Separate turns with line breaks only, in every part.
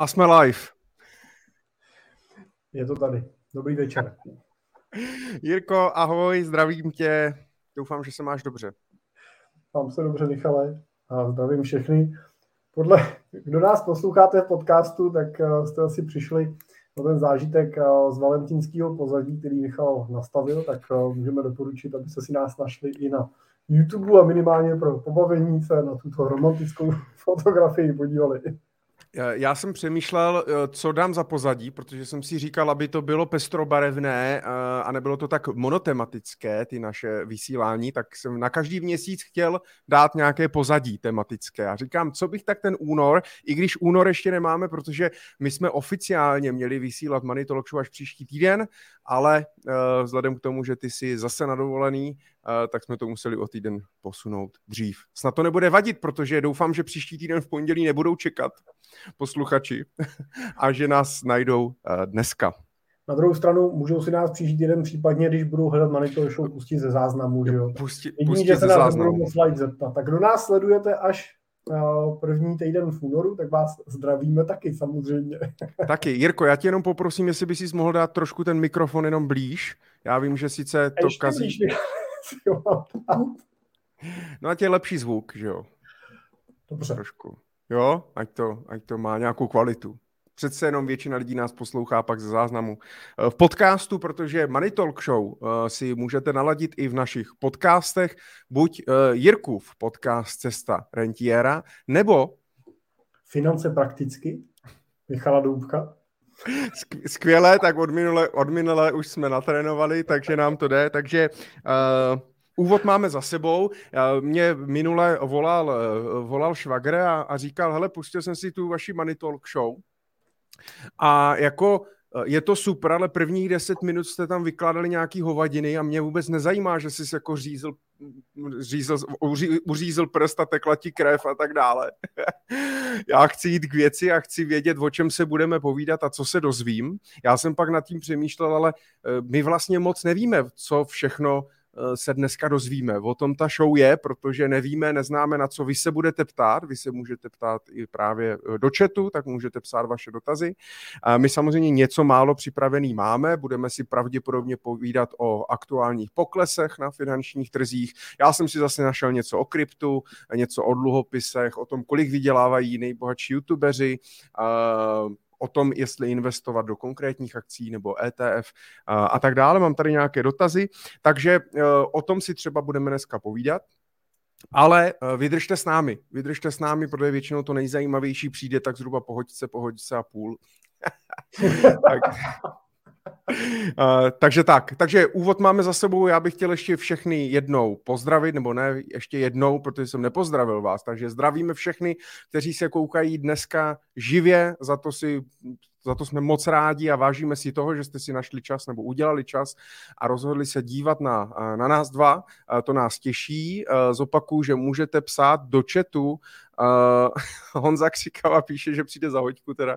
A jsme live.
Je to tady. Dobrý večer.
Jirko, ahoj, zdravím tě. Doufám, že se máš dobře.
Mám se dobře, Michale. A zdravím všechny. Kdo nás posloucháte v podcastu, tak jste asi přišli na ten zážitek z valentínského pozadí, který Michal nastavil, tak můžeme doporučit, abyste si nás našli i na YouTube a minimálně pro pobavení se na tuto romantickou fotografii podívali.
Já jsem přemýšlel, co dám za pozadí, protože jsem si říkal, aby to bylo pestrobarevné a nebylo to tak monotematické, ty naše vysílání, tak jsem na každý měsíc chtěl dát nějaké pozadí tematické. A říkám, co bych tak ten únor, i když únor ještě nemáme, protože my jsme oficiálně měli vysílat Money Talk Show až příští týden, ale vzhledem k tomu, že ty jsi zase na dovolený, tak jsme to museli o týden posunout dřív. Snad to nebude vadit, protože doufám, že příští týden v pondělí nebudou čekat posluchači a že nás najdou dneska.
Na druhou stranu můžou si nás příští týden případně, když budou hledat Money Talk Show, pustit ze záznamu, že jo?
Pustit
že se
ze
nás
záznamu.
Nebudou moc live zeptat. Tak kdo nás sledujete až první týden v únoru, tak vás zdravíme taky samozřejmě.
Taky. Jirko, já tě jenom poprosím, jestli bys si mohl dát trošku ten mikrofon jenom blíž. Já vím, že sice to kazí. No a tě je lepší zvuk, že jo?
Dobře.
Trošku. Jo, ať to má nějakou kvalitu. Přece jenom většina lidí nás poslouchá pak ze záznamu v podcastu, protože Money Talk Show si můžete naladit i v našich podcastech, buď Jirkův podcast Cesta rentiéra, nebo
Finance prakticky, Michala Doubka.
Skvěle, tak od minule už jsme natrénovali, takže nám to jde, takže úvod máme za sebou. Mě minule volal švagr a říkal, hele, pustil jsem si tu vaši Money Talk Show a jako je to super, ale prvních 10 minut jste tam vykládali nějaký hovadiny a mě vůbec nezajímá, že jsi jako uřízl prst a tekla ti krev a tak dále. Já chci jít k věci a chci vědět, o čem se budeme povídat a co se dozvím. Já jsem pak nad tím přemýšlel, ale my vlastně moc nevíme, co všechno se dneska dozvíme. O tom ta show je, protože nevíme, neznáme, na co vy se budete ptát. Vy se můžete ptát i právě do chatu, tak můžete psát vaše dotazy. My samozřejmě něco málo připravený máme, budeme si pravděpodobně povídat o aktuálních poklesech na finančních trzích. Já jsem si zase našel něco o kryptu, něco o dluhopisech, o tom, kolik vydělávají nejbohatší youtubeři, o tom, jestli investovat do konkrétních akcí nebo ETF a tak dále. Mám tady nějaké dotazy, takže o tom si třeba budeme dneska povídat. Ale vydržte s námi, protože většinou to nejzajímavější přijde tak zhruba po hodce a půl. Takže úvod máme za sebou, já bych chtěl ještě všechny jednou pozdravit, nebo ne, ještě jednou, protože jsem nepozdravil vás, takže zdravíme všechny, kteří se koukají dneska živě, za to jsme moc rádi a vážíme si toho, že jste si našli čas nebo udělali čas a rozhodli se dívat na nás dva, to nás těší. Zopakuju, že můžete psát do chatu. Honza Křikava píše, že přijde za hoďku teda.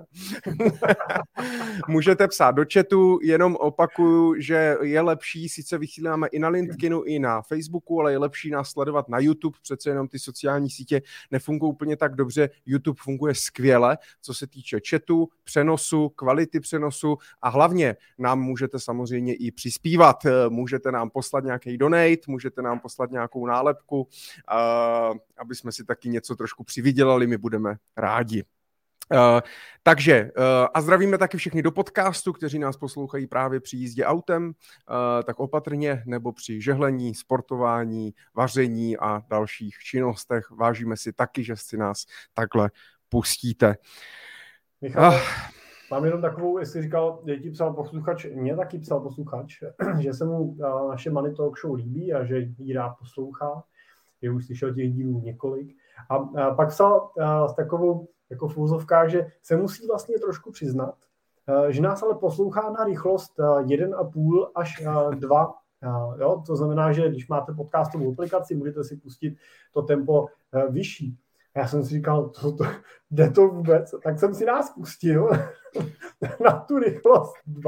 Můžete psát do chatu, jenom opakuju, že je lepší, sice vysíláme i na LinkedInu, i na Facebooku, ale je lepší nás sledovat na YouTube, přece jenom ty sociální sítě nefungují úplně tak dobře, YouTube funguje skvěle, co se týče chatu, přenosu, kvality přenosu a hlavně nám můžete samozřejmě i přispívat, můžete nám poslat nějaký donate, můžete nám poslat nějakou nálepku, aby jsme si taky něco trošku přivydělali, my budeme rádi. Takže a zdravíme taky všechny do podcastu, kteří nás poslouchají právě při jízdě autem, tak opatrně, nebo při žehlení, sportování, vaření a dalších činnostech. Vážíme si taky, že si nás takhle pustíte.
Michal, mám jenom takovou, jestli říkal, ti psal posluchač, mě taky psal posluchač, že se mu naše Money Talk Show líbí a že ji rád poslouchá, že už slyšel těch dílů několik. A pak psal s takovou jako v úzovkách, že se musí vlastně trošku přiznat, že nás ale poslouchá na rychlost 1,5 až 2. Jo? To znamená, že když máte podcastovou aplikaci, můžete si pustit to tempo vyšší. A já jsem si říkal, jde to vůbec? Tak jsem si nás pustil na tu rychlost 2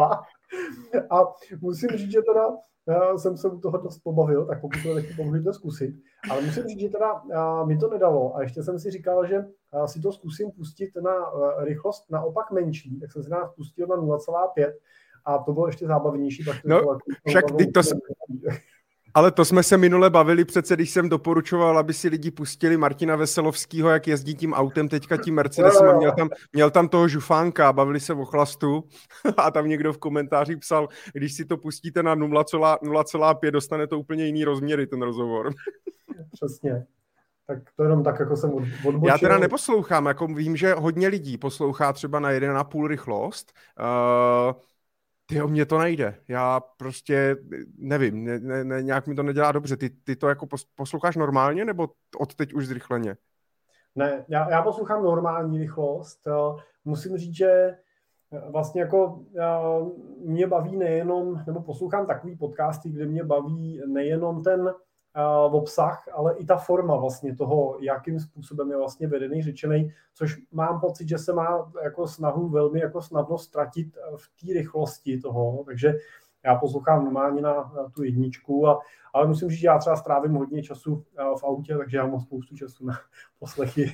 A musím říct, že teda jsem se u toho dost pobavil, tak pokud to nechci, můžete zkusit. Ale musím říct, že teda mi to nedalo a ještě jsem si říkal, že si to zkusím pustit na rychlost naopak menší, tak jsem si nás pustil na 0,5 a to bylo ještě zábavnější.
No, však ale to jsme se minule bavili přece, když jsem doporučoval, aby si lidi pustili Martina Veselovského, jak jezdí tím autem teďka tím Mercedesem a měl tam toho žufánka, bavili se o chlastu a tam někdo v komentáři psal, když si to pustíte na 0,5, dostane to úplně jiný rozměry, ten rozhovor.
Přesně. Tak to jenom tak, jako jsem odbočil.
Já teda neposlouchám, jako vím, že hodně lidí poslouchá třeba na 1,5 rychlost. Tyjo, mě to nejde. Já prostě nevím, nějak mi to nedělá dobře. Ty to jako posloucháš normálně, nebo od teď už zrychleně?
Ne, já poslouchám normální rychlost. Musím říct, že vlastně jako mě baví nejenom, nebo poslouchám takový podcasty, kde mě baví nejenom ten obsah, ale i ta forma vlastně toho, jakým způsobem je vlastně vedený, řečený, což mám pocit, že se má jako snahu velmi jako snadno ztratit v té rychlosti toho, takže já poslouchám normálně na tu jedničku, ale musím říct, že já třeba strávím hodně času v autě, takže já mám spoustu času na poslechy.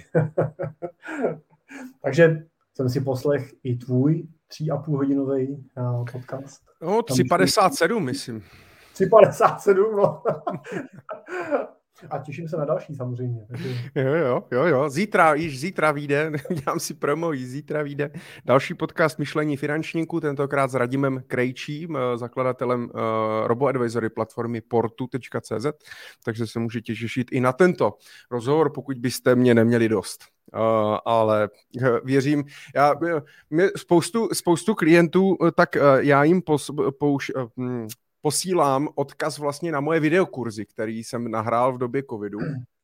Takže jsem si poslech i tvůj 3,5 hodinový podcast.
No, 3,57 myslím.
3,57, no. A těším se na další samozřejmě.
Jo. Zítra vyjde, dělám si promo, zítra vyjde další podcast Myšlení finančníků, tentokrát s Radimem Krejčím, zakladatelem RoboAdvisory platformy portu.cz, takže se můžete těšit i na tento rozhovor, pokud byste mě neměli dost. Ale věřím, spoustu klientů, tak já jim posílám odkaz vlastně na moje videokurzy, který jsem nahrál v době covidu.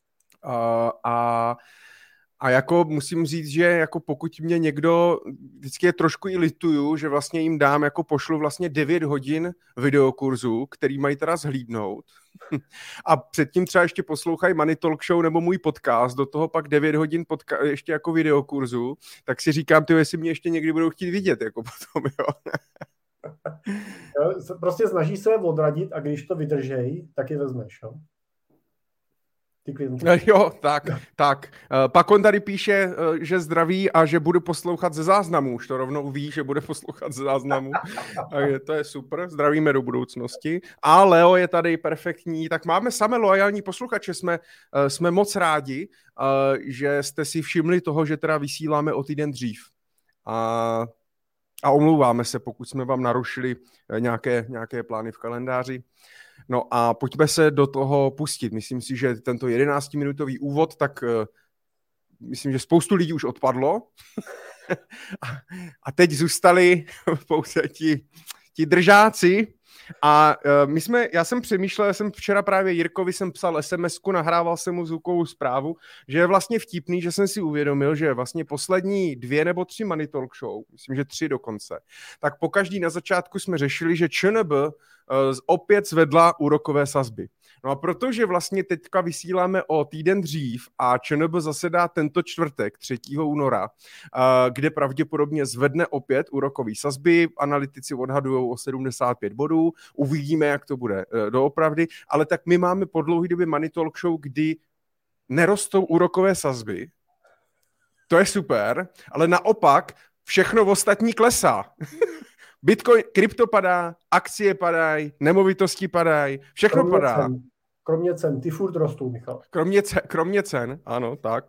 A jako musím říct, že jako pokud mě někdo, vždycky je trošku i lituju, že vlastně jim dám, jako pošlu vlastně 9 hodin videokurzu, který mají teda zhlídnout. A předtím třeba ještě poslouchají Money Talk Show nebo můj podcast, do toho pak 9 hodin ještě jako videokurzu, tak si říkám, jestli mě ještě někdy budou chtít vidět, jako potom, jo.
Prostě snaží se odradit a když to vydržej, tak je vezmeš, jo?
Jo, tak. Pak on tady píše, že zdraví a že budu poslouchat ze záznamu. Už to rovnou ví, že bude poslouchat ze záznamu. To je super, zdravíme do budoucnosti. A Leo je tady perfektní. Tak máme samé loajální posluchače. Jsme moc rádi, že jste si všimli toho, že teda vysíláme o týden dřív. A omlouváme se, pokud jsme vám narušili nějaké plány v kalendáři. No a pojďme se do toho pustit. Myslím si, že tento 11-minutový úvod, tak myslím, že spoustu lidí už odpadlo. A teď zůstali pouze ti držáci. A já jsem přemýšlel, včera právě Jirkovi jsem psal SMS-ku, nahrával jsem mu zvukovou zprávu, že je vlastně vtipný, že jsem si uvědomil, že vlastně poslední 2 nebo 3 Money Talk Show, myslím, že 3 dokonce, tak pokaždý na začátku jsme řešili, že ČNB opět zvedla úrokové sazby. No a protože vlastně teďka vysíláme o týden dřív a ČNB zasedá tento čtvrtek, 3. února, kde pravděpodobně zvedne opět úrokové sazby, analytici odhadují o 75 bodů, uvidíme, jak to bude doopravdy, ale tak my máme po dlouhé době Money Talk Show, kdy nerostou úrokové sazby, to je super, ale naopak všechno ostatní klesá. Bitcoin, krypto padá, akcie padají, nemovitosti padají, všechno padá.
Kromě cen, ty furt rostou, Michal.
Kromě cen, ano, tak.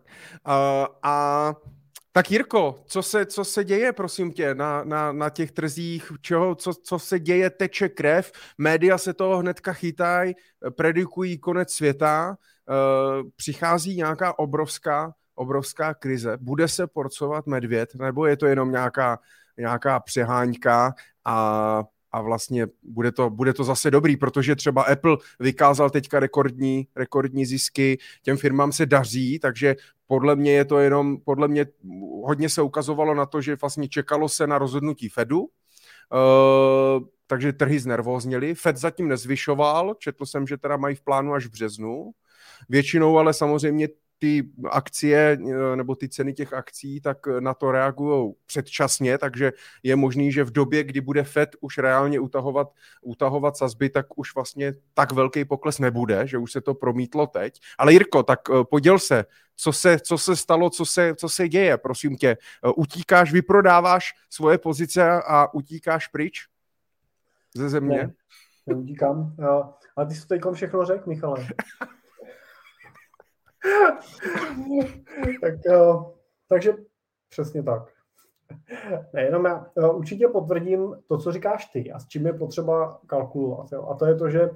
Tak Jirko, co se děje, prosím tě, na těch trzích, co se děje, teče krev, média se toho hnedka chytají, predikují konec světa, přichází nějaká obrovská krize, bude se porcovat medvěd, nebo je to jenom nějaká přeháňka a vlastně bude to zase dobrý, protože třeba Apple vykázal teďka rekordní zisky, těm firmám se daří, takže podle mě hodně se ukazovalo na to, že vlastně čekalo se na rozhodnutí Fedu, takže trhy znervózněly. Fed zatím nezvyšoval, četl jsem, že teda mají v plánu až v březnu. Většinou ale samozřejmě ty akcie nebo ty ceny těch akcí, tak na to reagují předčasně, takže je možný, že v době, kdy bude Fed už reálně utahovat sazby, tak už vlastně tak velký pokles nebude, že už se to promítlo teď. Ale Jirko, tak poděl se, co se stalo, co se děje, prosím tě. Utíkáš, vyprodáváš svoje pozice a utíkáš pryč ze země?
Ne, neutíkám. Ale ty jsi to teď všechno řekl, Michale. Takže přesně tak. Ne, jenom já určitě potvrdím to, co říkáš ty a s čím je potřeba kalkulovat. Jo? A to je to, že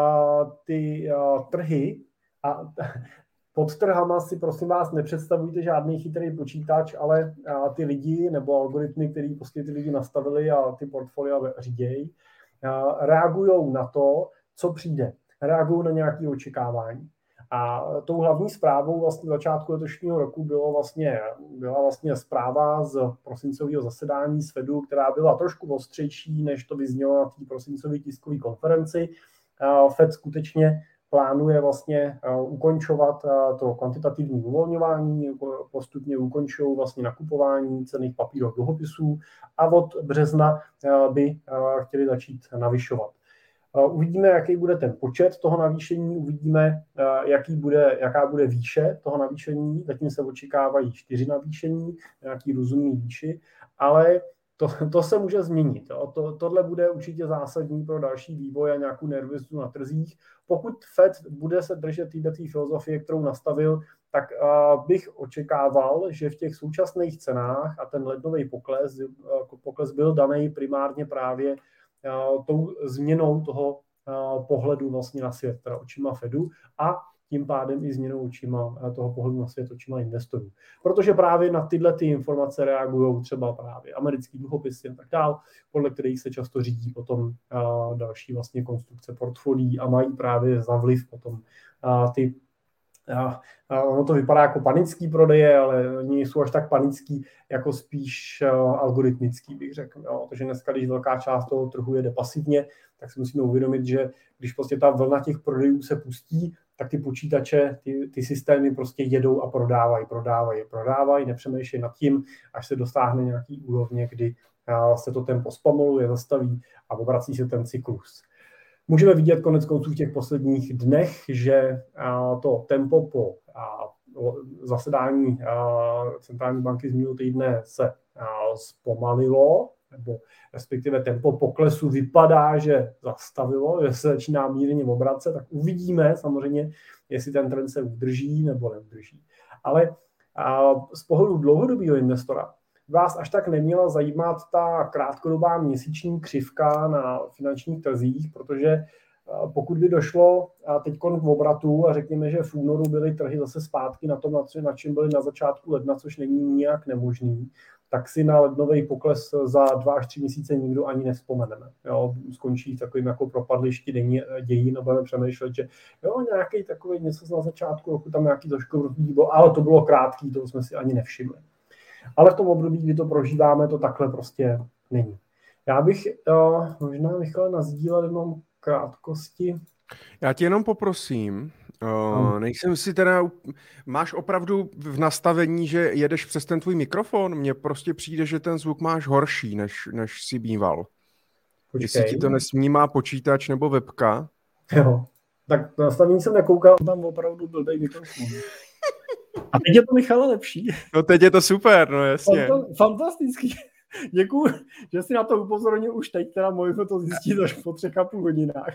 ty trhy a pod trhama si prosím vás nepředstavujte žádný chytrý počítač, ale ty lidi nebo algoritmy, který prostě ty lidi nastavili a ty portfolia řídějí, reagují na to, co přijde. Reagují na nějaké očekávání. A tou hlavní zprávou vlastně začátku letošního roku byla vlastně zpráva z prosincového zasedání z Fedu, která byla trošku ostřejší, než to vyznělo na té prosincové tiskové konferenci. Fed skutečně plánuje vlastně ukončovat to kvantitativní uvolňování, postupně ukončují vlastně nakupování cenných papírových dluhopisů a od března by chtěli začít navyšovat. Uvidíme, jaký bude ten počet toho navýšení, uvidíme, jaká bude výše toho navýšení. Zatím se očekávají 4 navýšení, nějaký rozumný výši, ale to se může změnit. Tohle bude určitě zásadní pro další vývoj a nějakou nervozitu na trzích. Pokud Fed bude se držet této filozofie, kterou nastavil, tak bych očekával, že v těch současných cenách a ten lednový pokles byl daný primárně právě tou změnou toho pohledu vlastně na svět, teda očima Fedu a tím pádem i změnou toho pohledu na svět očima investorů. Protože právě na tyhle ty informace reagují třeba právě americký dluhopisy a tak dál, podle kterých se často řídí potom další vlastně konstrukce portfolií a mají právě za vliv potom ty ono to vypadá jako panický prodeje, ale oni jsou až tak panický, jako spíš algoritmický, bych řekl. Jo. Protože dneska, když velká část toho trhu jede pasivně, tak si musíme uvědomit, že když prostě ta vlna těch prodejů se pustí, tak ty počítače, ty systémy prostě jedou a prodávají, nepřemýšlejí nad tím, až se dosáhne nějaký úrovně, kdy se to tempo zpomaluje, zastaví a obrací se ten cyklus. Můžeme vidět konec konců v těch posledních dnech, že to tempo po zasedání centrální banky z minulého týdne se zpomalilo, nebo respektive tempo poklesu vypadá, že zastavilo, že se začíná mírně obracet, tak uvidíme samozřejmě, jestli ten trend se udrží nebo neudrží. Ale z pohledu dlouhodobého investora vás až tak neměla zajímat ta krátkodobá měsíční křivka na finančních trzích, protože pokud by došlo teď k obratu a řekněme, že v únoru byly trhy zase zpátky na tom, na čem byly na začátku ledna, což není nijak nemožný, tak si na lednový pokles za 2 až 3 měsíce nikdo ani nevzpomeneme. Jo, skončí takovým jako propadlišti dějin a budeme přemýšlet, že jo, nějaký takový něco na začátku roku, tam nějaký trošku výbor, ale to bylo krátký, to jsme si ani nevšimli. Ale v tom období, kdy to prožíváme, to takhle prostě není. Já bych možná, Michale, nasdílel jenom krátkosti.
Já tě jenom poprosím, nejsem si teda, máš opravdu v nastavení, že jedeš přes ten tvůj mikrofon? Mně prostě přijde, že ten zvuk máš horší, než si býval. Počkej. Jestli ti to nesnímá počítač nebo webka.
Jo, tak na nastavení jsem nekoukal, tam opravdu blbej mikrofon. A teď je to, Michale, lepší.
No teď je to super, no jasně.
Fantastický. Děkuju, že jsi na to upozornil už teď, teda mohli jsme to zjistit až po 3,5 hodinách.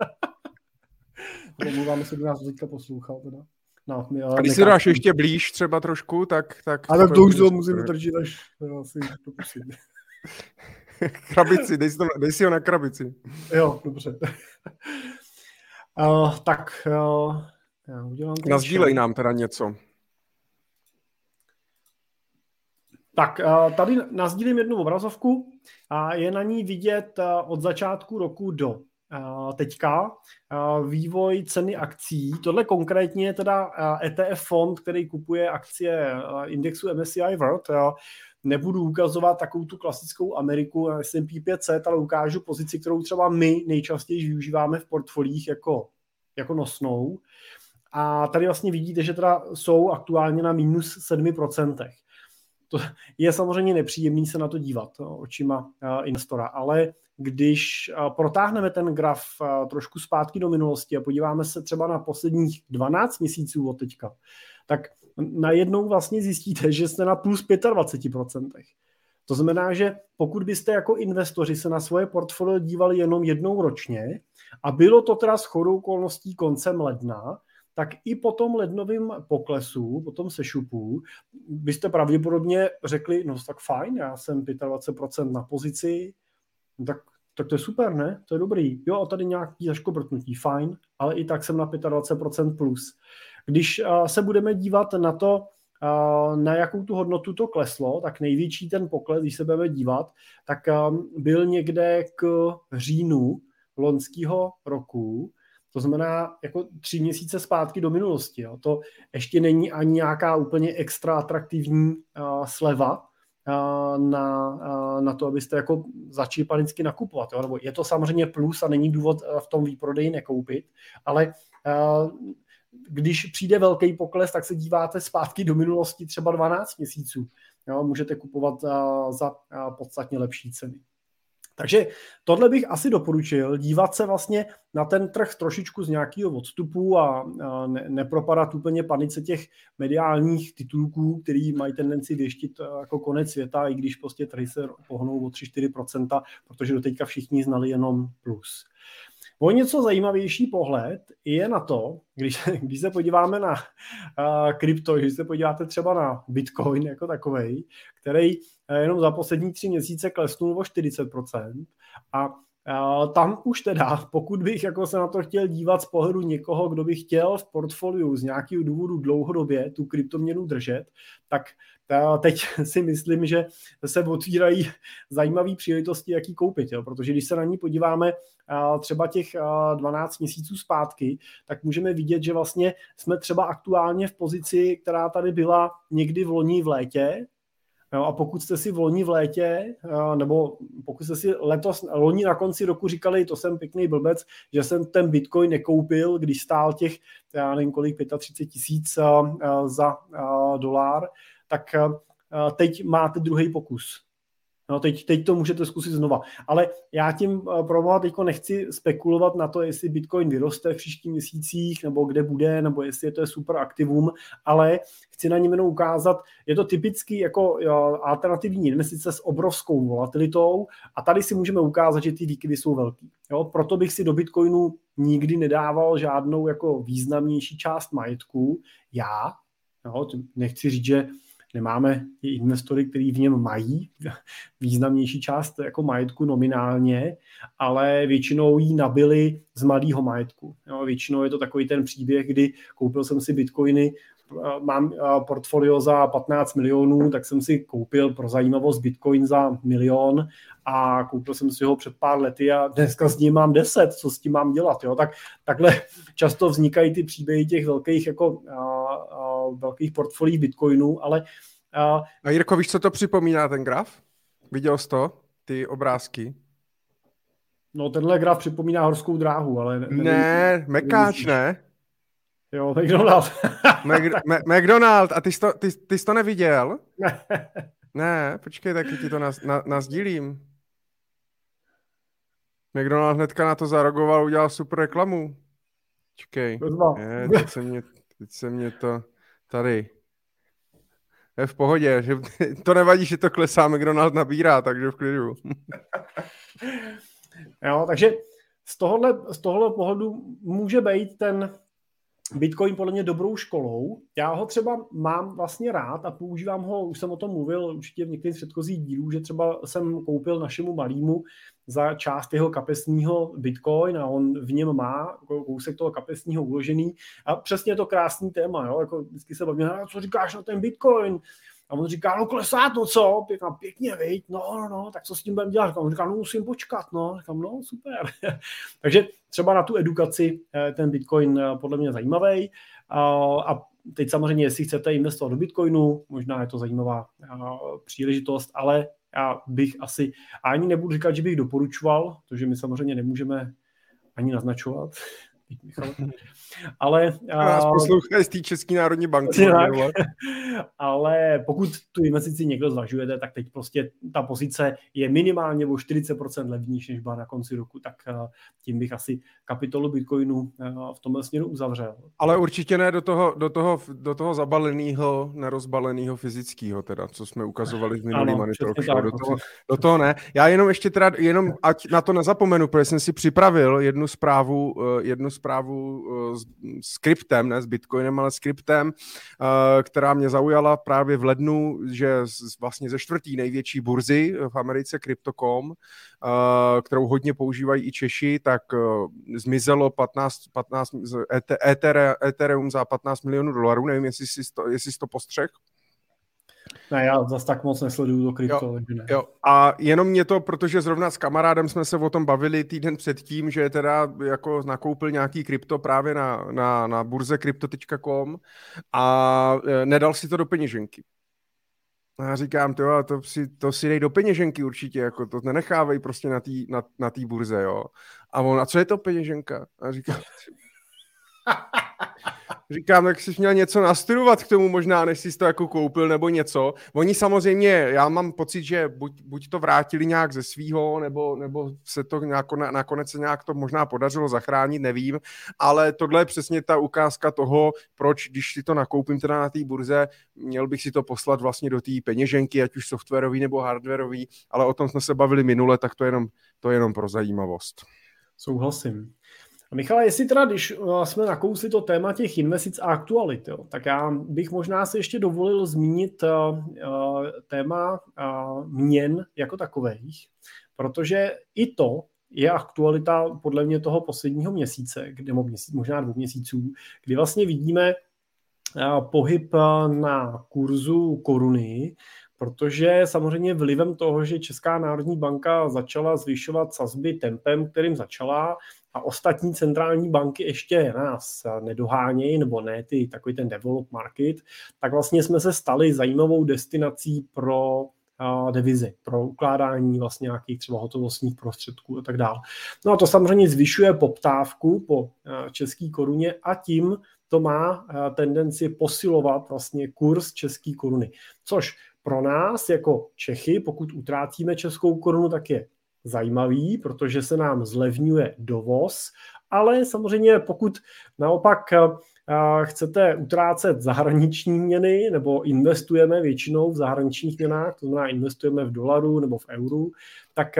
Omlouváme se, kdo nás teďka poslouchal. Teda. No,
a když si dáš ještě blíž třeba trošku, tak...
Ale to už to musím držet až asi pokusit.
Krabici, dej si ho na krabici.
Jo, dobře. Tak já udělám...
Nazdílej nám teda něco.
Tak tady nazdílím jednu obrazovku a je na ní vidět od začátku roku do teďka vývoj ceny akcí. Tohle konkrétně je teda ETF fond, který kupuje akcie indexu MSCI World. Nebudu ukazovat takovou tu klasickou Ameriku S&P 500, ale ukážu pozici, kterou třeba my nejčastěji využíváme v portfoliích jako nosnou. A tady vlastně vidíte, že teda jsou aktuálně na minus 7%. To je samozřejmě nepříjemný se na to dívat očima investora, ale když protáhneme ten graf trošku zpátky do minulosti a podíváme se třeba na posledních 12 měsíců od teďka, tak najednou vlastně zjistíte, že jste na plus 25%. To znamená, že pokud byste jako investoři se na svoje portfolio dívali jenom jednou ročně a bylo to teda shodou okolností koncem ledna, tak i po tom lednovém poklesu, po tom sešupu, byste pravděpodobně řekli, no tak fajn, já jsem 25% na pozici, no tak to je super, ne? To je dobrý. Jo, a tady nějaký zaškobrtnutí, fajn, ale i tak jsem na 25% plus. Když se budeme dívat na to, na jakou tu hodnotu to kleslo, tak největší ten pokles, když se budeme dívat, tak byl někde k říjnu loňského roku. To znamená jako 3 měsíce zpátky do minulosti. Jo. To ještě není ani nějaká úplně extra atraktivní sleva na to, abyste jako začali panicky nakupovat. Jo. Nebo je to samozřejmě plus a není důvod v tom výprodeji nekoupit, ale když přijde velký pokles, tak se díváte zpátky do minulosti třeba 12 měsíců. Jo. Můžete kupovat za podstatně lepší ceny. Takže tohle bych asi doporučil, dívat se vlastně na ten trh trošičku z nějakého odstupu a nepropadat úplně panice těch mediálních titulků, který mají tendenci věštit jako konec světa, i když prostě trhy se pohnou o 3-4%, protože doteďka všichni znali jenom plus. O něco zajímavější pohled je na to, když se podíváme na krypto, když se podíváte třeba na Bitcoin jako takovej, který jenom za poslední 3 měsíce klesnul o 40%. A tam už teda, pokud bych jako se na to chtěl dívat z pohledu někoho, kdo by chtěl v portfoliu z nějakého důvodu dlouhodobě tu kryptoměnu držet, tak teď si myslím, že se otvírají zajímavé příležitosti, jak ji koupit. Jo? Protože když se na ní podíváme třeba těch 12 měsíců zpátky, tak můžeme vidět, že vlastně jsme třeba aktuálně v pozici, která tady byla někdy v loni v létě. A pokud jste si v loni v létě, nebo pokud jste si loni na konci roku říkali, to jsem pěkný blbec, že jsem ten Bitcoin nekoupil, když stál těch, já nevím kolik, 35 000 za dolar, tak teď máte druhý pokus. No, teď to můžete zkusit znova. Ale já tím proboha teďko nechci spekulovat na to, jestli Bitcoin vyroste v příštích měsících, nebo kde bude, nebo jestli to je super aktivum, ale chci na něm jenom ukázat, je to typický jako alternativní investice s obrovskou volatilitou a tady si můžeme ukázat, že ty výkyvy jsou velký. Jo? Proto bych si do Bitcoinu nikdy nedával žádnou jako významnější část majetku. Nechci říct, že nemáme i investory, kteří v něm mají významnější část jako majetku nominálně, ale většinou ji nabili z malého majetku. Jo, většinou je to takový ten příběh, kdy koupil jsem si bitcoiny, mám portfolio za 15 milionů, tak jsem si koupil pro zajímavost bitcoin za 1 milion a koupil jsem si ho před pár lety a dneska s ním mám 10, co s tím mám dělat. Jo? Takhle často vznikají ty příběhy těch velkých jako velkých portfolií bitcoinů, ale...
A Jirko, víš, co to připomíná ten graf? Viděl jsi to? Ty obrázky?
No, tenhle graf připomíná horskou dráhu, ale...
Ne, Mekáč, ne?
Jo, McDonald.
McDonald, a ty jsi to neviděl? Ne, počkej, taky ti to nasdílím. McDonald hnedka na to zareagoval, udělal super reklamu. Počkej, teď se mě to tady... Je v pohodě, že to nevadí, že to klesá, McDonald nabírá, takže v klidu.
Jo, takže z tohohle pohledu může být ten Bitcoin podle mě dobrou školou. Já ho třeba mám vlastně rád a používám ho, už jsem o tom mluvil určitě v některých předchozích dílů, že třeba jsem koupil našemu malýmu za část jeho kapesního Bitcoin a on v něm má kousek toho kapesního uložený a přesně je to krásný téma, jo? Jako vždycky se bavíme, co říkáš na ten Bitcoin? A on říká, no klesá to, co? Pěkně, viď? No, tak co s tím budeme dělat? On říká, no musím počkat, no. Říkám, no super. Takže třeba na tu edukaci ten Bitcoin podle mě zajímavý. A teď samozřejmě, jestli chcete investovat do Bitcoinu, možná je to zajímavá příležitost, ale já bych asi, ani nebudu říkat, že bych doporučoval, protože my samozřejmě nemůžeme ani naznačovat, být, Michal. Ale...
Nás poslouchají z té České národní banky.
Ale pokud tu investici někdo zvažujete, tak teď prostě ta pozice je minimálně o 40% levnější, než byla na konci roku, tak tím bych asi kapitolu Bitcoinu v tomhle směru uzavřel.
Ale určitě ne do toho zabaleného, nerozbaleného fyzického, teda, co jsme ukazovali v minulý Money Talk Show. Do toho ne. Já jenom ještě teda, ať na to nezapomenu, protože jsem si připravil jednu zprávu s kryptem, ne s Bitcoinem, ale s kryptem, která mě zaujala právě v lednu, že vlastně ze 4. největší burzy v Americe, Crypto.com, kterou hodně používají i Češi, tak zmizelo 15 Ethereum za $15 milionů. Nevím, jestli jsi to postřeh.
Ne, já zase tak moc nesleduju to krypto.
Jo. A jenom mě to, protože zrovna s kamarádem jsme se o tom bavili týden předtím, že teda jako nakoupil nějaký krypto právě na burze crypto.com a nedal si to do peněženky. A já říkám, to si dej do peněženky určitě, jako to nenechávej prostě na té burze, jo. A on, a co je to peněženka? A říkám, tak jsi měl něco nastudovat k tomu možná, než jsi to jako koupil nebo něco. Oni samozřejmě, já mám pocit, že buď to vrátili nějak ze svýho, nebo se to nakonec se nějak to možná podařilo zachránit, nevím, ale tohle je přesně ta ukázka toho, proč, když si to nakoupím teda na té burze, měl bych si to poslat vlastně do té peněženky, ať už softwarový nebo hardwarový, ale o tom jsme se bavili minule, tak to je jenom pro zajímavost.
Souhlasím. A Michale, jestli teda, když jsme nakousli to téma těch investic a aktualit, jo, tak já bych možná si ještě dovolil zmínit téma měn jako takových, protože i to je aktualita podle mě toho posledního měsíce, možná 2 měsíců, kdy vlastně vidíme pohyb na kurzu koruny, protože samozřejmě vlivem toho, že Česká národní banka začala zvyšovat sazby tempem, kterým začala, a ostatní centrální banky ještě nás nedohánějí, nebo ne takový ten develop market, tak vlastně jsme se stali zajímavou destinací pro devizy, pro ukládání vlastně nějakých třeba hotovostních prostředků a tak dále. No a to samozřejmě zvyšuje poptávku po české koruně a tím to má tendenci posilovat vlastně kurz české koruny. Což pro nás jako Čechy, pokud utrácíme českou korunu, tak je zajímavý, protože se nám zlevňuje dovoz, ale samozřejmě pokud naopak chcete utrácet zahraniční měny nebo investujeme většinou v zahraničních měnách, to znamená investujeme v dolaru nebo v euru, tak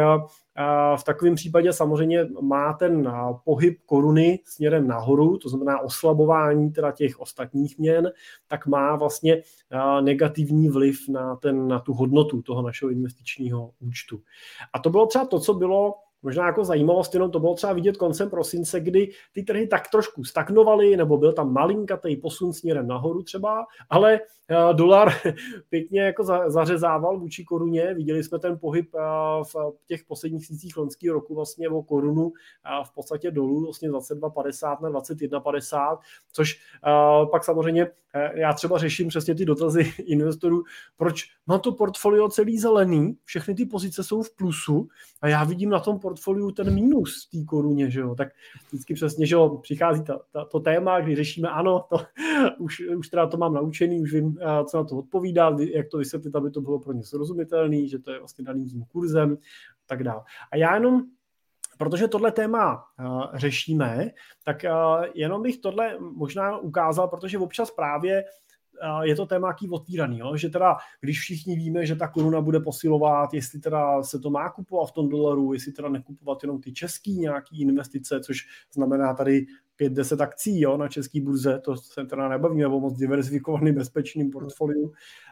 v takovém případě samozřejmě má ten pohyb koruny směrem nahoru, to znamená oslabování teda těch ostatních měn, tak má vlastně negativní vliv na tu hodnotu toho našeho investičního účtu. A to bylo třeba to, co bylo možná jako zajímavost, jenom to bylo třeba vidět koncem prosince, kdy ty trhy tak trošku stagnovaly, nebo byl tam malinkatý posun směrem nahoru třeba, ale dolar pěkně jako zařezával vůči koruně. Viděli jsme ten pohyb v těch posledních měsících loňského roku vlastně o korunu v podstatě dolů, vlastně 22,50 na 21,50, což pak samozřejmě já třeba řeším přesně ty dotazy investorů, proč mám to portfolio celý zelený, všechny ty pozice jsou v plusu a já vidím na tom portfoliu ten mínus v té koruně, že jo, tak vždycky přesně, že jo, přichází to téma, kdy řešíme, ano, to, už teda to mám naučený, už vím, co na to odpovídá, jak to vysvětlit, aby to bylo pro ně srozumitelný, že to je vlastně daný tím kurzem a tak dále. A já jenom, protože tohle téma řešíme, tak jenom bych tohle možná ukázal, protože občas právě je to téma jaký otvíraný, jo? Že teda, když všichni víme, že ta koruna bude posilovat, jestli teda se to má kupovat v tom dolaru, jestli teda nekupovat jenom ty český nějaký investice, což znamená tady 5-10 akcí, jo, na české burze, to se teda nebavíme o moc diverzifikovaný bezpečným portfoliu,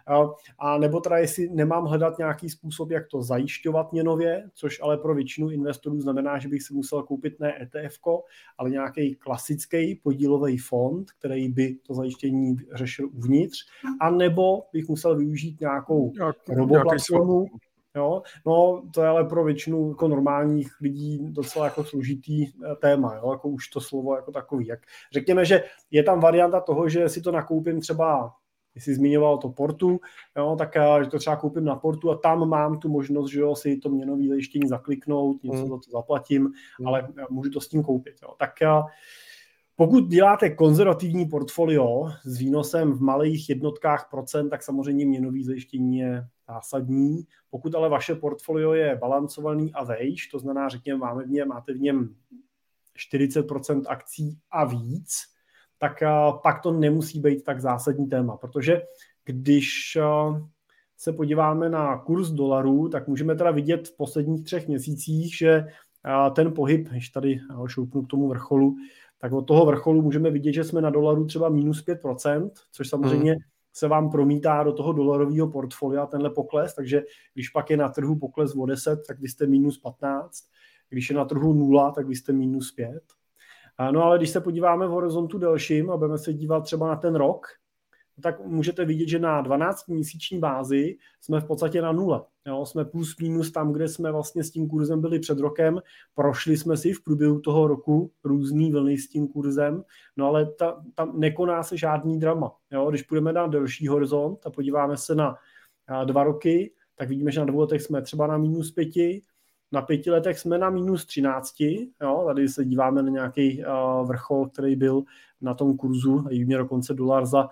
a nebo teda jestli nemám hledat nějaký způsob, jak to zajišťovat měnově, což ale pro většinu investorů znamená, že bych si musel koupit ne ETF-ko, ale nějaký klasický podílový fond, který by to zajištění řešil uvnitř, a nebo bych musel využít nějakou roboplatformu. Jo? No, to je ale pro většinu jako normálních lidí docela jako složitý téma, jo? Jako už to slovo jako takový. Jak řekněme, že je tam varianta toho, že si to nakoupím třeba, jestli zmiňoval to portu, jo? Tak že to třeba koupím na portu a tam mám tu možnost, že jo, si to měnové zajištění zakliknout, něco za to zaplatím, ale můžu to s tím koupit. Jo? Tak Pokud děláte konzervativní portfolio s výnosem v malých jednotkách procent, tak samozřejmě měnové zajištění je zásadní. Pokud ale vaše portfolio je balancovaný a vejš, to znamená, řekněme, máte v něm 40% akcí a víc, tak pak to nemusí být tak zásadní téma, protože když se podíváme na kurz dolaru, tak můžeme teda vidět v posledních 3 měsících, že ten pohyb, když tady šoupnu k tomu vrcholu, tak od toho vrcholu můžeme vidět, že jsme na dolaru třeba minus 5%, což samozřejmě se vám promítá do toho dolarového portfolia, tenhle pokles, takže když pak je na trhu pokles o 10, tak vy jste minus 15, když je na trhu 0, tak vy jste minus 5. No ale když se podíváme v horizontu delším a budeme se dívat třeba na ten rok, tak můžete vidět, že na 12-měsíční bázi jsme v podstatě na 0. Jo, jsme plus minus tam, kde jsme vlastně s tím kurzem byli před rokem. Prošli jsme si v průběhu toho roku různý vlny s tím kurzem, no ale tam nekoná se žádný drama. Jo, když půjdeme na delší horizont a podíváme se na 2 roky, tak vidíme, že na 2 letech jsme třeba na minus 5, na 5 letech jsme na minus 13. Jo, tady se díváme na nějaký vrchol, který byl na tom kurzu, vidíme dokonce dolar za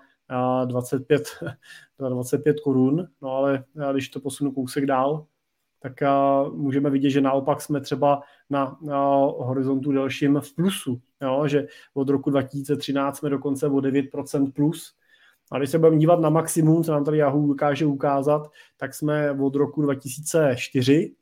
25 korun, no ale když to posunu kousek dál, tak můžeme vidět, že naopak jsme třeba na horizontu delším v plusu, jo? Že od roku 2013 jsme dokonce o 9% plus. A když se budeme dívat na maximum, co nám tady Yahoo dokáže ukázat, tak jsme od roku 2004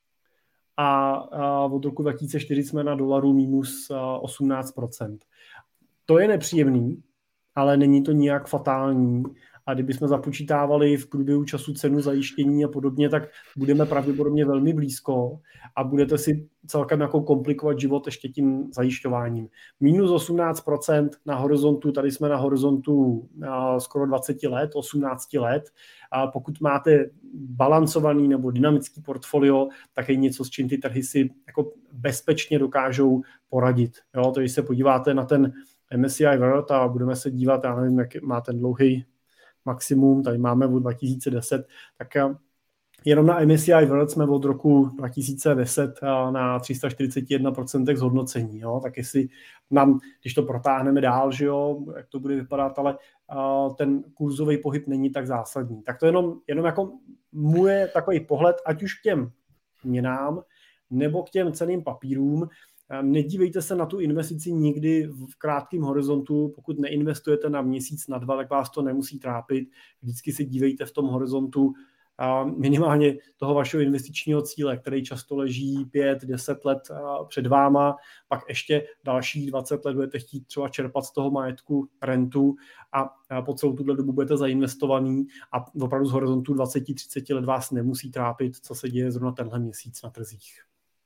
a od roku 2004 jsme na dolaru minus 18%. To je nepříjemný, ale není to nijak fatální. A kdybychom započítávali v průběhu času cenu zajištění a podobně, tak budeme pravděpodobně velmi blízko a budete si celkem jako komplikovat život ještě tím zajišťováním. Minus 18% na horizontu, tady jsme na horizontu skoro 20 let, 18 let. A pokud máte balancovaný nebo dynamický portfolio, tak je něco, s čím ty trhy si jako bezpečně dokážou poradit. Jo, to když se podíváte na ten MSCI World a budeme se dívat, já nevím, jak má ten dlouhý maximum, tady máme od 2010, tak jenom na MSCI World jsme od roku 2010 na 341% zhodnocení. Jo? Tak jestli nám, když to protáhneme dál, že jo, jak to bude vypadat, ale ten kurzový pohyb není tak zásadní. Tak to jenom jako můj takový pohled, ať už k těm měnám, nebo k těm cenným papírům. Nedívejte se na tu investici nikdy v krátkém horizontu, pokud neinvestujete na měsíc, na 2, tak vás to nemusí trápit. Vždycky se dívejte v tom horizontu minimálně toho vašeho investičního cíle, který často leží 5-10 let před váma, pak ještě dalších 20 let budete chtít třeba čerpat z toho majetku rentu a po celou tuhle dobu budete zainvestovaný a opravdu z horizontu 20-30 let vás nemusí trápit, co se děje zrovna tenhle měsíc na trzích.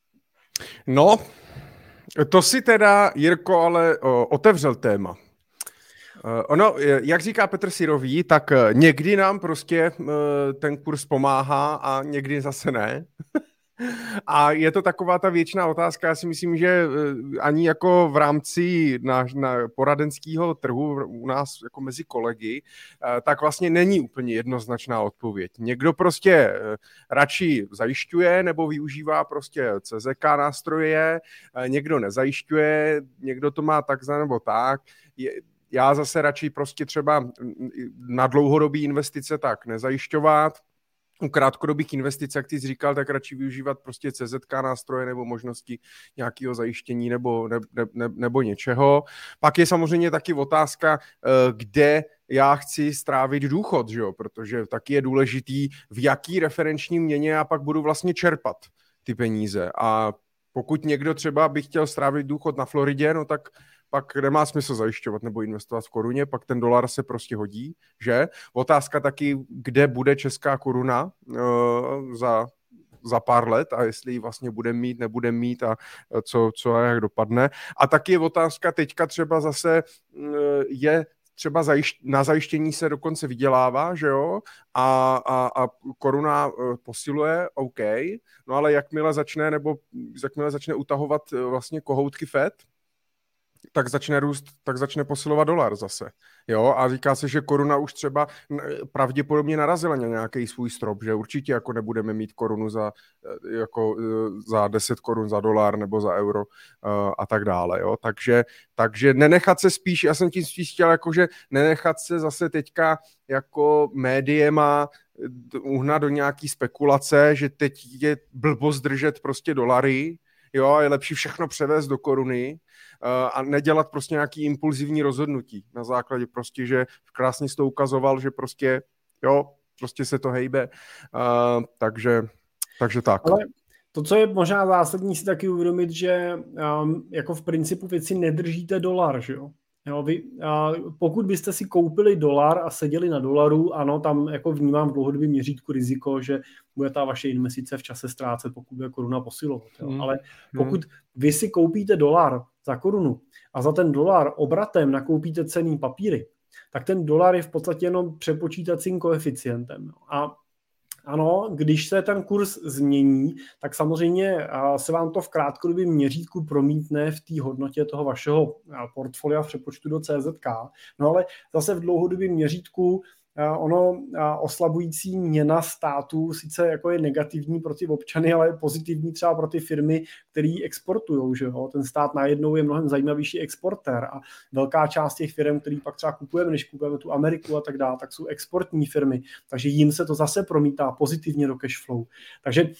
No, to si teda, Jirko, ale otevřel téma. Ono, jak říká Petr Syrový, tak někdy nám prostě ten kurz pomáhá a někdy zase ne. A je to taková ta věčná otázka, já si myslím, že ani jako v rámci na poradenského trhu u nás jako mezi kolegy, tak vlastně není úplně jednoznačná odpověď. Někdo prostě radši zajišťuje nebo využívá prostě CZK nástroje, někdo nezajišťuje, někdo to má tak nebo tak. Já zase radši prostě třeba na dlouhodobý investice tak nezajišťovat. U krátkodobých investic, jak ty jsi říkal, tak radši využívat prostě CZK nástroje nebo možnosti nějakého zajištění nebo něčeho. Pak je samozřejmě taky otázka, kde já chci strávit důchod, že jo? Protože taky je důležitý, v jaký referenční měně já pak budu vlastně čerpat ty peníze. A pokud někdo třeba by chtěl strávit důchod na Floridě, no tak pak nemá smysl zajišťovat nebo investovat v koruně, pak ten dolar se prostě hodí, že? Otázka taky, kde bude česká koruna za pár let a jestli ji vlastně bude mít, nebude mít a co a jak dopadne. A taky je otázka teďka třeba zase je třeba na zajištění se dokonce vydělává, že jo, a koruna posiluje, OK, no ale jakmile začne utahovat vlastně kohoutky Fed, tak začne růst, tak začne posilovat dolar zase. Jo, a říká se, že koruna už třeba pravděpodobně narazila na nějaký svůj strop, že určitě jako nebudeme mít korunu za 10 korun za dolar nebo za euro a tak dále. Jo. Takže nenechat se spíš, já jsem tím spíš chtěl, jakože nenechat se zase teďka jako médiema uhnat do nějaký spekulace, že teď je blbost držet prostě dolary, jo, je lepší všechno převést do koruny a nedělat prostě nějaký impulzivní rozhodnutí na základě prostě, že krásně jsi to ukazoval, že prostě, jo, prostě se to hejbe. Takže tak.
Ale to, co je možná zásadní si taky uvědomit, že jako v principu věci nedržíte dolar, že jo? Jo, pokud byste si koupili dolar a seděli na dolaru, ano, tam jako vnímám v dlouhodobém měřítku riziko, že bude ta vaše investice v čase ztrácet, pokud bude koruna posilovat. Jo. Ale pokud vy si koupíte dolar za korunu a za ten dolar obratem nakoupíte cenný papíry, tak ten dolar je v podstatě jenom přepočítacím koeficientem. A ano, když se ten kurz změní, tak samozřejmě se vám to v krátkodobém měřítku promítne v té hodnotě toho vašeho portfolia v přepočtu do CZK. No ale zase v dlouhodobém měřítku ono oslabující měna státu sice jako je negativní pro ty občany, ale je pozitivní třeba pro ty firmy, které exportují. Že jo? Ten stát najednou je mnohem zajímavější exportér a velká část těch firm, který pak třeba kupujeme, než kupujeme tu Ameriku a tak dále, tak jsou exportní firmy, takže jim se to zase promítá pozitivně do cash flow. Takže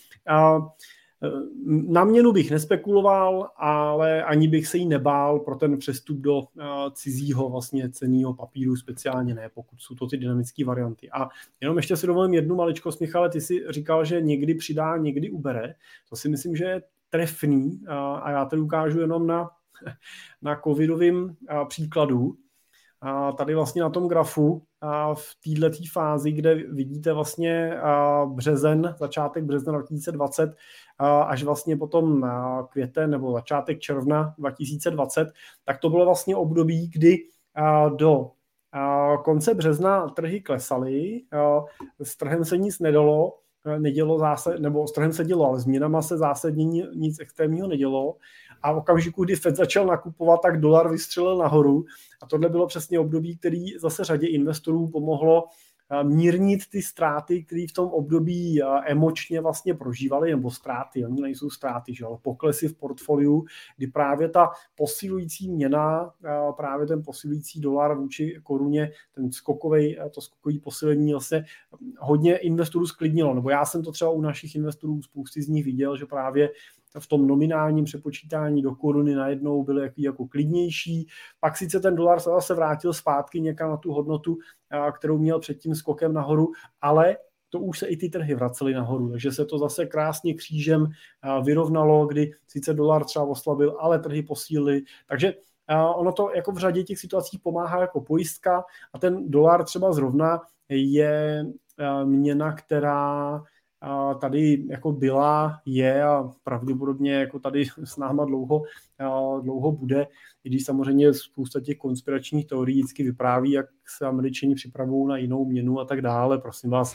na měnu bych nespekuloval, ale ani bych se jí nebál pro ten přestup do cizího vlastně cenného papíru, speciálně ne, pokud jsou to ty dynamické varianty. A jenom ještě si dovolím jednu maličkost, Michale, ty si říkal, že někdy přidá, někdy ubere. To si myslím, že je trefný a já tady ukážu jenom na covidovém příkladu. A tady vlastně na tom grafu v této fázi, kde vidíte vlastně březen, začátek března 2020 až vlastně potom květen nebo začátek června 2020, tak to bylo vlastně období, kdy do konce března trhy klesaly, s trhem se nic nedělo nebo s trhem se dělo, ale s měnama se zásadně nic extrémního nedělo. A v okamžiku, kdy Fed začal nakupovat, tak dolar vystřelil nahoru. A tohle bylo přesně období, který zase řadě investorů pomohlo mírnit ty ztráty, které v tom období emočně vlastně prožívali, nebo ztráty, oni nejsou ztráty, že? Ale poklesy v portfoliu, kdy právě ta posilující měna, právě ten posilující dolar vůči koruně, to skokový posilení vlastně hodně investorů sklidnilo. Nebo já jsem to třeba u našich investorů, spousty z nich viděl, že právě v tom nominálním přepočítání do koruny najednou byly jako klidnější. Pak sice ten dolar se zase vrátil zpátky někam na tu hodnotu, kterou měl před tím skokem nahoru, ale to už se i ty trhy vracely nahoru, takže se to zase krásně křížem vyrovnalo, kdy sice dolar třeba oslabil, ale trhy posílily. Takže ono to jako v řadě těch situací pomáhá jako pojistka a ten dolar třeba zrovna je měna, která tady jako je a pravděpodobně jako tady s náma dlouho bude, i když samozřejmě spousta těch konspiračních teorií vždycky vypráví, jak se Američani připravují na jinou měnu a tak dále. Prosím vás,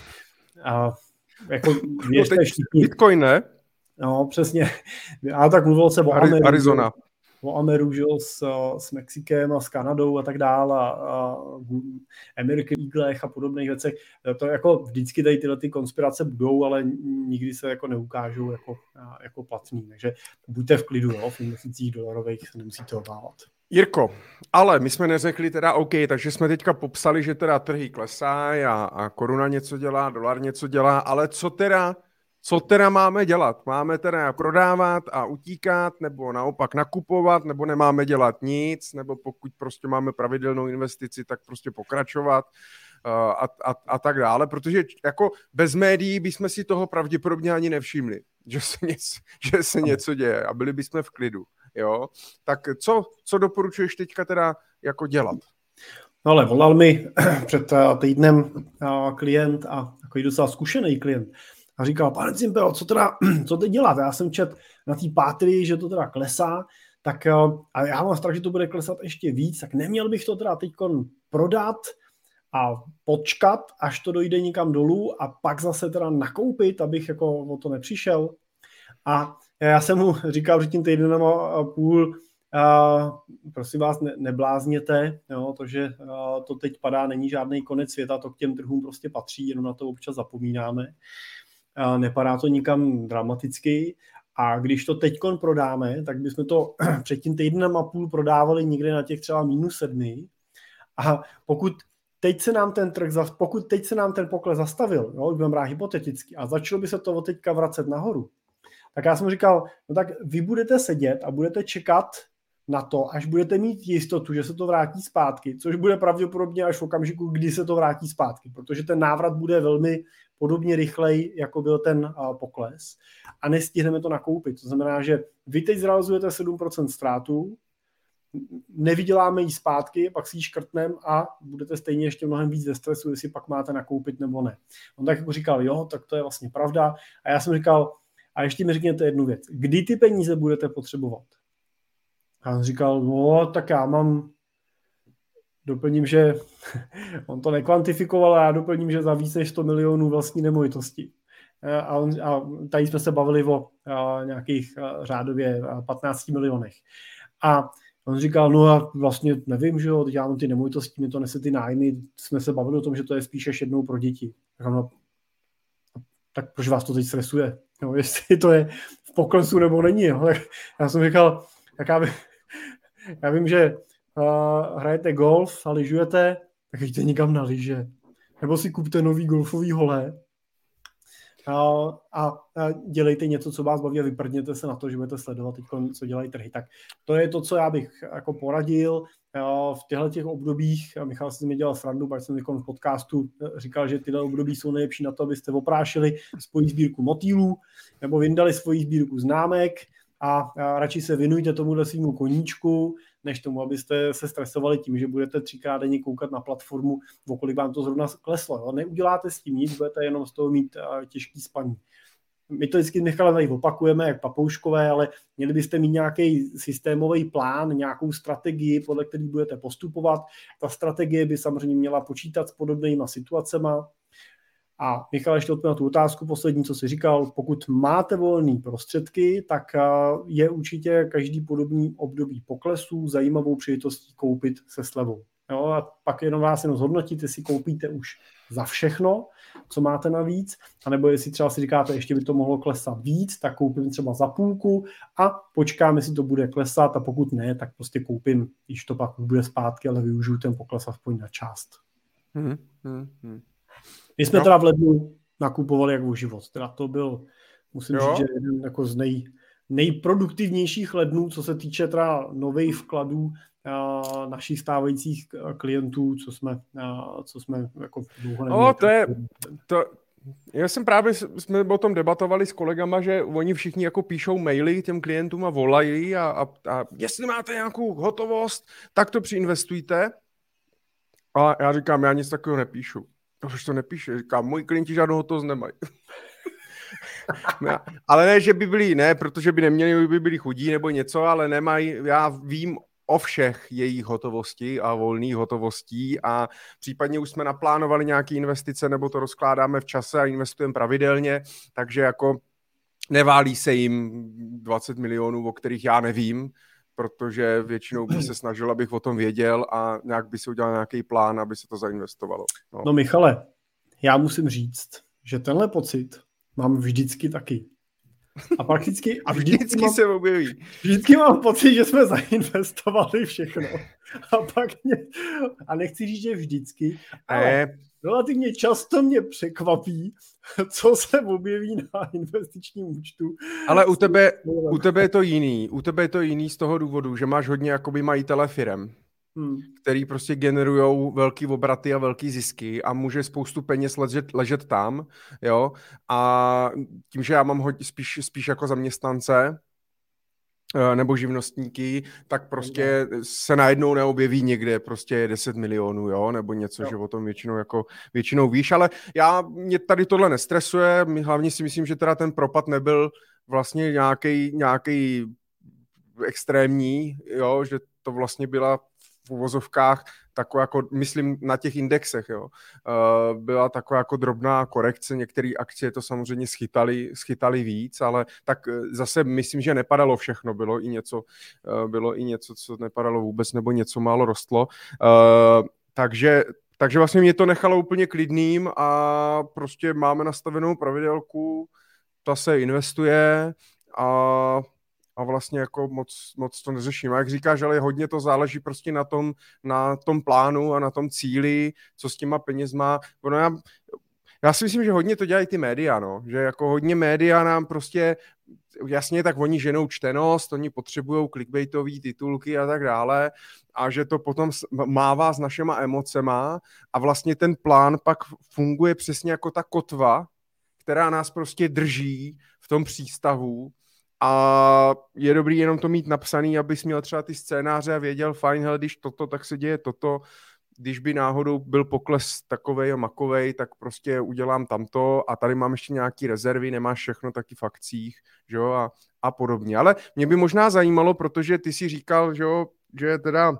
jako věřte
Bitcoin, ne?
No, přesně. A tak mluvil se o
Arizona.
O Ameru, že jo, s Mexikem a s Kanadou a tak dále a American Eaglech a podobných věcech. To jako vždycky tady tyhle ty konspirace budou, ale nikdy se jako neukážou jako platný. Takže buďte v klidu, jo, v investicích dolarových se nemusíte obávat.
Jirko, ale my jsme neřekli teda OK, takže jsme teďka popsali, že teda trhy klesají a koruna něco dělá, dolar něco dělá, ale co teda máme dělat? Máme teda prodávat a utíkat, nebo naopak nakupovat, nebo nemáme dělat nic, nebo pokud prostě máme pravidelnou investici, tak prostě pokračovat a tak dále, protože jako bez médií bychom si toho pravděpodobně ani nevšimli, že se něco děje a byli bychom v klidu. Jo? Tak co doporučuješ teďka teda jako dělat?
No ale volal mi před týdnem klient a takový docela zkušený klient a říkal, pane Cimpel, co teď dělat? Já jsem čet na té pátrii, že to teda klesá, tak a já mám strach, že to bude klesat ještě víc, tak neměl bych to teda teď prodat a počkat, až to dojde někam dolů a pak zase teda nakoupit, abych jako o to nepřišel. A já jsem mu říkal před tím týdnem a půl, Prosím vás, neblázněte, jo, to, že to teď padá, není žádný konec světa, to k těm trhům prostě patří, jenom na to občas zapomínáme. Nepadá to nikam dramaticky a když to teďkon prodáme, tak bychom to před tím týdnem a půl prodávali někde na těch třeba -7 a pokud teď se nám ten pokles zastavil, jo, budeme brát hypoteticky a začalo by se to od teďka vracet nahoru, tak já jsem říkal, no tak vy budete sedět a budete čekat na to, až budete mít jistotu, že se to vrátí zpátky, což bude pravděpodobně až v okamžiku, kdy se to vrátí zpátky, protože ten návrat bude velmi podobně rychlej, jako byl ten pokles a nestihneme to nakoupit. To znamená, že vy teď zrealizujete 7% ztrátu, nevyděláme ji zpátky, pak si ji škrtneme a budete stejně ještě mnohem víc ve stresu, jestli pak máte nakoupit nebo ne. On tak jako říkal, jo, tak to je vlastně pravda. A já jsem říkal, a ještě mi řekněte jednu věc, kdy ty peníze budete potřebovat? A on říkal, no, tak já doplním, že on to nekvantifikoval, a já doplním, že za více než 100 milionů vlastní nemovitosti. A tady jsme se bavili o nějakých řádově 15 milionech. A on říkal, no a vlastně nevím, že jo, teď já mám ty nemovitosti, mě to nese ty nájmy, jsme se bavili o tom, že to je spíše jednou pro děti. Tak proč vás to teď stresuje? No, jestli to je v poklesu nebo není. Jo? Tak já jsem říkal, tak já vím, že hrajete golf a lyžujete, tak jděte nikam na lyže. Nebo si kupte nový golfový hole a dělejte něco, co vás baví a vyprdněte se na to, že budete sledovat teď, co dělají trhy. Tak to je to, co já bych jako poradil v těchto těch obdobích. Michal si mi dělal srandu, pak jsem v podcastu říkal, že tyhle období jsou nejlepší na to, abyste oprášili svoji sbírku motýlů nebo vyndali svoji sbírku známek a radši se věnujte tomuhle svýmu koníčku, než tomu, abyste se stresovali tím, že budete 3krát denně koukat na platformu, o kolik vám to zrovna kleslo. Jo? Neuděláte s tím nic, budete jenom z toho mít těžký spaní. My to vždycky Michale tady opakujeme, jak papouškové, ale měli byste mít nějaký systémový plán, nějakou strategii, podle který budete postupovat. Ta strategie by samozřejmě měla počítat s podobnýma situacema. A Michal ještě odpověděl na tu otázku poslední, co jsi říkal, pokud máte volné prostředky, tak je určitě každý podobný období poklesů zajímavou příležitostí koupit se slevou. Jo, a pak jenom vás zhodnotit, jestli koupíte už za všechno, co máte navíc, anebo jestli třeba si říkáte, ještě by to mohlo klesat víc, tak koupím třeba za půlku a počkám, jestli to bude klesat a pokud ne, tak prostě koupím, když to pak bude zpátky, ale využiju ten pokles aspoň na část. My jsme teda v lednu nakupovali jak o život. Teda to byl, musím říct, že jeden jako z nejproduktivnějších lednů, co se týče teda nových vkladů našich stávajících klientů, co jsme jako dlouho neměli.
Já jsem právě, jsme o tom debatovali s kolegama, že oni všichni jako píšou maily těm klientům a volají a jestli máte nějakou hotovost, tak to přiinvestujte. A já říkám, já nic takového nepíšu. Proč to nepíše? Říkám, moji klienti žádnou hotovost nemají. Ale ne, že by byli, ne, protože by neměli, by byli chudí nebo něco, ale nemají, já vím o všech jejich hotovosti a volných hotovostí a případně už jsme naplánovali nějaké investice nebo to rozkládáme v čase a investujeme pravidelně, takže jako neválí se jim 20 milionů, o kterých já nevím, protože většinou bych se snažil, abych o tom věděl a nějak by si udělal nějaký plán, aby se to zainvestovalo.
No Michale, já musím říct, že tenhle pocit mám vždycky taky. A prakticky
vždycky se objeví.
Vždycky mám pocit, že jsme zainvestovali všechno. A nechci říct, že vždycky, ale relativně často mě překvapí, co se objeví na investičním účtu.
Ale u tebe je to jiný. U tebe je to jiný z toho důvodu, že máš hodně jakoby majitele firem, který prostě generujou velký obraty a velký zisky a může spoustu peněz ležet tam, jo. A tím, že já mám spíš jako zaměstnance nebo živnostníky, tak prostě se najednou neobjeví někde prostě 10 milionů, jo, nebo něco, že o tom většinou víš, ale mě tady tohle nestresuje, hlavně si myslím, že teda ten propad nebyl vlastně nějaký extrémní, jo, že to vlastně byla v uvozovkách taková jako, myslím na těch indexech, jo, byla taková jako drobná korekce, některé akcie to samozřejmě schytali víc, ale tak zase myslím, že nepadalo všechno, bylo i něco, co nepadalo vůbec, nebo něco málo rostlo, takže vlastně mě to nechalo úplně klidným a prostě máme nastavenou pravidelku, ta se investuje a vlastně jako moc to neřeším. A jak říkáš, ale hodně to záleží prostě na tom plánu a na tom cíli, co s těma penězma. Já si myslím, že hodně to dělají ty média, no. Že jako hodně média nám prostě, jasně, tak oni ženou čtenost, oni potřebují clickbaitové titulky a tak dále a že to potom mává s našima emocema a vlastně ten plán pak funguje přesně jako ta kotva, která nás prostě drží v tom přístavu a je dobrý jenom to mít napsaný, abys měl třeba ty scénáře a věděl, fajn, hele, když toto, tak se děje toto, když by náhodou byl pokles takovej a makovej, tak prostě udělám tamto a tady mám ještě nějaký rezervy, nemáš všechno taky v akcích, že jo, a podobně. Ale mě by možná zajímalo, protože ty si říkal, že jo, že teda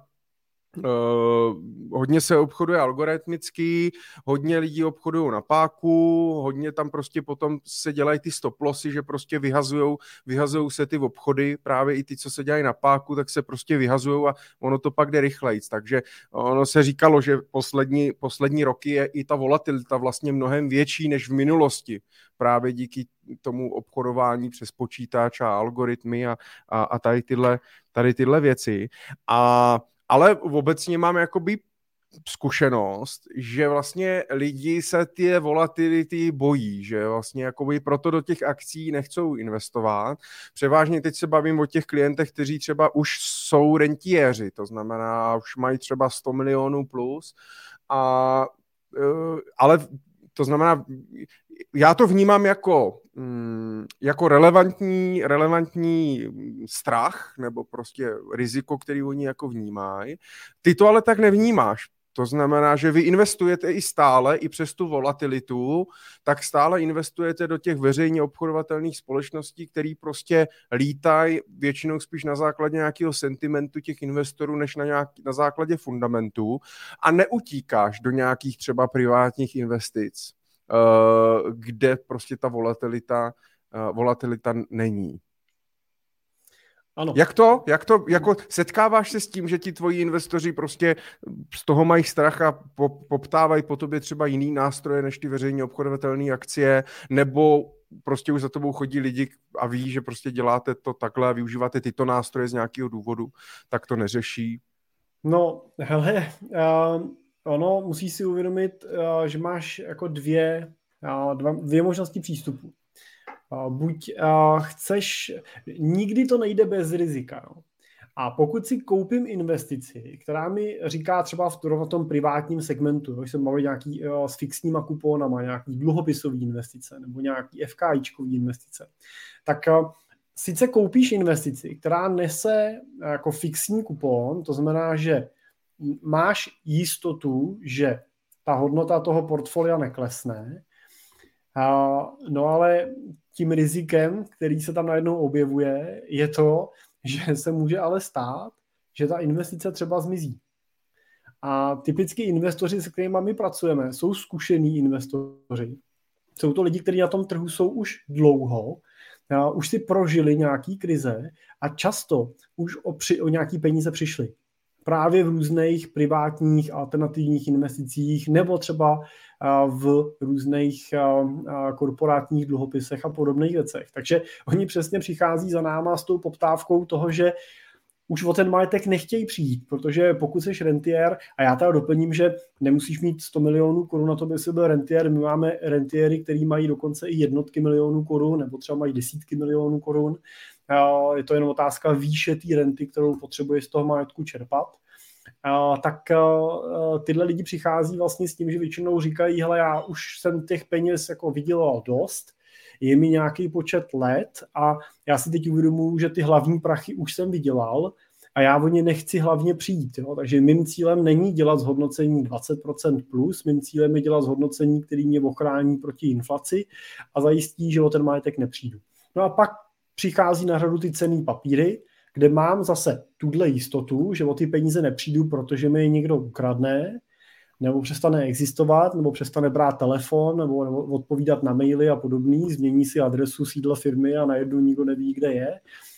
hodně se obchoduje algoritmicky, hodně lidí obchodují na páku, hodně tam prostě potom se dělají ty stop lossy, že prostě vyhazujou se ty obchody, právě i ty, co se dělají na páku, tak se prostě vyhazujou a ono to pak jde rychlejc. Takže ono se říkalo, že poslední roky je i ta volatilita vlastně mnohem větší než v minulosti, právě díky tomu obchodování přes počítač a algoritmy a tady tyhle věci. Ale obecně mám jakoby zkušenost, že vlastně lidi se ty volatility bojí, že vlastně jakoby proto do těch akcí nechcou investovat. Převážně teď se bavím o těch klientech, kteří třeba už jsou rentiéři, to znamená, už mají třeba 100 milionů plus, ale to znamená, já to vnímám jako relevantní strach nebo prostě riziko, který oni jako vnímají. Ty to ale tak nevnímáš. To znamená, že vy investujete i stále, i přes tu volatilitu, tak stále investujete do těch veřejně obchodovatelných společností, které prostě lítají většinou spíš na základě nějakého sentimentu těch investorů, než na základě fundamentů a neutíkáš do nějakých třeba privátních investic, kde prostě ta volatilita není.
Ano.
Jak to, jako setkáváš se s tím, že ti tvoji investoři prostě z toho mají strach a poptávají po tobě třeba jiný nástroje než ty veřejně obchodovatelné akcie, nebo prostě už za tobou chodí lidi a ví, že prostě děláte to takhle a využíváte tyto nástroje z nějakého důvodu, tak to neřeší?
No, hele, ono musíš si uvědomit, že máš jako dvě možnosti přístupu. Buď chceš, nikdy to nejde bez rizika. No. A pokud si koupím investici, která mi říká třeba v tom privátním segmentu, když jsem mluvil nějaký s fixníma kuponama, nějaký dluhopisový investice nebo nějaký FKIčkový investice, tak sice koupíš investici, která nese jako fixní kupon, to znamená, že máš jistotu, že ta hodnota toho portfolia neklesne, no ale tím rizikem, který se tam najednou objevuje, je to, že se může ale stát, že ta investice třeba zmizí. A typicky investoři, se kterými my pracujeme, jsou zkušení investoři. Jsou to lidi, kteří na tom trhu jsou už dlouho, už si prožili nějaký krize a často už o nějaký peníze přišli. Právě v různých privátních alternativních investicích nebo třeba v různých korporátních dluhopisech a podobných věcech. Takže oni přesně přichází za náma s tou poptávkou toho, že už o ten majetek nechtějí přijít, protože pokud jsi rentiér, a já teda doplním, že nemusíš mít 100 milionů korun na to, by si byl rentiér, my máme rentiéry, který mají dokonce i jednotky milionů korun, nebo třeba mají desítky milionů korun. Je to jen otázka výše té renty, kterou potřebuješ z toho majetku čerpat. Tak tyhle lidi přichází vlastně s tím, že většinou říkají, hele, já už jsem těch peněz jako vydělal dost, je mi nějaký počet let a já si teď uvědomuji, že ty hlavní prachy už jsem vydělal a já o ně nechci hlavně přijít. Jo? Takže mým cílem není dělat zhodnocení 20% plus, mým cílem je dělat zhodnocení, který mě ochrání proti inflaci a zajistí, že o ten majetek nepřijdu. No a pak přichází na řadu ty cenný papíry, kde mám zase tuhle jistotu, že o ty peníze nepřijdu, protože mi je někdo ukradne, nebo přestane existovat, nebo přestane brát telefon, nebo odpovídat na maily a podobný, změní si adresu sídla firmy a najednou nikdo neví, kde je.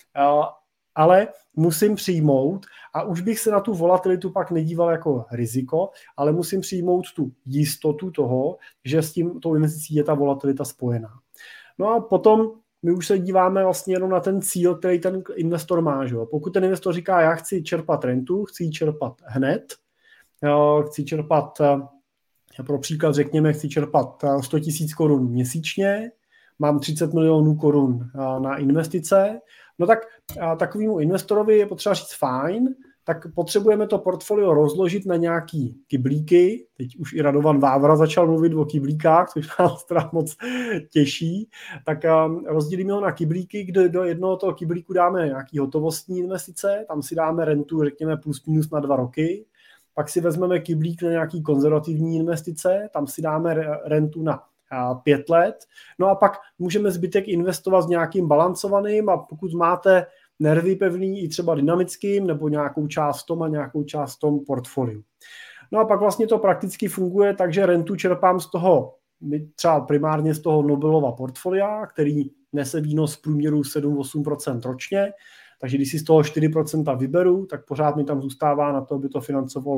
Ale musím přijmout, a už bych se na tu volatilitu pak nedíval jako riziko, ale musím přijmout tu jistotu toho, že s tím tou investicí je ta volatilita spojená. No a potom my už se díváme vlastně jenom na ten cíl, který ten investor má. Že? Pokud ten investor říká, já chci čerpat rentu, chci ji čerpat hned, chci čerpat, pro příklad řekněme, chci čerpat 100 000 korun měsíčně, mám 30 milionů korun na investice, no tak takovému investorovi je potřeba říct fajn, tak potřebujeme to portfolio rozložit na nějaký kyblíky. Teď už i Radovan Vávra začal mluvit o kyblíkách, což nás teda moc těší. Tak rozdělíme ho na kyblíky, kde do jednoho toho kyblíku dáme nějaký hotovostní investice, tam si dáme rentu, řekněme, plus minus na 2 roky. Pak si vezmeme kyblík na nějaký konzervativní investice, tam si dáme rentu na 5 let. No a pak můžeme zbytek investovat s nějakým balancovaným, a pokud máte nervy pevný i třeba dynamickým, nebo nějakou část v tom a nějakou část v tom portfoliu. No a pak vlastně to prakticky funguje, takže rentu čerpám z toho, třeba primárně z toho Nobelova portfolia, který nese výnos v průměru 7-8% ročně, takže když si z toho 4% vyberu, tak pořád mi tam zůstává na to, aby to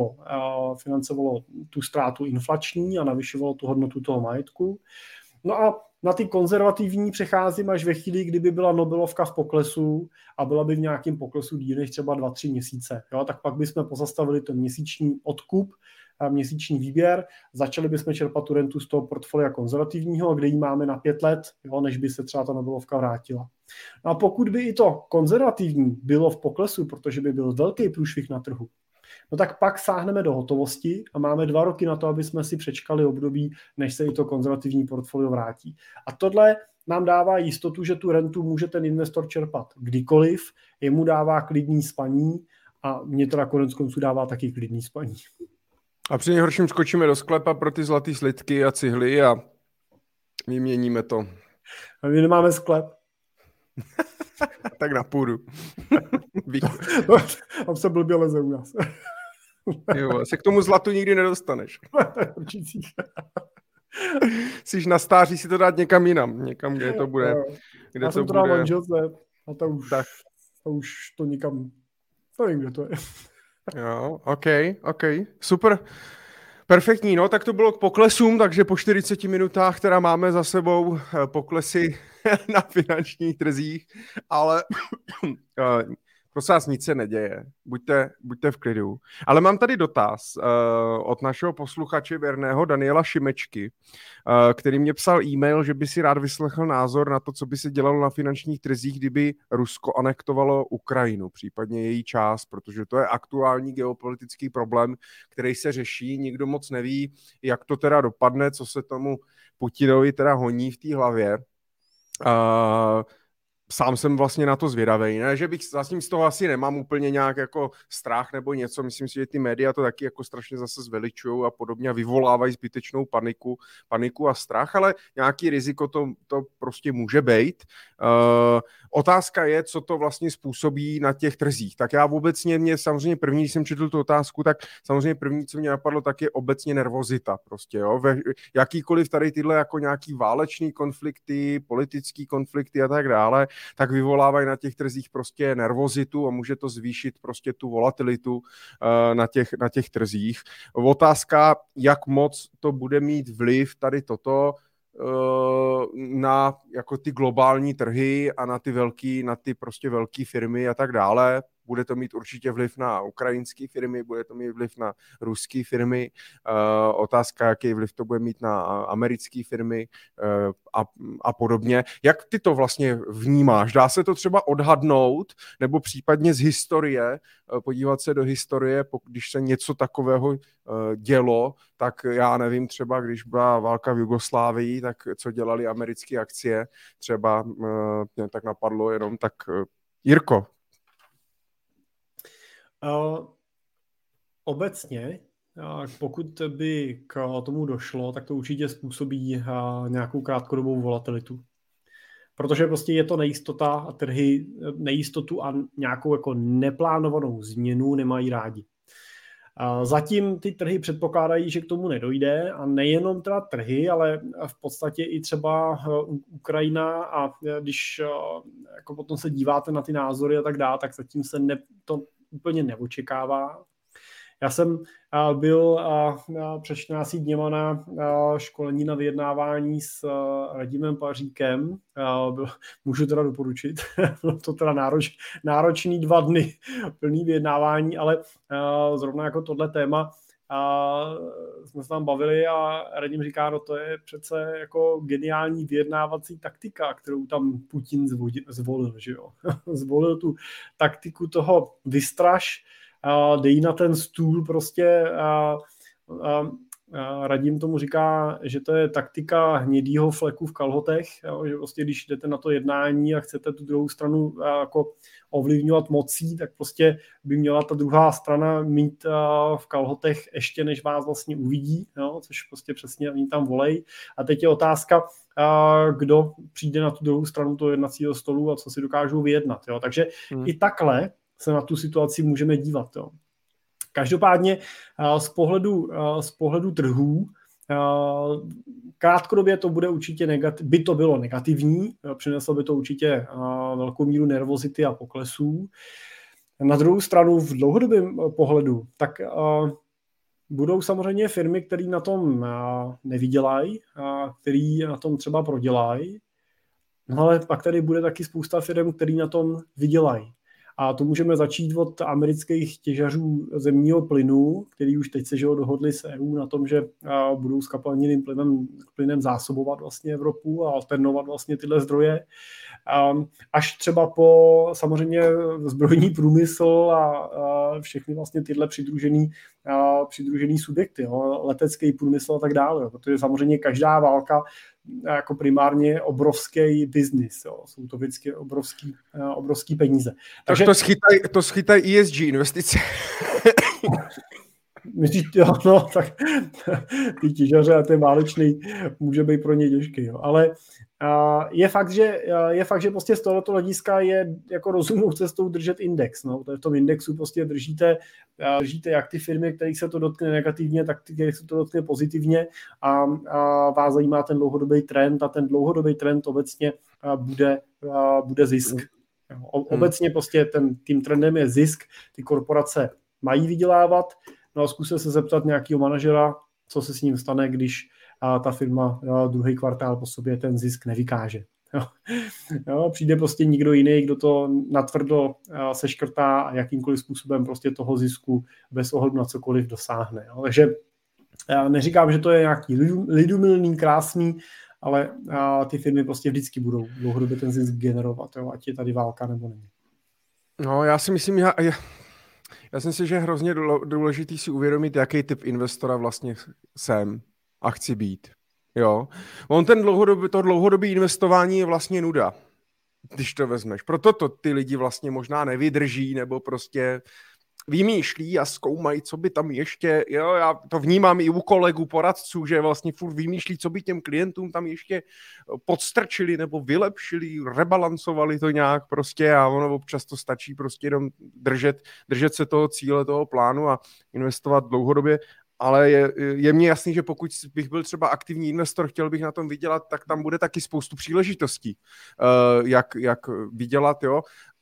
financovalo tu ztrátu inflační a navyšovalo tu hodnotu toho majetku. No a na ty konzervativní přecházím až ve chvíli, kdyby byla Nobelovka v poklesu a byla by v nějakém poklesu díl než třeba 2-3 měsíce. Jo? Tak pak bychom pozastavili ten měsíční odkup, měsíční výběr, začali bychom čerpat tu rentu z toho portfolia konzervativního, kde ji máme na 5 let, jo, než by se třeba ta Nobelovka vrátila. No a pokud by i to konzervativní bylo v poklesu, protože by byl velký průšvih na trhu, no tak pak sáhneme do hotovosti a máme 2 roky na to, aby jsme si přečkali období, než se i to konzervativní portfolio vrátí. A tohle nám dává jistotu, že tu rentu může ten investor čerpat kdykoliv, jemu dává klidný spaní a mě teda konec konců dává taky klidný spaní.
A při nejhorším skočíme do sklepa pro ty zlatý slitky a cihly a vyměníme to.
A my nemáme sklep.
Tak na půdu.
Tam se blbě leze u nás.
Jo, se k tomu zlatu nikdy nedostaneš. Jsi na stáří si to dát někam jinam. Někam, kde to bude. Kde
já jsem to dal manželce a to už to nikam... Nevím, kde to je.
Jo, OK. Super. Perfektní, no, tak to bylo k poklesům, takže po 40 minutách teda máme za sebou poklesy na finančních trzích, ale prosím vás, nic se neděje, buďte v klidu. Ale mám tady dotaz od našeho posluchače věrného Daniela Šimečky, který mě psal e-mail, že by si rád vyslechl názor na to, co by se dělalo na finančních trzích, kdyby Rusko anektovalo Ukrajinu, případně její část, protože to je aktuální geopolitický problém, který se řeší, nikdo moc neví, jak to teda dopadne, co se tomu Putinovi teda honí v té hlavě. Sám jsem vlastně na to zvědavej, ne? Že bych vlastně z toho asi nemám úplně nějak jako strach nebo něco, myslím si, že ty média to taky jako strašně zase zveličují a podobně a vyvolávají zbytečnou paniku a strach, ale nějaký riziko to prostě může být. Otázka je, co to vlastně způsobí na těch trzích. Tak já mě samozřejmě první, když jsem četl tu otázku, tak samozřejmě první, co mě napadlo, tak je obecně nervozita prostě, jo. Jakýkoliv tady tyhle jako nějaký válečný konflikty, politický konflikty a tak dále, tak vyvolávají na těch trzích prostě nervozitu a může to zvýšit prostě tu volatilitu na těch trzích. Otázka, jak moc to bude mít vliv tady toto na jako ty globální trhy a na ty prostě velké firmy a tak dále. Bude to mít určitě vliv na ukrajinské firmy, bude to mít vliv na ruské firmy. Otázka, jaký vliv to bude mít na americké firmy a podobně. Jak ty to vlastně vnímáš? Dá se to třeba odhadnout, nebo případně z historie, podívat se do historie, když se něco takového dělo, tak já nevím, třeba když byla válka v Jugoslávii, tak co dělali americké akcie, třeba mě tak napadlo jenom, tak Jirko.
Obecně, pokud by k tomu došlo, tak to určitě způsobí nějakou krátkodobou volatilitu. protože prostě je to nejistota a trhy nejistotu a nějakou jako neplánovanou změnu nemají rádi. Zatím ty trhy předpokládají, že k tomu nedojde a nejenom teda trhy, ale v podstatě i třeba Ukrajina a když jako potom se díváte na ty názory a tak dále, tak zatím se to úplně neočekává. Já jsem byl před 14 dněma na školení na vyjednávání s Radimem Paříkem. Můžu teda doporučit. Bylo to teda náročný 2 dny plný vyjednávání, ale zrovna jako tohle téma jsme se tam bavili a Radim říká, no to je přece jako geniální vyjednávací taktika, kterou tam Putin zvolil, že jo. Zvolil tu taktiku toho vystraš, dej na ten stůl prostě Radim tomu říká, že to je taktika hnědýho fleku v kalhotech, jo, že prostě když jdete na to jednání a chcete tu druhou stranu jako ovlivňovat mocí, tak prostě by měla ta druhá strana mít v kalhotech ještě než vás vlastně uvidí, jo, což prostě přesně oni tam volej. A teď je otázka, kdo přijde na tu druhou stranu toho jednacího stolu a co si dokážou vyjednat. Jo. Takže i takhle se na tu situaci můžeme dívat. Jo. Každopádně z pohledu trhů krátkodobě to bude určitě by to bylo negativní, přineslo by to určitě velkou míru nervozity a poklesů. Na druhou stranu v dlouhodobém pohledu, tak budou samozřejmě firmy, které na tom nevydělají, které na tom třeba prodělají, no ale pak tady bude taky spousta firm, které na tom vydělají. A to můžeme začít od amerických těžařů zemního plynu, který už teď se dohodli s EU na tom, že budou skapalněným plynem zásobovat vlastně Evropu a alternovat vlastně tyhle zdroje. Až třeba po samozřejmě zbrojní průmysl a všechny vlastně tyhle přidružený subjekty, jo, letecký průmysl a tak dále, protože samozřejmě každá válka jako primárně obrovský biznis. Jo. Jsou to vždycky obrovský peníze.
Takže to schytaj ESG investice.
Myslíš, jo, no, tak ty těžaře a ten válečný může být pro ně těžký. Jo. Ale je fakt, že prostě z tohoto hlediska je jako rozumnou cestou držet index. No. V tom indexu prostě držíte jak ty firmy, kterých se to dotkne negativně, tak ty, kterých se to dotkne pozitivně a vás zajímá ten dlouhodobý trend a ten dlouhodobý trend obecně bude zisk. Obecně prostě tím trendem je zisk, ty korporace mají vydělávat, no a zkuste se zeptat nějakého manažera, co se s ním stane, když ta firma druhý kvartál po sobě ten zisk nevykáže. Jo, přijde prostě nikdo jiný, kdo to natvrdo seškrtá a jakýmkoliv způsobem prostě toho zisku bez ohledu na cokoliv dosáhne. Jo. Takže já neříkám, že to je nějaký lidumilný, krásný, ale ty firmy prostě vždycky budou dlouhodobě ten zisk generovat, jo, ať je tady válka nebo není.
No, já si myslím, já si myslím, že je hrozně důležitý si uvědomit, jaký typ investora vlastně jsem a chci být. Jo. To dlouhodobé investování je vlastně nuda, když to vezmeš. Proto to ty lidi vlastně možná nevydrží, nebo prostě vymýšlí a zkoumají, co by tam ještě, jo, já to vnímám i u kolegů, poradců, že vlastně furt vymýšlí, co by těm klientům tam ještě podstrčili nebo vylepšili, rebalancovali to nějak prostě a ono občas to stačí prostě jenom držet se toho cíle, toho plánu a investovat dlouhodobě. Ale je mně jasný, že pokud bych byl třeba aktivní investor, chtěl bych na tom vydělat, tak tam bude taky spoustu příležitostí, jak vydělat, jo.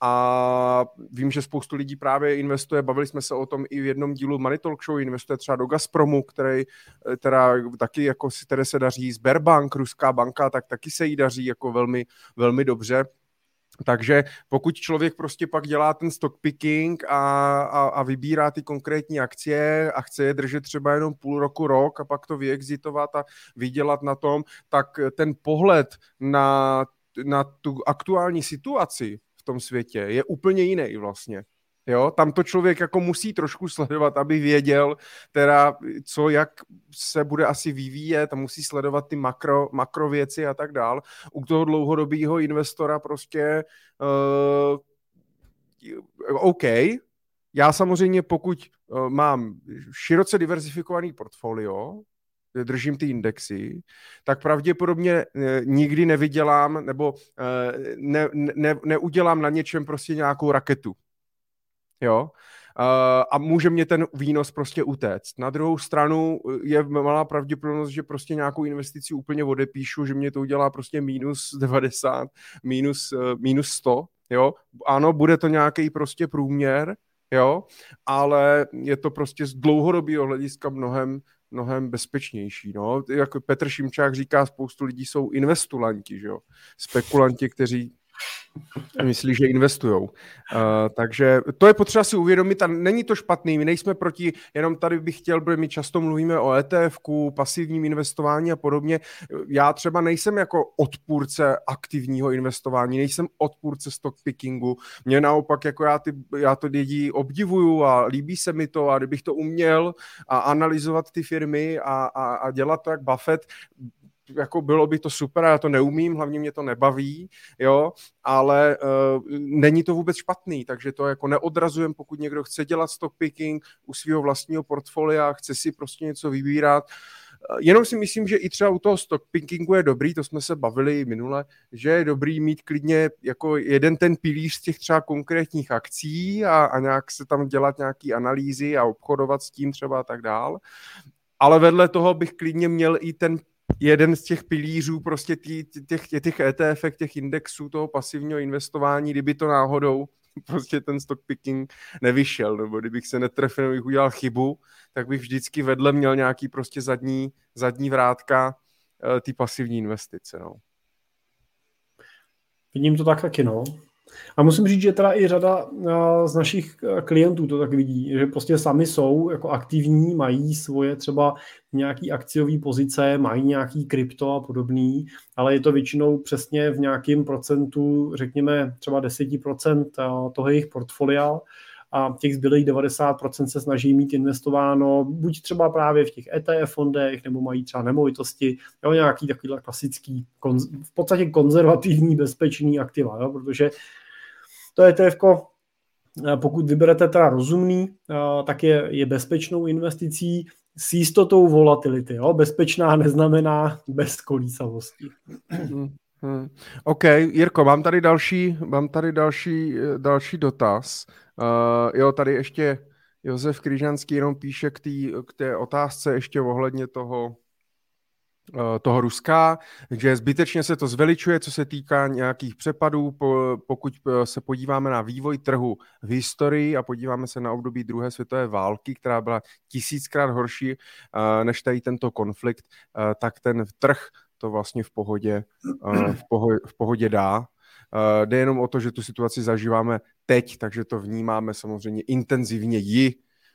A vím, že spoustu lidí právě investuje, bavili jsme se o tom i v jednom dílu Money Talk Show, investuje třeba do Gazpromu, který teda taky jako které se daří, Sberbank, ruská banka, tak taky se jí daří jako velmi, velmi dobře. Takže pokud člověk prostě pak dělá ten stock picking a vybírá ty konkrétní akcie a chce je držet třeba jenom půl roku, rok a pak to vyexitovat a vydělat na tom, tak ten pohled na tu aktuální situaci v tom světě je úplně jiný vlastně. Jo, tam to člověk jako musí trošku sledovat, aby věděl teda, co, jak se bude asi vyvíjet a musí sledovat ty makro věci a tak dál. U toho dlouhodobého investora prostě OK. Já samozřejmě, pokud mám široce diverzifikovaný portfolio, držím ty indexy, tak pravděpodobně nikdy nevydělám nebo neudělám na něčem prostě nějakou raketu. Jo? A může mě ten výnos prostě utéct. Na druhou stranu je malá pravděpodobnost, že prostě nějakou investici úplně odepíšu, že mě to udělá prostě minus 90, minus 100, jo. Ano, bude to nějaký prostě průměr, jo, ale je to prostě z dlouhodobého hlediska mnohem bezpečnější, no. Jak Petr Šimčák říká, spoustu lidí jsou investulanti, že jo. Spekulanti, kteří myslí, že investujou. Takže to je potřeba si uvědomit a není to špatný, my nejsme proti, jenom tady bych chtěl, protože my často mluvíme o ETF-ku, pasivním investování a podobně. Já třeba nejsem jako odpůrce aktivního investování, nejsem odpůrce stock pickingu, mě naopak jako já to lidi obdivuju a líbí se mi to a kdybych to uměl a analyzovat ty firmy a dělat to jak Buffett, jako bylo by to super, já to neumím, hlavně mě to nebaví, jo, ale není to vůbec špatný, takže to jako neodrazujem, pokud někdo chce dělat stock picking u svého vlastního portfolia, chce si prostě něco vybírat. Jenom si myslím, že i třeba u toho stock pickingu je dobrý, to jsme se bavili minule, že je dobrý mít klidně jako jeden ten pilíř z těch třeba konkrétních akcí a nějak se tam dělat nějaký analýzy a obchodovat s tím třeba a tak dál. Ale vedle toho bych klidně měl i ten jeden z těch pilířů prostě těch ETF, těch indexů toho pasivního investování, kdyby to náhodou prostě ten stock picking nevyšel, nebo kdybych se netrefil, nebo bych udělal chybu, tak bych vždycky vedle měl nějaký prostě zadní vrátka ty pasivní investice. No.
Vidím to tak taky, no. A musím říct, že teda i řada z našich klientů to tak vidí, že prostě sami jsou jako aktivní, mají svoje třeba nějaký akciový pozice, mají nějaký krypto a podobný, ale je to většinou přesně v nějakém procentu, řekněme třeba 10% toho jejich portfolia a těch zbylých 90% se snaží mít investováno buď třeba právě v těch ETF fondech, nebo mají třeba nemovitosti, jo, nějaký takovýhle klasický, v podstatě konzervativní, bezpečný aktiva, jo, protože to ETF-ko, pokud vyberete teda rozumný, tak je bezpečnou investicí s jistotou volatility. Jo? Bezpečná neznamená bez kolísavosti.
OK, Jirko, mám tady další dotaz. Jo, tady ještě Josef Kryžanský jenom píše k té otázce ještě ohledně toho Ruska, že zbytečně se to zveličuje, co se týká nějakých přepadů, pokud se podíváme na vývoj trhu v historii a podíváme se na období druhé světové války, která byla 1000krát horší než tady tento konflikt, tak ten trh to vlastně v pohodě dá. Jde jenom o to, že tu situaci zažíváme teď, takže to vnímáme samozřejmě intenzivněji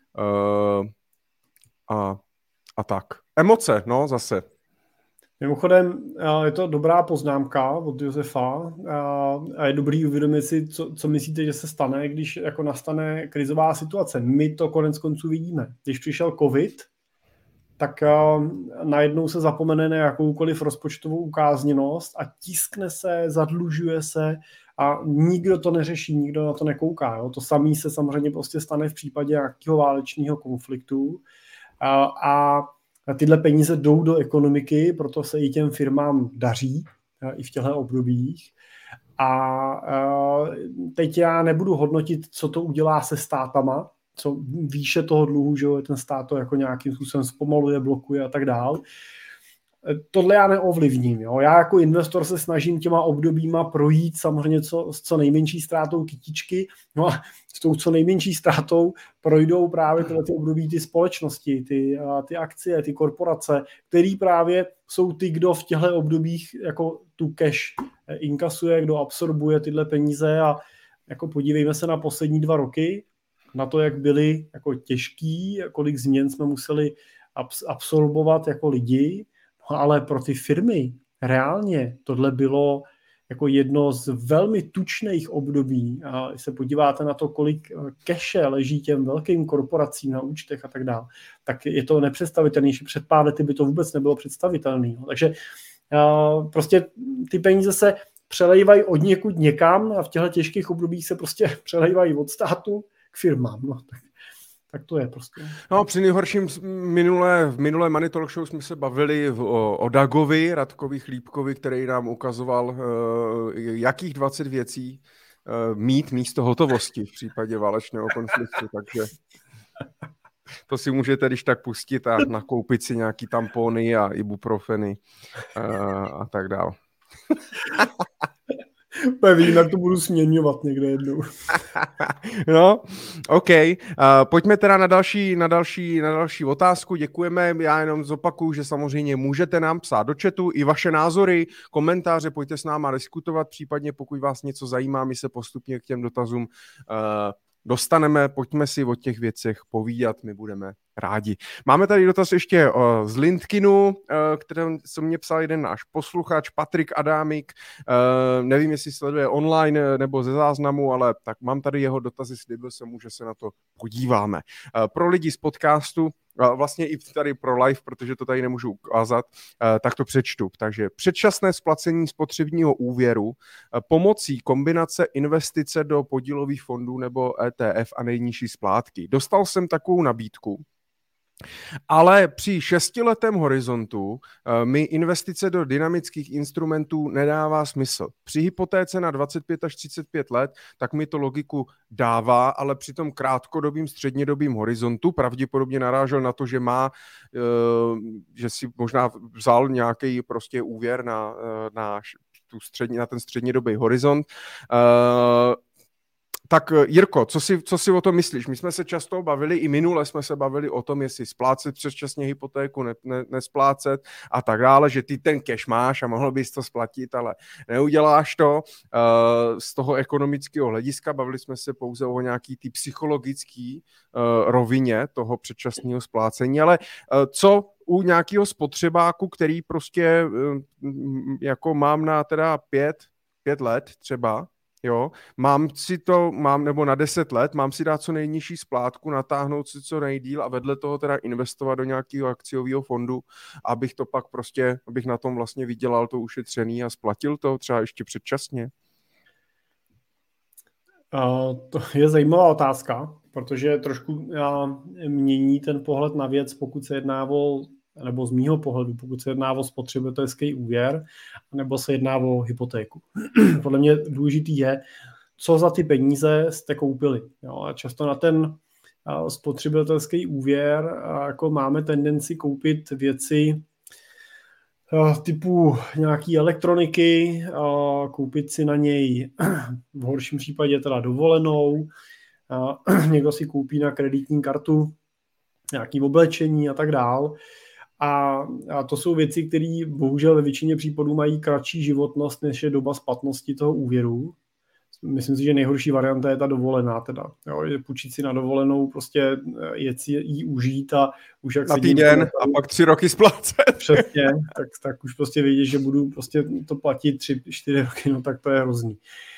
a tak. Emoce, no zase.
Mimochodem, je to dobrá poznámka od Josefa a je dobrý uvědomit si, co myslíte, že se stane, když jako nastane krizová situace. My to konec konců vidíme. Když přišel covid, tak najednou se zapomene na jakoukoliv rozpočtovou ukázněnost a tiskne se, zadlužuje se a nikdo to neřeší, nikdo na to nekouká. Jo? To samé se samozřejmě prostě stane v případě nějakého válečného konfliktu a tyhle peníze jdou do ekonomiky, proto se i těm firmám daří i v těchto obdobích. A teď já nebudu hodnotit, co to udělá se státama, co výše toho dluhu, že ten stát to jako nějakým způsobem zpomaluje, blokuje a tak dál. Tohle já neovlivním. Jo? Já jako investor se snažím těma obdobíma projít samozřejmě s co nejmenší ztrátou kytičky, no a s tou co nejmenší ztrátou projdou právě tyhle ty období ty společnosti, ty akcie, ty korporace, který právě jsou ty, kdo v těchto obdobích jako tu cash inkasuje, kdo absorbuje tyhle peníze a jako podívejme se na poslední 2 roky, na to, jak byly jako těžký, kolik změn jsme museli absorbovat jako lidi, no ale pro ty firmy reálně tohle bylo jako jedno z velmi tučných období. A když se podíváte na to, kolik keše leží těm velkým korporacím na účtech a tak dále, tak je to nepředstavitelné. Před pár lety by to vůbec nebylo představitelné. Takže prostě ty peníze se přelejvají od někud někam a v těchto těžkých obdobích se prostě přelejvají od státu k firmám. No, Tak to je prostě.
No, při nejhorším v minulé Money Talk Show jsme se bavili o Dagovi, Radkovi Chlípkovi, který nám ukazoval, jakých 20 věcí mít místo hotovosti v případě válečného konfliktu, takže to si můžete když tak pustit a nakoupit si nějaký tampony a ibuprofeny a tak dál.
Vím, jak to budu směňovat někde jednou.
No, OK. Pojďme teda na další otázku. Děkujeme. Já jenom zopakuju, že samozřejmě můžete nám psát do chatu i vaše názory, komentáře, pojďte s náma diskutovat, případně pokud vás něco zajímá, my se postupně k těm dotazům dostaneme, pojďme si o těch věcech povídat, my budeme rádi. Máme tady dotaz ještě z LinkedInu, co mě psal jeden náš posluchač, Patrik Adámik, nevím, jestli sleduje online nebo ze záznamu, ale tak mám tady jeho dotazy, slíbil jsem mu, že se na to podíváme. Pro lidi z podcastu, vlastně i tady pro live, protože to tady nemůžu ukázat, tak to přečtu. Takže předčasné splacení spotřebního úvěru pomocí kombinace investice do podílových fondů nebo ETF a nejnižší splátky. Dostal jsem takovou nabídku, ale při 6letém horizontu mi investice do dynamických instrumentů nedává smysl. Při hypotéce na 25 až 35 let, tak mi to logiku dává, ale při tom krátkodobým, střednědobým horizontu pravděpodobně narážel na to, že si možná vzal nějaký prostě úvěr na ten střednědobý horizont. Tak Jirko, co si o tom myslíš? My jsme se často bavili, i minule jsme se bavili o tom, jestli splácet předčasně hypotéku, nesplácet a tak dále, že ty ten cash máš a mohl bys to splatit, ale neuděláš to. Z toho ekonomického hlediska bavili jsme se pouze o nějaký ty psychologický rovině toho předčasného splácení, ale co u nějakého spotřebáku, který prostě jako mám na teda 5 let třeba, jo, nebo na 10 let, mám si dát co nejnižší splátku, natáhnout si co nejdýl a vedle toho teda investovat do nějakého akciového fondu, abych to pak prostě, abych na tom vlastně vydělal to ušetřený a splatil to třeba ještě předčasně?
To je zajímavá otázka, protože trošku mění ten pohled na věc, pokud se jedná nebo z mýho pohledu, pokud se jedná o spotřebitelský úvěr, nebo se jedná o hypotéku. Podle mě důležitý je, co za ty peníze jste koupili. Jo, a často na ten spotřebitelský úvěr jako máme tendenci koupit věci typu nějaký elektroniky, koupit si na něj v horším případě teda dovolenou, někdo si koupí na kreditní kartu nějaké oblečení a tak dál. A to jsou věci, které bohužel ve většině případů mají kratší životnost, než je doba splatnosti toho úvěru. Myslím si, že nejhorší varianta je ta dovolená teda. Jo, půjčit si na dovolenou, prostě jet si jí užít a už jak
na týden a pak 3 roky splácet.
Přesně, tak už prostě vědět, že budu prostě to platit 3-4 roky, no tak to je hrozný.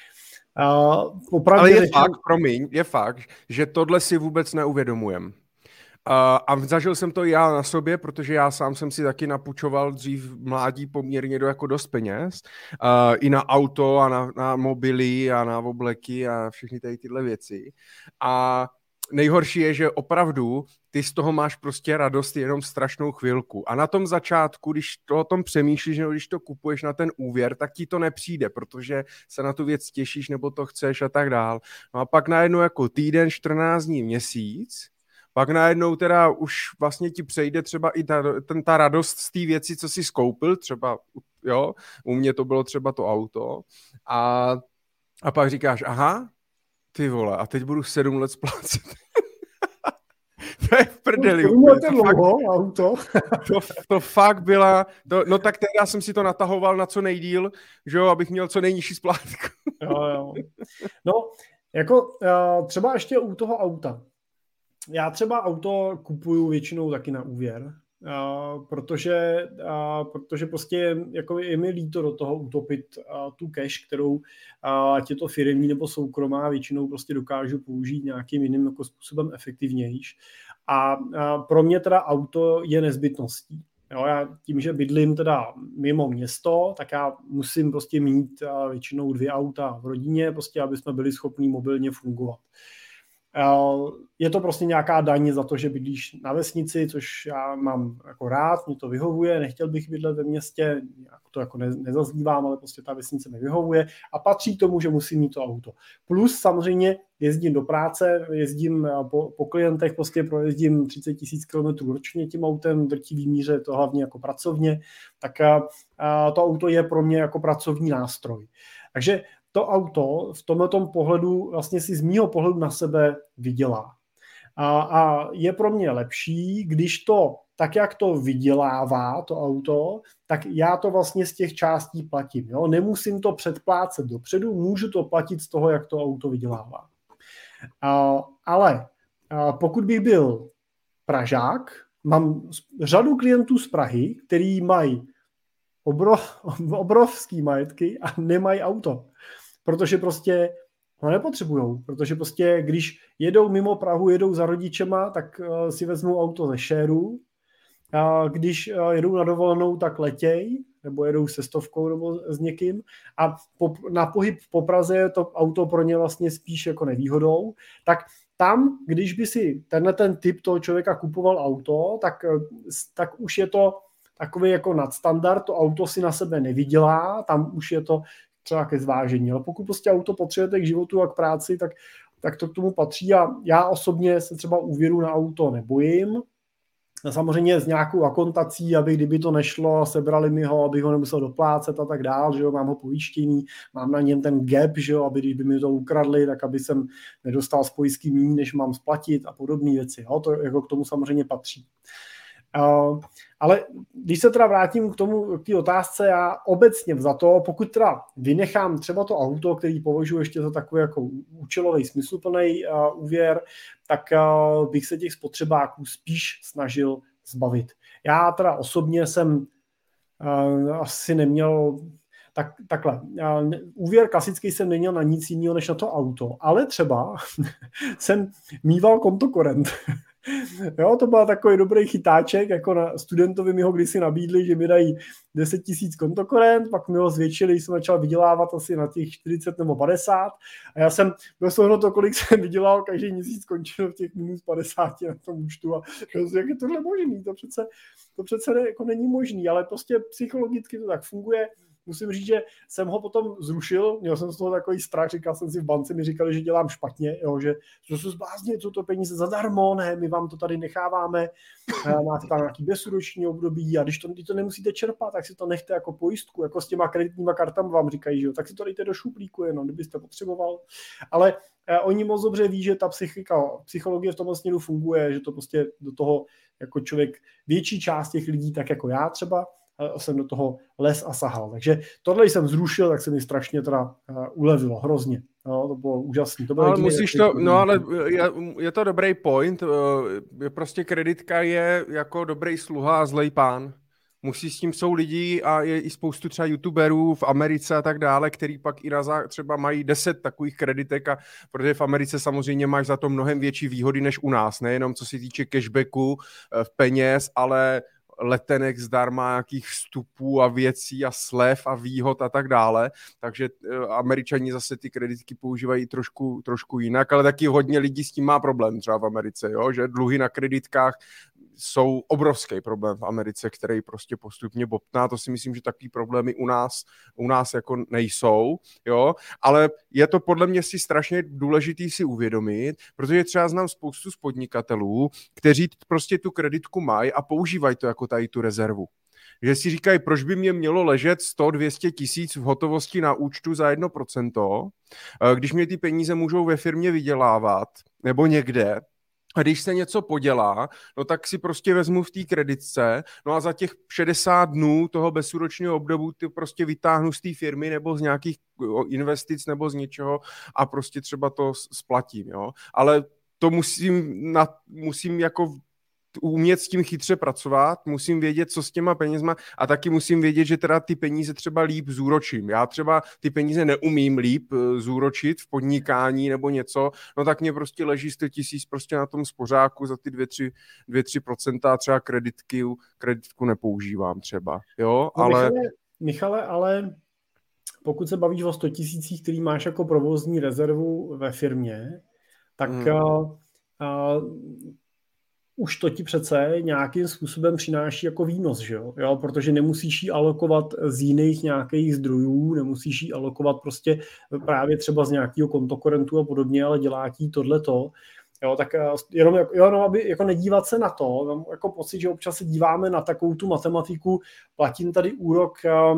Ale je fakt, že tohle si vůbec neuvědomujem. A zažil jsem to já na sobě, protože já sám jsem si taky napůjčoval dřív v mládí poměrně jako dost peněz. I na auto a na mobily a na obleky a všechny tady tyhle věci. A nejhorší je, že opravdu ty z toho máš prostě radost jenom strašnou chvilku. A na tom začátku, když to o tom přemýšlíš, nebo když to kupuješ na ten úvěr, tak ti to nepřijde, protože se na tu věc těšíš, nebo to chceš a tak dál. No a pak najednou jako týden, 14 dní, měsíc, pak najednou teda už vlastně ti přejde třeba i ta radost z té věci, co jsi skoupil, třeba, jo, u mě to bylo třeba to auto a pak říkáš, aha, ty vole, a teď budu 7 let splácet. To je v prdeli. To fakt byla, no tak teda jsem si to natahoval na co nejdýl, že jo, abych měl co nejnižší splátku.
Jo. No, jako třeba ještě u toho auta. Já třeba auto kupuju většinou taky na úvěr, protože prostě jako je mi líto do toho utopit tu cash, kterou ať je to firemní nebo soukromá, většinou prostě dokážu použít nějakým jiným jako způsobem efektivnější. A pro mě teda auto je nezbytností. Jo, já tím, že bydlím teda mimo město, tak já musím prostě mít většinou 2 auta v rodině, prostě aby jsme byli schopni mobilně fungovat. Je to prostě nějaká daň za to, že bydlíš na vesnici, což já mám jako rád, mě to vyhovuje, nechtěl bych bydlet ve městě, to jako nezazlívám, ale prostě ta vesnice mi vyhovuje a patří k tomu, že musím mít to auto. Plus samozřejmě jezdím do práce, jezdím po klientech, prostě projezdím 30 000 km ročně tím autem, v drtivý míře to hlavně jako pracovně, tak to auto je pro mě jako pracovní nástroj. Takže to auto v tomhletom pohledu vlastně si z mýho pohledu na sebe vydělá. A je pro mě lepší, když to, tak jak to vydělává to auto, tak já to vlastně z těch částí platím. Jo? Nemusím to předplácet dopředu, můžu to platit z toho, jak to auto vydělává. Ale pokud bych byl Pražák, mám řadu klientů z Prahy, který mají obrovský majetky a nemají auto. Protože prostě ho nepotřebujou, protože prostě když jedou mimo Prahu, jedou za rodičema, tak si vezmou auto ze šéru, a když jedou na dovolenou, tak letěj, nebo jedou se stovkou nebo s někým a na pohyb po Praze je to auto pro ně vlastně spíš jako nevýhodou, tak tam, když by si ten typ toho člověka kupoval auto, tak už je to takový jako nadstandard, to auto si na sebe nevydělá, tam už je to třeba ke zvážení. Ale pokud prostě auto potřebujete k životu a k práci, tak to k tomu patří a já osobně se třeba úvěru na auto nebojím. Samozřejmě s nějakou akontací, aby kdyby to nešlo, sebrali mi ho, abych ho nemusel doplácet a tak dál, že jo, mám ho pojištěný, mám na něm ten gap, že jo, aby když by mi to ukradli, tak aby jsem nedostal z pojistky méně, než mám splatit a podobné věci. Jo, to jako k tomu samozřejmě patří. Ale když se teda vrátím k té otázce, já obecně za to, pokud teda vynechám třeba to auto, který považuji ještě za takový jako účelový, smysluplný úvěr, tak bych se těch spotřebáků spíš snažil zbavit. Já teda osobně jsem asi neměl takhle. Úvěr klasický jsem neměl na nic jiného než na to auto, ale třeba jsem mýval kontokorent. Jo, to byl takový dobrý chytáček, jako na studentovi mi ho kdysi nabídli, že mi dají 10 000 kontokorent, pak mi ho zvětšili, jsem začal vydělávat asi na těch 40 nebo 50 a já jsem bez toho to, kolik jsem vydělal, každý měsíc skončil v těch minus 50 na tom účtu a jak je tohle možný, to přece jako není možný, ale prostě psychologicky to tak funguje. Musím říct, že jsem ho potom zrušil, měl jsem z toho takový strach, říkal jsem si v bance, mi říkali, že dělám špatně, jo, že se zbláznili, jsou to peníze zadarmo, ne, my vám to tady necháváme, máte tam nějaký bezúroční období a když to nemusíte čerpat, tak si to nechte jako pojistku, jako s těma kreditníma kartama vám říkají, že jo, tak si to dejte do šuplíku jenom, kdybyste potřeboval, ale oni moc dobře ví, že ta psychologie v tomhle směru funguje, že to prostě do toho jako člověk, větší část těch lidí, tak jako já třeba, jsem do toho les a sahal. Takže tohle jsem zrušil, tak se mi strašně teda ulevilo, hrozně. No, to bylo úžasné.
Ale musíš to, no ale je to dobrý point. Prostě kreditka je jako dobrý sluha a zlej pán. S tím jsou lidi a je i spoustu třeba youtuberů v Americe a tak dále, který pak i třeba mají 10 takových kreditek, protože v Americe samozřejmě máš za to mnohem větší výhody než u nás, nejenom co se týče cashbacku v peněz, ale letenek zdarma, nějakých vstupů a věcí a slev a výhod a tak dále, takže Američani zase ty kreditky používají trošku jinak, ale taky hodně lidí s tím má problém třeba v Americe, jo? Že dluhy na kreditkách jsou obrovský problém v Americe, který prostě postupně bobtná. To si myslím, že takový problémy u nás jako nejsou, jo, ale je to podle mě si strašně důležitý si uvědomit, protože třeba znám spoustu z podnikatelů, kteří prostě tu kreditku mají a používají to jako tady tu rezervu. Že si říkají, proč by mě mělo ležet 100-200 tisíc v hotovosti na účtu za 1%, když mě ty peníze můžou ve firmě vydělávat nebo někde. A když se něco podělá, no tak si prostě vezmu v té kreditce, no a za těch 60 dnů toho bezúročního obdobu ty prostě vytáhnu z té firmy nebo z nějakých investic nebo z něčeho a prostě třeba to splatím, jo. Ale to musím jako umět s tím chytře pracovat, musím vědět, co s těma penězma a taky musím vědět, že teda ty peníze třeba líp zúročím. Já třeba ty peníze neumím líp zúročit v podnikání nebo něco, no tak mě prostě leží 100 tisíc prostě na tom spořáku za ty 2-3% a třeba kreditku nepoužívám třeba, jo,
no,
ale...
Michale, ale pokud se bavíš o 100 tisících, který máš jako provozní rezervu ve firmě, tak už to ti přece nějakým způsobem přináší jako výnos, že jo? Protože nemusíš ji alokovat z jiných nějakých zdrojů, nemusíš ji alokovat prostě právě třeba z nějakého kontokorentu a podobně, ale dělá ti tohleto. Jo, tak jenom aby jako nedívat se na to, mám jako pocit, že občas se díváme na takovou tu matematiku, platím tady úrok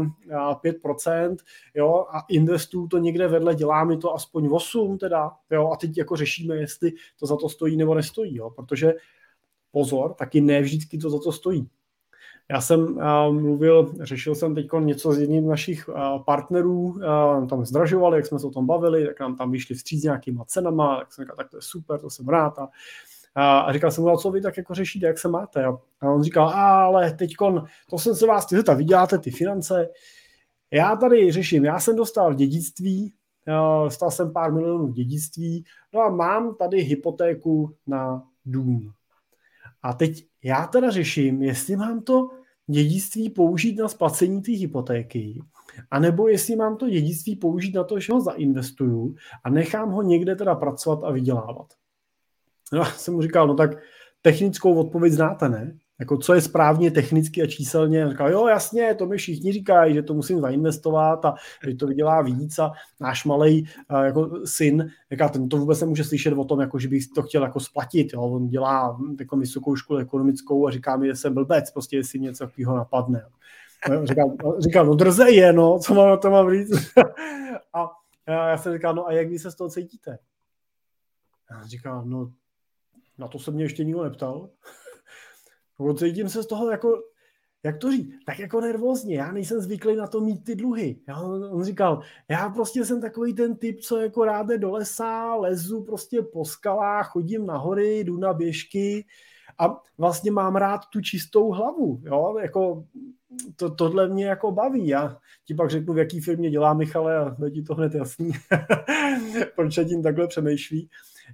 5%, jo, a investuju to někde vedle, dělá mi to aspoň 8 teda, jo, a teď jako řešíme, jestli to za to stojí nebo nestojí, jo, protože pozor, taky ne vždycky to za to stojí. Já jsem řešil jsem teď něco s jedním z našich partnerů, tam zdražovali, jak jsme se o tom bavili, tak nám tam vyšli vstříc nějakýma cenama, tak jsem říkal, tak to je super, to jsem rád. A říkal jsem mu, co vy tak jako řešíte, jak se máte? A on říkal, ale teďkon, to jsem se vás vy děláte ty finance, já tady řeším, já jsem dostal dědictví, dostal jsem pár milionů dědictví, no a mám tady hypotéku na dům. A teď já teda řeším, jestli mám to dědictví použít na splacení té hypotéky, anebo jestli mám to dědictví použít na to, že ho zainvestuju a nechám ho někde teda pracovat a vydělávat. No, já jsem mu říkal, no tak technickou odpověď znáte, ne? Jako co je správně technicky a číselně. Říkal, jo, jasně, to mi všichni říkají, že to musím zainvestovat a že to vydělá víc a náš malej jako syn, ten to vůbec nemůže slyšet o tom, jako, že bych to chtěl jako splatit. Jo. On dělá jako vysokou školu ekonomickou a říká mi, že jsem blbec, prostě jestli něco takového napadne. Říkal, no drzej je, no, co mám na to mám říct. A já jsem říkal, no a jak vy se z toho cítíte? A říkal, no na to se mě ještě nikdo neptal. Cítím se z toho jako, jak to říct, tak jako nervózně, já nejsem zvyklý na to mít ty dluhy. On říkal, já prostě jsem takový ten typ, co jako rád jde do lesa, lezu prostě po skalách, chodím na hory, jdu na běžky a vlastně mám rád tu čistou hlavu, jo, jako tohle mě jako baví. Já ti pak řeknu, v jaký firmě dělá Michale a bude ti to hned jasný, proč tím takhle přemýšlí.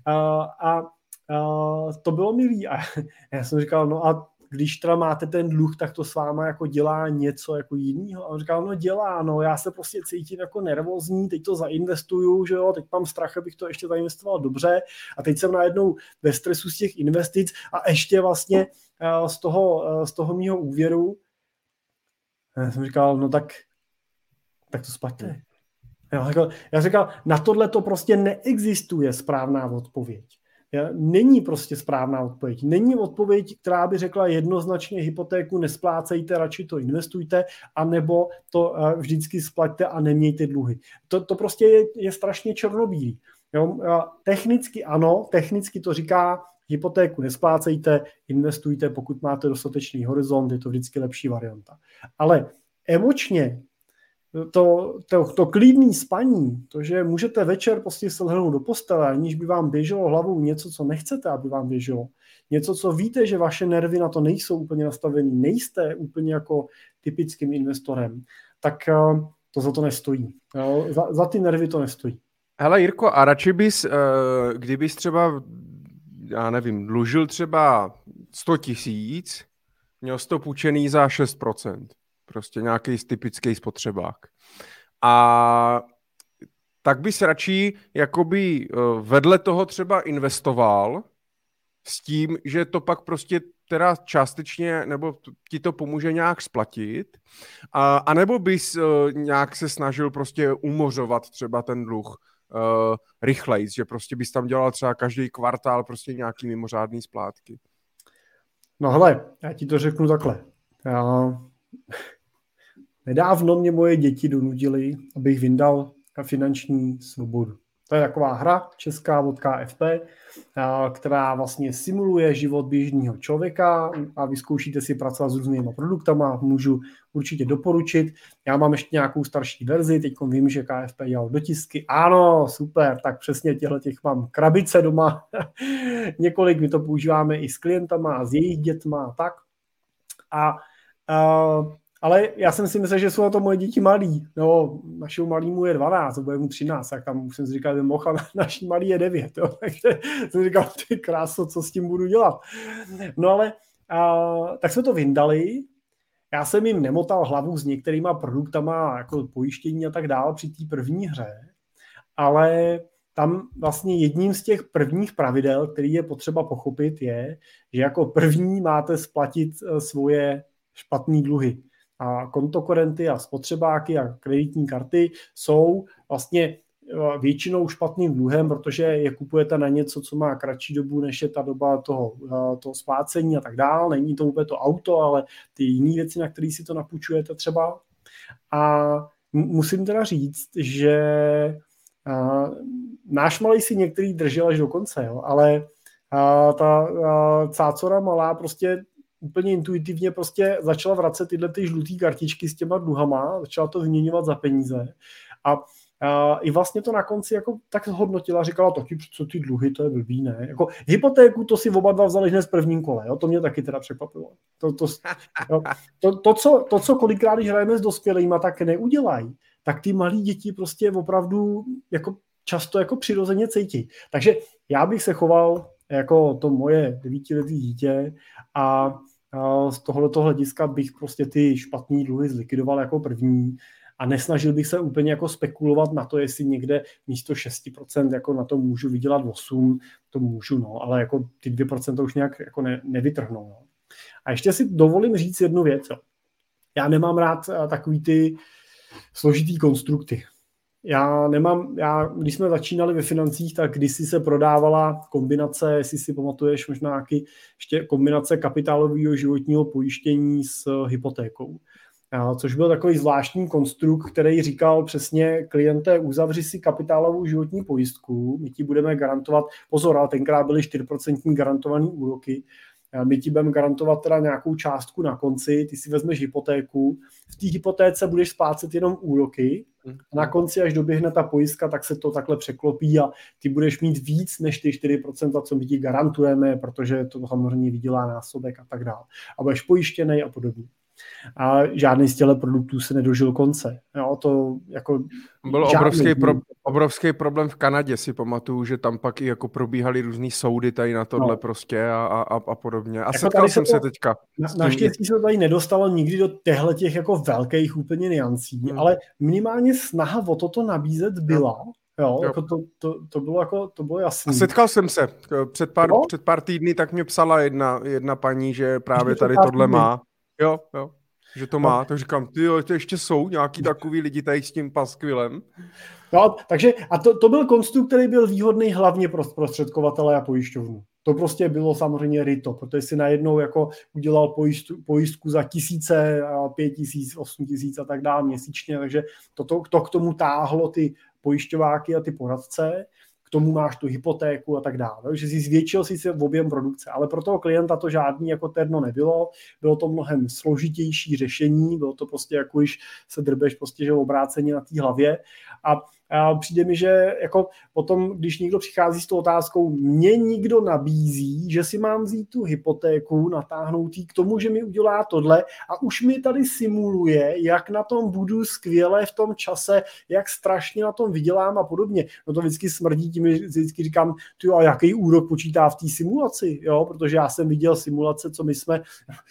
To bylo milý a já jsem říkal, no a když teda máte ten dluh, tak to s váma jako dělá něco jako jinýho. A on říkal, no dělá, no já se prostě cítím jako nervózní, teď to zainvestuju, že jo, teď mám strach, abych to ještě zainvestoval dobře a teď jsem najednou ve stresu z těch investic a ještě vlastně z toho mýho úvěru. A já jsem říkal, no tak to splaťte. Já říkal, na tohle to prostě neexistuje správná odpověď. Není prostě správná odpověď. Není odpověď, která by řekla jednoznačně hypotéku nesplácejte, radši to investujte, anebo to vždycky splaťte a nemějte dluhy. To prostě je strašně černobílý. Jo? Technicky ano, technicky to říká, hypotéku nesplácejte, investujte, pokud máte dostatečný horizont, je to vždycky lepší varianta. Ale emočně to klidný spaní, to, že můžete večer prostě se lehnout do postele, aniž by vám běželo hlavou něco, co nechcete, aby vám běželo, něco, co víte, že vaše nervy na to nejsou úplně nastavený, nejste úplně jako typickým investorem, tak to za to nestojí. Jo? Za ty nervy to nestojí.
Hele Jirko, a radši bys, kdybys třeba, já nevím, dlužil třeba 100 000, měl jsi to půjčený za 6%. Prostě nějaký typický spotřebák. A tak bys radši jakoby vedle toho třeba investoval s tím, že to pak prostě teda částečně, nebo ti to pomůže nějak splatit, a nebo bys nějak se snažil prostě umořovat třeba ten dluh rychlejc, že prostě bys tam dělal třeba každý kvartál prostě nějaký mimořádný splátky.
No hele, já ti to řeknu takhle. Nedávno mě moje děti donutily, abych vyndal finanční svobodu. To je taková hra česká od KFP, která vlastně simuluje život běžného člověka a vyzkoušíte si pracovat s různýma produktama, můžu určitě doporučit. Já mám ještě nějakou starší verzi, teď vím, že KFP dělal dotisky. Ano, super, tak přesně těch mám krabice doma. Několik, my to používáme i s klientama a s jejich dětma a tak. Ale já jsem si myslel, že jsou na to moje děti malí. No, našemu malýmu je 12, bude mu 13, tak tam jsem si říkal, že mohl, a naší malý je 9. Jo. Takže jsem říkal, ty kráso, co s tím budu dělat. No ale tak jsme to vyndali. Já jsem jim nemotal hlavu s některýma produktama, jako pojištění a tak dále při té první hře, ale tam vlastně jedním z těch prvních pravidel, který je potřeba pochopit, je, že jako první máte splatit svoje špatné dluhy. A kontokorenty a spotřebáky a kreditní karty jsou vlastně většinou špatným dluhem, protože je kupujete na něco, co má kratší dobu, než je ta doba toho splácení a tak dál. Není to úplně to auto, ale ty jiné věci, na které si to napůjčujete třeba. A musím teda říct, že náš malej si některý držel až do konce, jo, ale ta cácora malá prostě úplně intuitivně prostě začala vracet tyhle ty žlutý kartičky s těma dluhama, začala to vyměňovat za peníze a i vlastně to na konci jako tak zhodnotila, říkala taky, co ty dluhy, to je blbý, ne? Jako hypotéku to si oba dva vzali hned z prvním kole, jo? To mě taky teda překvapilo. To, co kolikrát, když hrajeme s dospělýma, tak neudělají, tak ty malí děti prostě opravdu jako často jako přirozeně cítí. Takže já bych se choval jako to moje 9letý dítě a z tohoto hlediska bych prostě ty špatný dluhy zlikvidoval jako první a nesnažil bych se úplně jako spekulovat na to, jestli někde místo 6% jako na to můžu vydělat 8%, to můžu, no, ale jako ty 2% už nějak jako nevytrhnou. No. A ještě si dovolím říct jednu věc. Jo. Já nemám rád takový ty složitý konstrukty. Když jsme začínali ve financích, tak kdysi se prodávala kombinace, jestli si pamatuješ, možná nějaký ještě kombinace kapitálového životního pojištění s hypotékou. Což byl takový zvláštní konstrukt, který říkal přesně klienté, uzavři si kapitálovou životní pojistku, my ti budeme garantovat, pozor, ale tenkrát byly 4% garantované úroky, my ti budeme garantovat teda nějakou částku na konci, ty si vezmeš hypotéku, v té hypotéce budeš splácet jenom úroky, a na konci, až doběhne ta pojistka, tak se to takhle překlopí a ty budeš mít víc než ty 4%, co my ti garantujeme, protože to samozřejmě vydělá násobek a tak dále. A budeš pojištěnej a podobně. A žádný z těchto produktů se nedožil konce. Jo, to jako
byl obrovský problém v Kanadě, si pamatuju, že tam pak i jako probíhaly různý soudy tady na tohle prostě a podobně. A jako setkal jsem se teďka.
Naštěstí se to tady nedostalo nikdy do těchto těch jako velkých úplně niancí, ale minimálně snaha o toto nabízet byla. Jo, jako to bylo jasný.
A setkal jsem se před pár týdny, tak mě psala jedna paní, že právě tady tohle má. Jo, že to má, tak říkám, to ještě jsou nějaký takový lidi tady s tím paskvilem.
No, takže a to byl konstrukt, který byl výhodný hlavně pro zprostředkovatele a pojišťovnu. To prostě bylo samozřejmě ryto, protože si najednou jako udělal pojistku za 1000, 5000, 8000 a tak dále měsíčně, takže to k tomu táhlo ty pojišťováky a ty poradce, k tomu máš tu hypotéku a tak dále, že si zvětšil si objem produkce, ale pro toho klienta to žádný jako terno nebylo, bylo to mnohem složitější řešení, bylo to prostě jako když se drbeš prostě, že obráceně na té hlavě a přijde mi, že jako potom, když někdo přichází s tou otázkou, mě někdo nabízí, že si mám vzít tu hypotéku, natáhnout jí k tomu, že mi udělá tohle a už mi tady simuluje, jak na tom budu skvěle v tom čase, jak strašně na tom vydělám a podobně. No to vždycky smrdí tím, že vždycky říkám, a jaký úrok počítá v té simulaci, jo, protože já jsem viděl simulace, co my jsme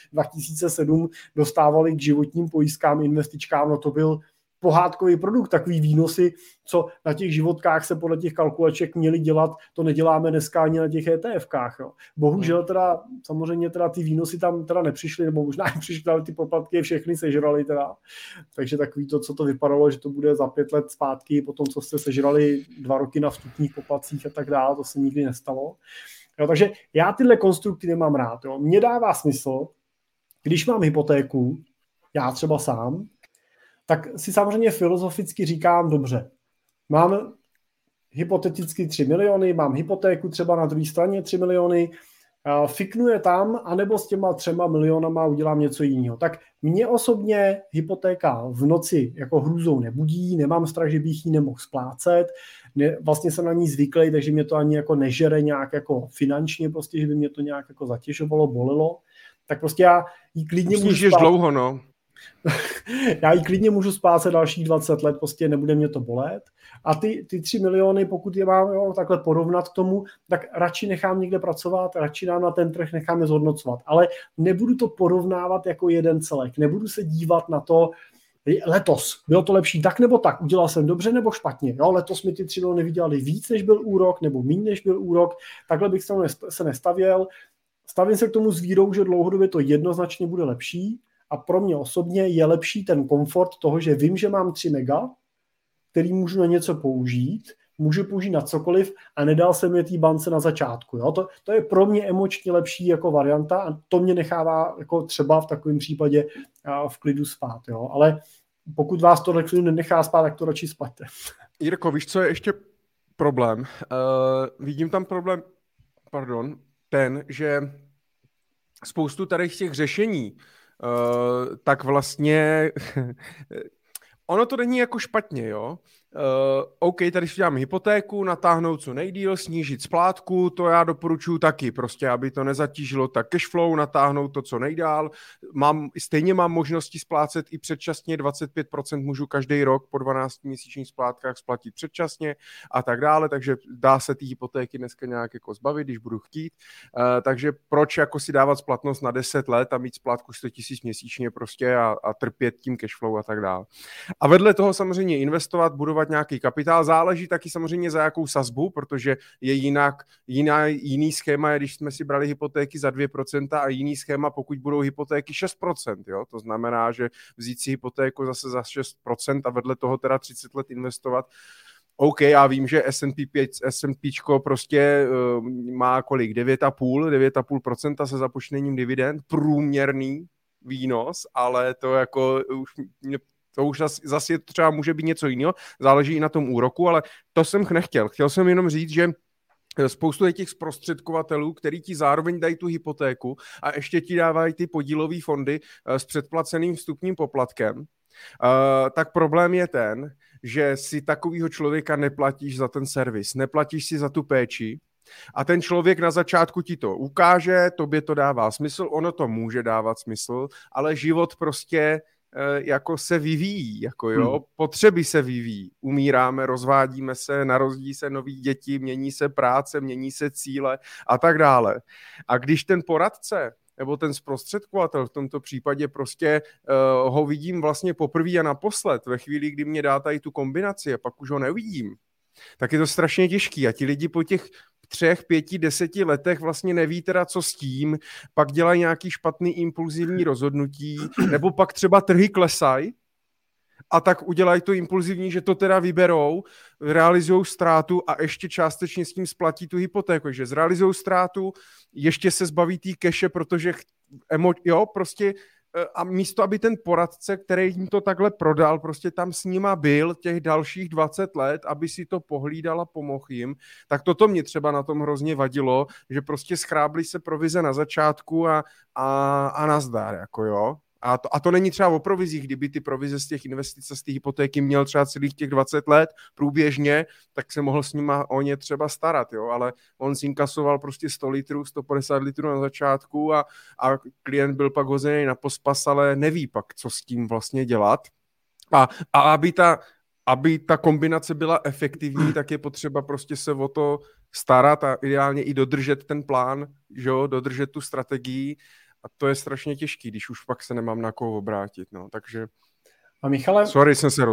2007 dostávali k životním pojistkám, investičkám, no to byl pohádkový produkt, takový výnosy, co na těch životkách se podle těch kalkulaček měli dělat, to neděláme dneska ani na těch ETFkách. Jo. Bohužel teda, samozřejmě teda ty výnosy tam teda nepřišly, nebo možná nepřišly, ale ty poplatky všechny sežrali teda. Takže takový to, co to vypadalo, že to bude za 5 let zpátky, potom co jste sežrali 2 roky na vstupních poplatcích a tak dále, to se nikdy nestalo. Jo, takže já tyhle konstrukty nemám rád. Jo. Mně dává smysl, když mám hypotéku, já třeba sám, tak si samozřejmě filozoficky říkám, dobře, mám hypoteticky 3 miliony, mám hypotéku třeba na druhé straně 3 miliony, fiknuje tam, anebo s těma 3 milionama udělám něco jiného. Tak mě osobně hypotéka v noci jako hrůzou nebudí, nemám strach, že bych ji nemohl splácet, vlastně jsem na ní zvyklý, takže mě to ani jako nežere nějak jako finančně, prostě, že by mě to nějak jako zatěžovalo, bolelo, tak prostě já jí klidně můžu
dlouho, no.
Já ji klidně můžu splácet dalších 20 let, prostě nebude mě to bolet. A ty 3 miliony, pokud je mám takhle porovnat k tomu, tak radši nechám někde pracovat, radši dám na ten trh, nechám je zhodnocovat. Ale nebudu to porovnávat jako jeden celek. Nebudu se dívat na to, letos bylo to lepší tak nebo tak, udělal jsem dobře nebo špatně, jo, letos mi ty 3 miliony vydělali víc, než byl úrok, nebo méně, než byl úrok, takhle bych se nestavěl. Stavím se k tomu s vírou, že dlouhodobě to jednoznačně bude lepší a pro mě osobně je lepší ten komfort toho, že vím, že mám 3 mega, který můžu na něco použít, můžu použít na cokoliv a nedal jsem je té bance na začátku. Jo? To je pro mě emočně lepší jako varianta a to mě nechává jako třeba v takovém případě v klidu spát. Jo? Ale pokud vás to klidu nenechá spát, tak to radši spaďte.
Jirko, víš, co je ještě problém? Vidím tam problém, ten, že spoustu tady těch řešení, tak vlastně ono to není jako špatně, jo. OK, tady si dělám hypotéku, natáhnout co nejdýl, snížit splátku, to já doporučuji taky, prostě, aby to nezatížilo tak cashflow, natáhnout to co nejdál. Stejně mám možnosti splácet i předčasně, 25% můžu každý rok po 12 měsíčních splátkách splatit předčasně a tak dále, takže dá se ty hypotéky dneska nějak jako zbavit, když budu chtít. Takže proč jako si dávat splatnost na 10 let a mít splátku 100 000 měsíčně prostě a trpět tím cashflow a tak dále. A vedle toho samozřejmě investovat, budovat nějaký kapitál. Záleží taky samozřejmě za jakou sazbu, protože je jiný schéma, když jsme si brali hypotéky za 2% a jiný schéma, pokud budou hypotéky 6%. Jo? To znamená, že vzít si hypotéku zase za 6% a vedle toho teda 30 let investovat. OK, já vím, že S&Pčko prostě má kolik? 9,5% se započtením dividend, průměrný výnos, ale to jako už zase třeba může být něco jiného, záleží i na tom úroku, ale to jsem nechtěl. Chtěl jsem jenom říct, že spoustu těch zprostředkovatelů, který ti zároveň dají tu hypotéku a ještě ti dávají ty podílové fondy s předplaceným vstupním poplatkem, tak problém je ten, že si takovýho člověka neplatíš za ten servis, neplatíš si za tu péči, a ten člověk na začátku ti to ukáže, tobě to dává smysl, ono to může dávat smysl, ale život prostě jako se vyvíjí, jako jo, potřeby se vyvíjí, umíráme, rozvádíme se, narodí se nový děti, mění se práce, mění se cíle a tak dále. A když ten poradce nebo ten zprostředkovatel v tomto případě prostě ho vidím vlastně poprvé a naposled, ve chvíli, kdy mě dá tady tu kombinaci a pak už ho neuvidím, tak je to strašně těžký a ti lidi po těch 3, 5, 10 letech vlastně neví teda, co s tím, pak dělají nějaký špatný impulzivní rozhodnutí, nebo pak třeba trhy klesají a tak udělají to impulzivní, že to teda vyberou, realizují ztrátu a ještě částečně s tím splatí tu hypotéku, takže zrealizují ztrátu, ještě se zbaví té keše, protože prostě a místo, aby ten poradce, který jim to takhle prodal, prostě tam s nima byl těch dalších 20 let, aby si to pohlídal a pomohl jim, tak toto mě třeba na tom hrozně vadilo, že prostě schrábli se provize na začátku a nazdar, jako jo. A to není třeba o provizích, kdyby ty provize z těch investic z té hypotéky měl třeba celých těch 20 let průběžně, tak se mohl s nima o ně třeba starat, jo, ale on zinkasoval prostě 100 litrů, 150 litrů na začátku a klient byl pak hozený na pospas, ale neví pak, co s tím vlastně dělat. A aby ta kombinace byla efektivní, tak je potřeba prostě se o to starat a ideálně i dodržet ten plán, že jo, dodržet tu strategii. A to je strašně těžký, když už pak se nemám na koho obrátit, no, takže... A Michale... Sorry, jsem se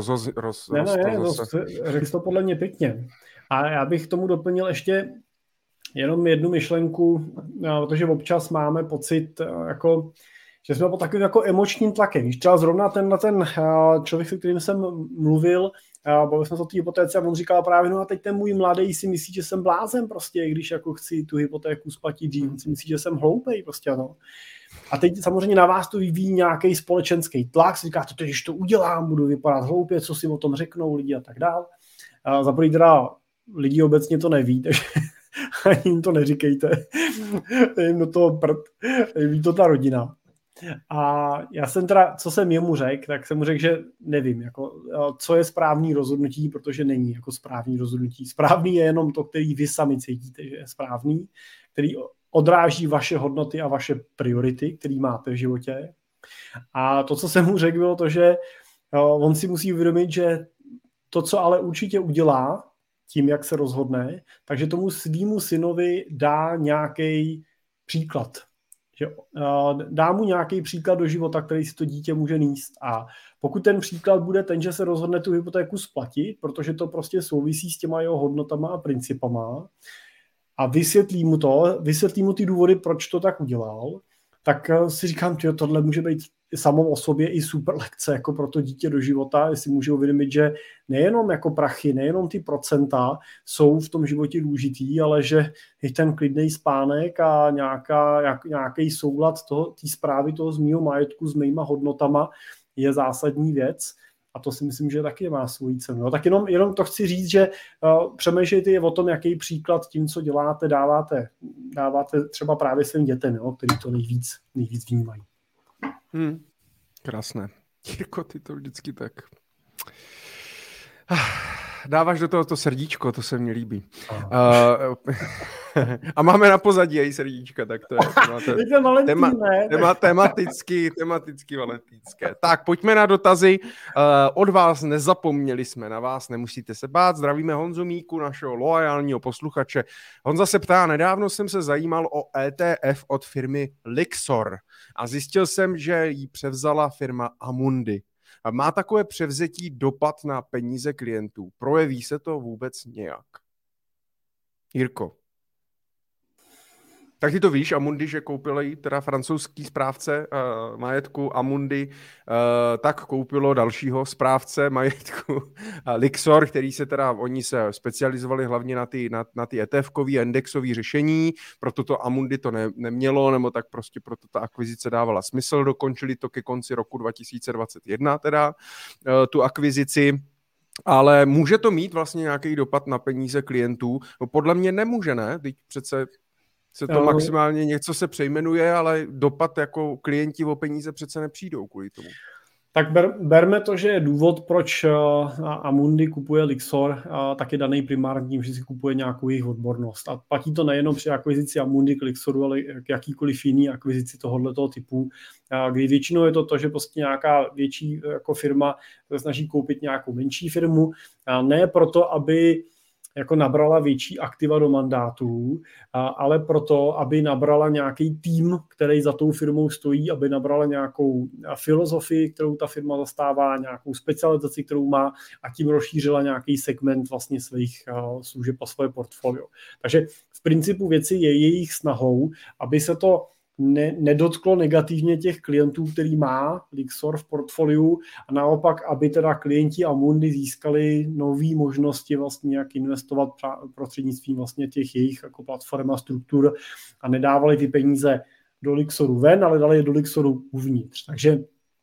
řekl to podle mě pěkně. A já bych tomu doplnil ještě jenom jednu myšlenku, protože občas máme pocit, jako, že jsme pod takovým jako emočním tlakem. Když třeba zrovna ten člověk, se kterým jsem mluvil, bavil jsme se o té hypotéce a on říkal právě, no a teď ten můj mladý si myslí, že jsem blázen prostě, když jako chci tu hypotéku splatit dřív, on si myslí, že jsem hloupej prostě, no. A teď samozřejmě na vás to vyvíjí nějaký společenský tlak, si říkáte, když to udělám, budu vypadat hloupě, co si o tom řeknou lidi a tak dál. Za první teda lidi obecně to neví, takže ani jim to neříkejte. Jim do toho ví to ta rodina. A já jsem teda, co jsem jemu řekl, tak jsem mu řekl, že nevím, jako, co je správný rozhodnutí, protože není jako správný rozhodnutí. Správný je jenom to, který vy sami cítíte, že je správný, který odráží vaše hodnoty a vaše priority, které máte v životě. A to, co jsem mu řekl, bylo to, že on si musí uvědomit, že to, co ale určitě udělá tím, jak se rozhodne, takže tomu svýmu synovi dá nějaký příklad. Že dá mu nějaký příklad do života, který si to dítě může nést. A pokud ten příklad bude ten, že se rozhodne tu hypotéku splatit, protože to prostě souvisí s těma jeho hodnotama a principama, a vysvětlí mu ty důvody, proč to tak udělal, tak si říkám, že tohle může být samo o sobě i super lekce jako pro to dítě do života, jestli může uvědomit, že nejenom jako prachy, nejenom ty procenta jsou v tom životě důležitý, ale že i ten klidný spánek a nějaký soulad té správy toho z mýho majetku s mýma hodnotama je zásadní věc. A to si myslím, že taky má svoji cenu. No, tak jenom to chci říct, že přemýšlejte o tom, jaký příklad tím, co děláte, dáváte třeba právě svým dětem, jo, který to nejvíc vnímají.
Krásné. Jirko, ty to vždycky tak... Dáváš do toho to srdíčko, to se mně líbí. A máme na pozadí její srdíčka, tak to je tematicky valentínské. Tak, pojďme na dotazy. Od vás nezapomněli jsme, na vás nemusíte se bát. Zdravíme Honzu Míku, našeho loajálního posluchače. Honza se ptá, nedávno jsem se zajímal o ETF od firmy Lixor a zjistil jsem, že ji převzala firma Amundi. Má takové převzetí dopad na peníze klientů? Projeví se to vůbec nějak? Jirko. Tak ty to víš, Amundi, že koupil jí teda francouzský správce majetku Amundi, tak koupilo dalšího správce majetku Lixor, který se teda, oni se specializovali hlavně na ty ETF-kový a indexový řešení, proto to Amundi to nemělo, nebo tak prostě proto ta akvizice dávala smysl, dokončili to ke konci roku 2021 teda tu akvizici. Ale může to mít vlastně nějaký dopad na peníze klientů? No podle mě nemůže, ne? Teď přece se to maximálně něco se přejmenuje, ale dopad jako klienti o peníze přece nepřijdou kvůli tomu.
Tak berme to, že důvod, proč Amundi kupuje Lixor, tak je daný primárně tím, že si kupuje nějakou jejich odbornost. A platí to nejenom při akvizici Amundi k Lixoru, ale k jakýkoliv jiný akvizici tohoto typu, kdy většinou je to, že prostě nějaká větší jako firma se snaží koupit nějakou menší firmu, ne proto, aby jako nabrala větší aktiva do mandátů, ale proto, aby nabrala nějaký tým, který za tou firmou stojí, aby nabrala nějakou filozofii, kterou ta firma zastává, nějakou specializaci, kterou má a tím rozšířila nějaký segment vlastně svých služeb a svoje portfolio. Takže v principu věci je jejich snahou, aby se to nedotklo negativně těch klientů, který má Lixor v portfoliu a naopak, aby teda klienti Amundi získali nové možnosti vlastně jak investovat prostřednictvím vlastně těch jejich jako platform a struktur a nedávali ty peníze do Lixoru ven, ale dali je do Lixoru uvnitř. Takže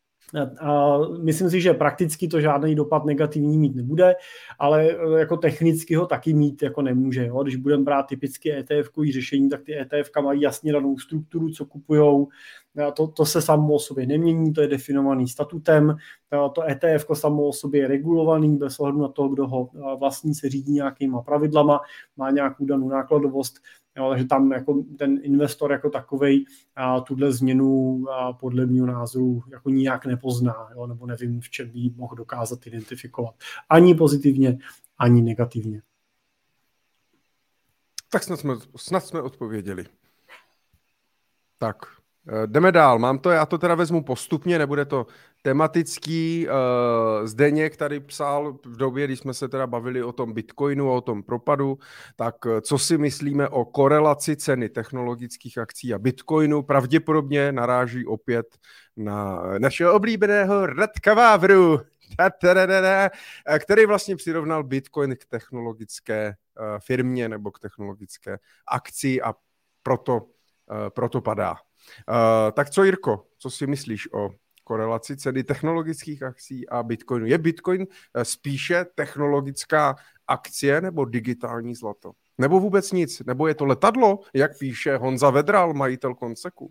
a myslím si, že prakticky to žádný dopad negativní mít nebude, ale jako technicky ho taky mít jako nemůže. Jo? Když budeme brát typicky ETF-kový řešení, tak ty ETF-ka mají jasně danou strukturu, co kupujou. To se samo o sobě nemění, to je definovaný statutem. To ETF-ko samo o sobě je regulovaný, bez ohledu na to, kdo ho vlastní, se řídí nějakýma pravidlama, má nějakou danou nákladovost. Jo, takže tam jako ten investor jako takovej tuhle změnu podle mého názoru jako nijak nepozná, jo, nebo nevím, v čem by ji mohl dokázat identifikovat. Ani pozitivně, ani negativně.
Tak snad jsme odpověděli. Tak, jdeme dál. Já to teda vezmu postupně, nebude to tematický. Zdeněk tady psal v době, kdy jsme se teda bavili o tom Bitcoinu a o tom propadu, tak co si myslíme o korelaci ceny technologických akcí a Bitcoinu? Pravděpodobně naráží opět na našeho oblíbeného Radka Vávru, který vlastně přirovnal Bitcoin k technologické firmě nebo k technologické akci a proto padá. Tak co, Jirko, co si myslíš o korelaci ceny technologických akcí a Bitcoinu? Je Bitcoin spíše technologická akcie nebo digitální zlato? Nebo vůbec nic? Nebo je to letadlo, jak píše Honza Vedral, majitel Konseku?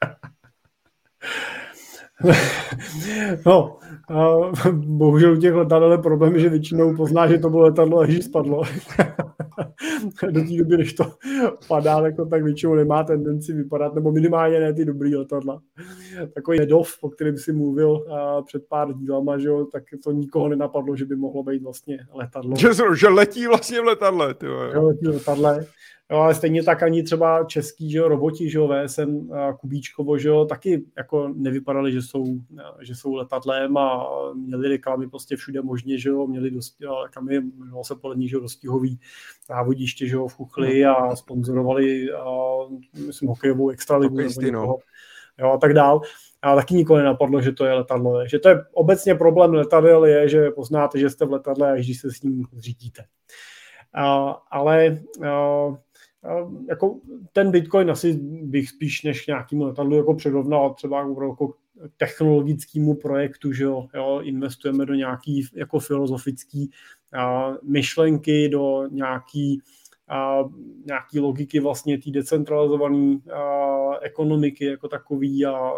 No, bohužel u těch letadel je problém, že většinou pozná, že to bylo letadlo a že spadlo. Do té doby, než to padá, tak většinou nemá tendenci vypadat, nebo minimálně ne ty dobrý letadla. Takový Nedov, o kterém si mluvil před pár dílama, že jo, tak to nikoho nenapadlo, že by mohlo být vlastně letadlo.
Že letí vlastně v letadle.
Že letí v letadle. Jo, ale stejně tak ani třeba český, že jo, roboti, že jo, VSM, Kubíčkovo, že jo, taky jako nevypadali, že jsou letadlem a měli reklamy prostě všude možně, že jo, měli reklamy, jmenovalo se podle nich, že jo, dostihový závodiště, že jo, v Chuchli a sponzorovali, myslím, hokejovou extraligu nebo někoho, jo, a tak dál. A taky nikoho nenapadlo, že to je letadlo. Že to je obecně problém letadel je, že poznáte, že jste v letadle, až když se s ním zřídíte. Ale jako ten Bitcoin asi bych spíš než nějakému letadlu jako přirovnal třeba jako technologickému projektu, že jo, investujeme do nějaký jako filozofický myšlenky, do nějaký logiky vlastně té decentralizované ekonomiky jako takový a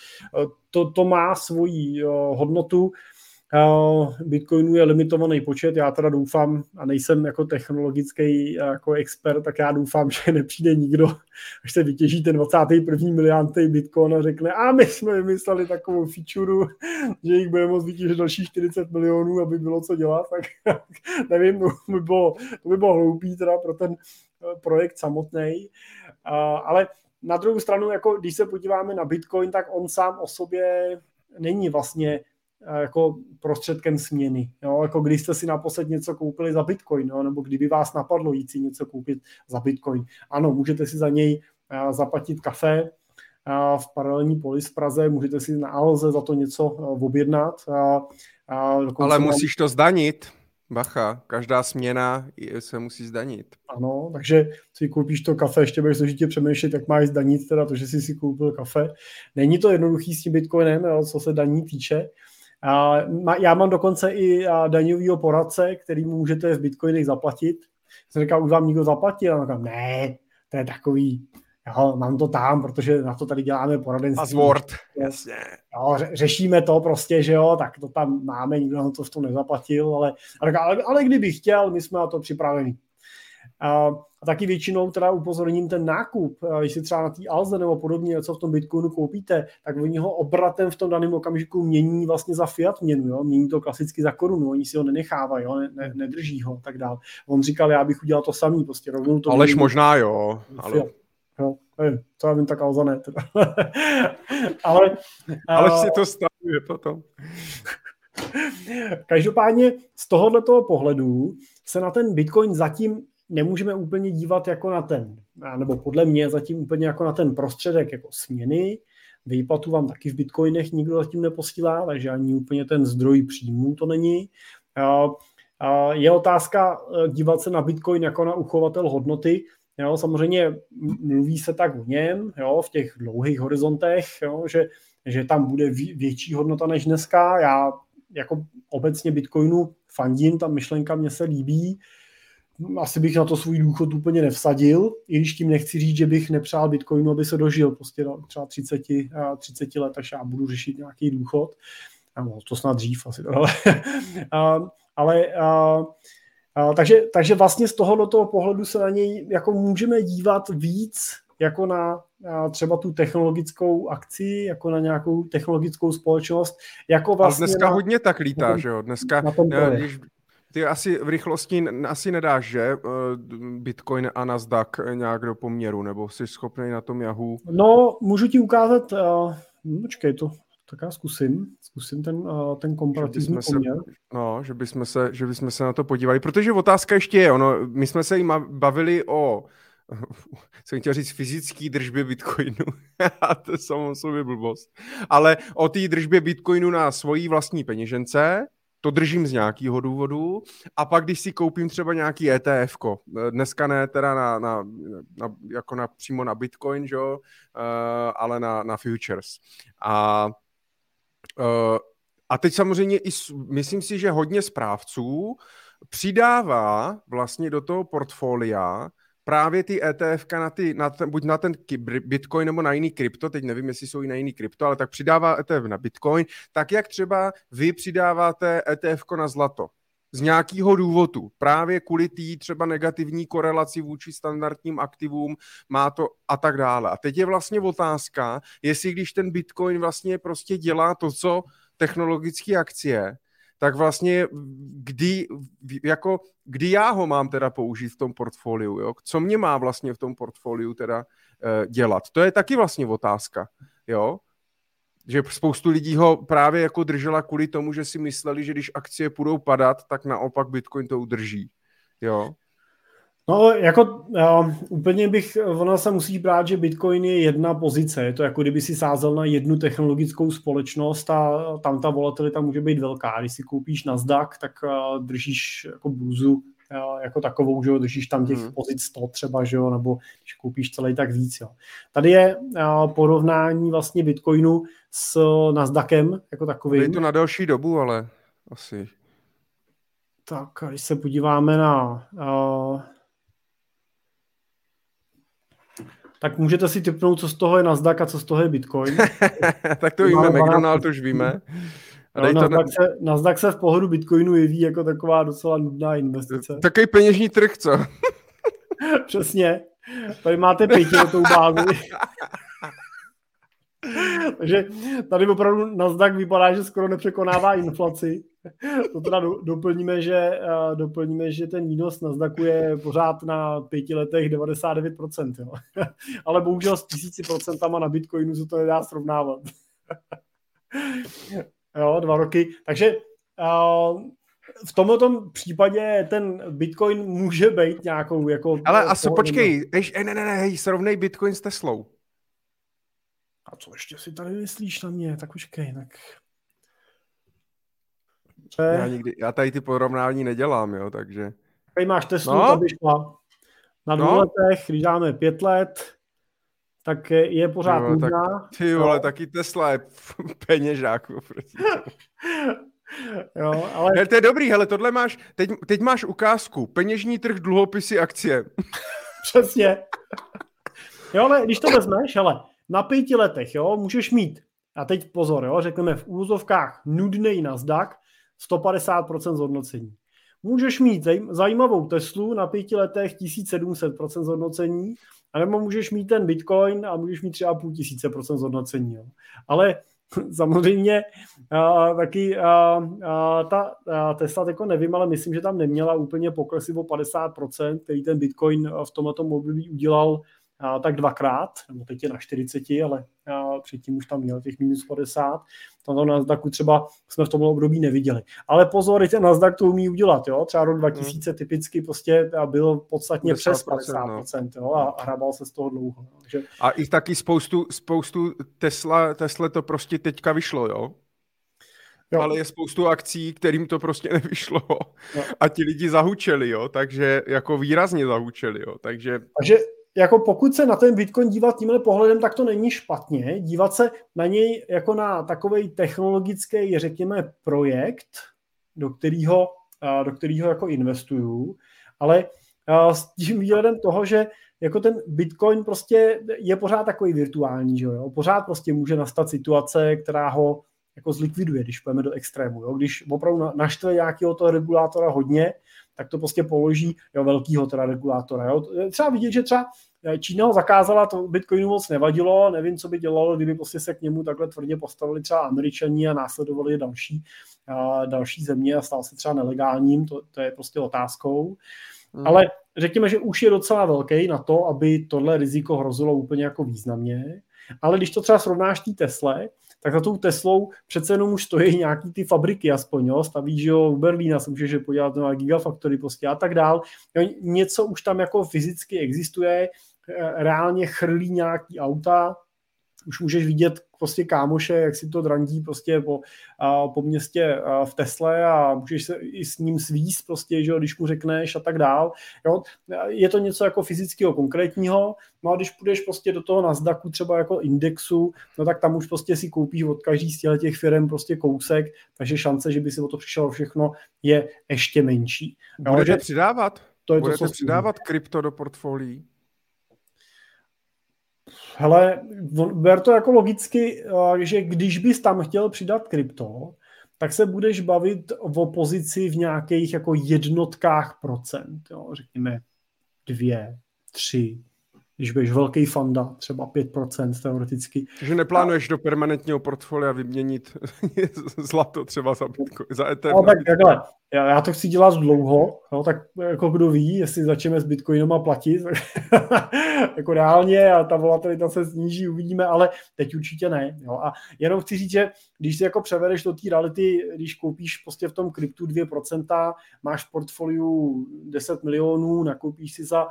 to má svoji hodnotu. Bitcoinů je limitovaný počet, já teda doufám, a nejsem jako technologický jako expert, tak já doufám, že nepřijde nikdo, až se vytěží ten 21. miliardý Bitcoin a řekne, a my jsme vymysleli takovou feature, že jich budeme moct vytěžit další 40 milionů, aby bylo co dělat, tak nevím, to by bylo hloupý teda pro ten projekt samotný, ale na druhou stranu, jako když se podíváme na Bitcoin, tak on sám o sobě není vlastně jako prostředkem směny. Jo? Jako když jste si naposled něco koupili za Bitcoin, jo? Nebo kdyby vás napadlo jít si něco koupit za Bitcoin. Ano, můžete si za něj zaplatit kafe v paralelní polis v Praze, můžete si na Alze za to něco objednat.
Ale musíš to zdanit. Bacha, každá směna se musí zdanit.
Ano, takže si koupíš to kafe, ještě budeš složitě přemýšlet, jak máš zdanit, teda to, že jsi si koupil kafe. Není to jednoduchý s tím Bitcoinem, jo, co se daní týče. Já mám dokonce i daňovýho poradce, který můžete v Bitcoinech zaplatit. Jsem říkal, už vám někdo zaplatil? A říkal, ne, to je takový, jo, mám to tam, protože na to tady děláme poradenství.
Password, jasně.
Jo, řešíme to prostě, že jo, tak to tam máme, nikdo na to v tom nezaplatil, ale kdyby chtěl, my jsme na to připraveni. A taky většinou teda upozorním ten nákup, když si třeba na té Alze nebo podobně, co v tom Bitcoinu koupíte, tak oni ho obratem v tom daném okamžiku mění vlastně za fiat měnu, jo? Mění to klasicky za korunu, oni si ho nenechávají, jo? Nedrží ho, tak dál. On říkal, já bych udělal to samý, prostě rovnou to...
Alež možná jo.
Jo, nevím, co já vím, tak Alza ne. Teda.
Ale si to stavuje potom.
Každopádně z tohoto pohledu se na ten Bitcoin zatím nemůžeme úplně dívat jako na ten, nebo podle mě zatím úplně jako na ten prostředek jako směny. Výplatu vám taky v Bitcoinech nikdo zatím neposílá, takže ani úplně ten zdroj příjmů to není. Je otázka dívat se na Bitcoin jako na uchovatel hodnoty. Jo, samozřejmě mluví se tak o něm, jo, v těch dlouhých horizontech, jo, že tam bude větší hodnota než dneska. Já jako obecně Bitcoinu fandím, ta myšlenka mě se líbí. Asi bych na to svůj důchod úplně nevsadil, i když tím nechci říct, že bych nepřál Bitcoinu, aby se dožil prostě třeba 30 let, až já budu řešit nějaký důchod. To snad dřív asi. Takže vlastně z tohoto pohledu se na něj jako můžeme dívat víc jako na třeba tu technologickou akci, jako na nějakou technologickou společnost. Jako vlastně
ale dneska hodně tak lítá, že jo? Dneska, ty asi v rychlosti asi nedáš, že? Bitcoin a Nasdaq nějak do poměru, nebo jsi schopný na tom Yahoo?
No, můžu ti ukázat, počkej to, tak já zkusím ten komparativní poměr.
Že bychom se na to podívali, protože otázka ještě je, my jsme se jim bavili o jsem chtěl říct fyzický držbě Bitcoinu, a to je samozřejmě blbost, ale o té držbě Bitcoinu na svojí vlastní peněžence, to držím z nějakého důvodu, a pak když si koupím třeba nějaký ETF-ko, dneska ne teda jako přímo na Bitcoin, že? Ale na futures. A teď samozřejmě myslím si, že hodně správců přidává vlastně do toho portfolia právě ty ETF-ka buď na ten Bitcoin nebo na jiný krypto, teď nevím, jestli jsou i na jiný krypto, ale tak přidává ETF na Bitcoin, tak jak třeba vy přidáváte ETF-ko na zlato. Z nějakého důvodu, právě kvůli té třeba negativní korelaci vůči standardním aktivům, má to a tak dále. A teď je vlastně otázka, jestli když ten Bitcoin vlastně prostě dělá to, co technologické akcie, tak vlastně kdy já ho mám teda použít v tom portfoliu, jo? Co mě má vlastně v tom portfoliu teda dělat? To je taky vlastně otázka, jo? Že spoustu lidí ho právě jako držela kvůli tomu, že si mysleli, že když akcie půjdou padat, tak naopak Bitcoin to udrží, jo?
No, jako úplně ona se musí brát, že Bitcoin je jedna pozice. Je to jako kdyby si sázel na jednu technologickou společnost a tam ta volatilita může být velká. Když si koupíš Nasdaq, tak držíš jako burzu jako takovou, že jo, držíš tam těch pozic 100 třeba, že jo, nebo když koupíš celý, tak víc, jo. Tady je porovnání vlastně Bitcoinu s Nasdaqem jako takovým.
Je to na delší dobu, ale asi.
Tak, když se podíváme na... tak můžete si tipnout, co z toho je Nasdaq a co z toho je Bitcoin.
Tak to víme, McDonald už víme.
Nasdaq se v pohledu Bitcoinu jeví jako taková docela nudná investice.
Takový peněžní trh, co?
Přesně. Tady máte 5letou bázi. Takže tady opravdu Nasdaq vypadá, že skoro nepřekonává inflaci. To teda doplníme, že ten výnos Nasdaqu je pořád na 5 letech 99%. Jo. Ale bohužel s 1000% na Bitcoinu se to nedá srovnávat. Jo, 2 roky. Takže v tomto případě ten Bitcoin může být nějakou jako...
Ale počkej, hej, srovnej Bitcoin s Teslou.
A co ještě si tady myslíš na mě? Tak počkej, tak...
Já tady ty porovnání nedělám, jo, takže...
Tady máš Teslu, ta by šla na 2 letech, když dáme 5 let, tak je pořád nudná.
Ty vole, taky Tesla je peněžák.
Jo, ale...
To je dobrý, hele, tohle máš, teď máš ukázku, peněžní trh, dluhopisy, akcie.
Přesně. Jo, ale když to vezmeš, hele, na 5 letech, jo, můžeš mít, a teď pozor, jo, řekneme v úvozovkách nudnej Nasdaq, 150% zhodnocení. Můžeš mít zajímavou Teslu na 5 letech 1700% zhodnocení, anebo můžeš mít ten Bitcoin a můžeš mít 3500% zhodnocení. Jo. Ale samozřejmě taky ta Tesla tako nevím, ale myslím, že tam neměla úplně poklesy o 50%, který ten Bitcoin v tomto období udělal tak 2krát, nebo teď je na 40, ale předtím už tam měl těch minus 50. Tam na Nasdaqu třeba jsme v tom období neviděli. Ale pozor, ten Nasdaq to umí udělat, jo? Třeba rok 2000 typicky prostě byl podstatně přes 50%, jo? A hrabal se z toho dlouho. Takže...
A i taky spoustu Tesla to prostě teďka vyšlo, jo? Jo. Ale je spoustu akcí, kterým to prostě nevyšlo. Jo. A ti lidi zahučeli, jo? Takže jako výrazně zahučeli, jo? Takže
jako pokud se na ten Bitcoin dívat tímhle pohledem, tak to není špatně. Dívat se na něj jako na takovej technologický, řekněme, projekt, do kterého jako investuju, ale s tím výhledem toho, že jako ten Bitcoin prostě je pořád takový virtuální, že jo? Pořád prostě může nastat situace, která ho jako zlikviduje, když půjdeme do extrému. Jo? Když opravdu naštve nějakého toho regulátora hodně, tak to prostě položí velkýho teda regulátora. Jo? Třeba vidět, že třeba Čína ho zakázala, to Bitcoinu moc nevadilo, nevím, co by dělalo, kdyby prostě se k němu takhle tvrdě postavili třeba Američani a následovali další země a stal se třeba nelegálním, to je prostě otázkou. Ale řekněme, že už je docela velký na to, aby tohle riziko hrozilo úplně jako významně. Ale když to třeba srovnáš té Tesle, tak za tou Teslou přece jenom už stojí nějaký ty fabriky aspoň, jo, staví, že jo, v Berlína se můžeš podívat na Gigafactory prostě a tak dál. Jo, něco už tam jako fyzicky existuje, reálně chrlí nějaký auta, už můžeš vidět prostě kámoše, jak si to drandí prostě po městě v Tesle a můžeš se i s ním svízt prostě, že jo, když mu řekneš a tak dál. Jo. Je to něco jako fyzického, konkrétního, no a když půjdeš prostě do toho Nasdaqu třeba jako indexu, no tak tam už prostě si koupíš od každý z těch firm prostě kousek, takže šance, že by si o to přišlo všechno, je ještě menší.
Budete přidávat? Budete přidávat krypto do portfolií?
Hele, ber to jako logicky, že když bys tam chtěl přidat krypto, tak se budeš bavit o pozici v nějakých jako jednotkách procent, jo, řekněme 2, 3, když budeš velký fanda, třeba 5% teoreticky.
Že neplánuješ do permanentního portfolia vyměnit zlato třeba za Ether.
No, tak takhle, já to chci dělat dlouho, no, tak jako kdo ví, jestli začneme s Bitcoinem a platit, jako reálně a ta volatilita se sníží, uvidíme, ale teď určitě ne. Jo. A jenom chci říct, že když si jako převedeš do té reality, když koupíš prostě v tom kryptu 2%, máš v portfoliu 10 milionů, nakoupíš si za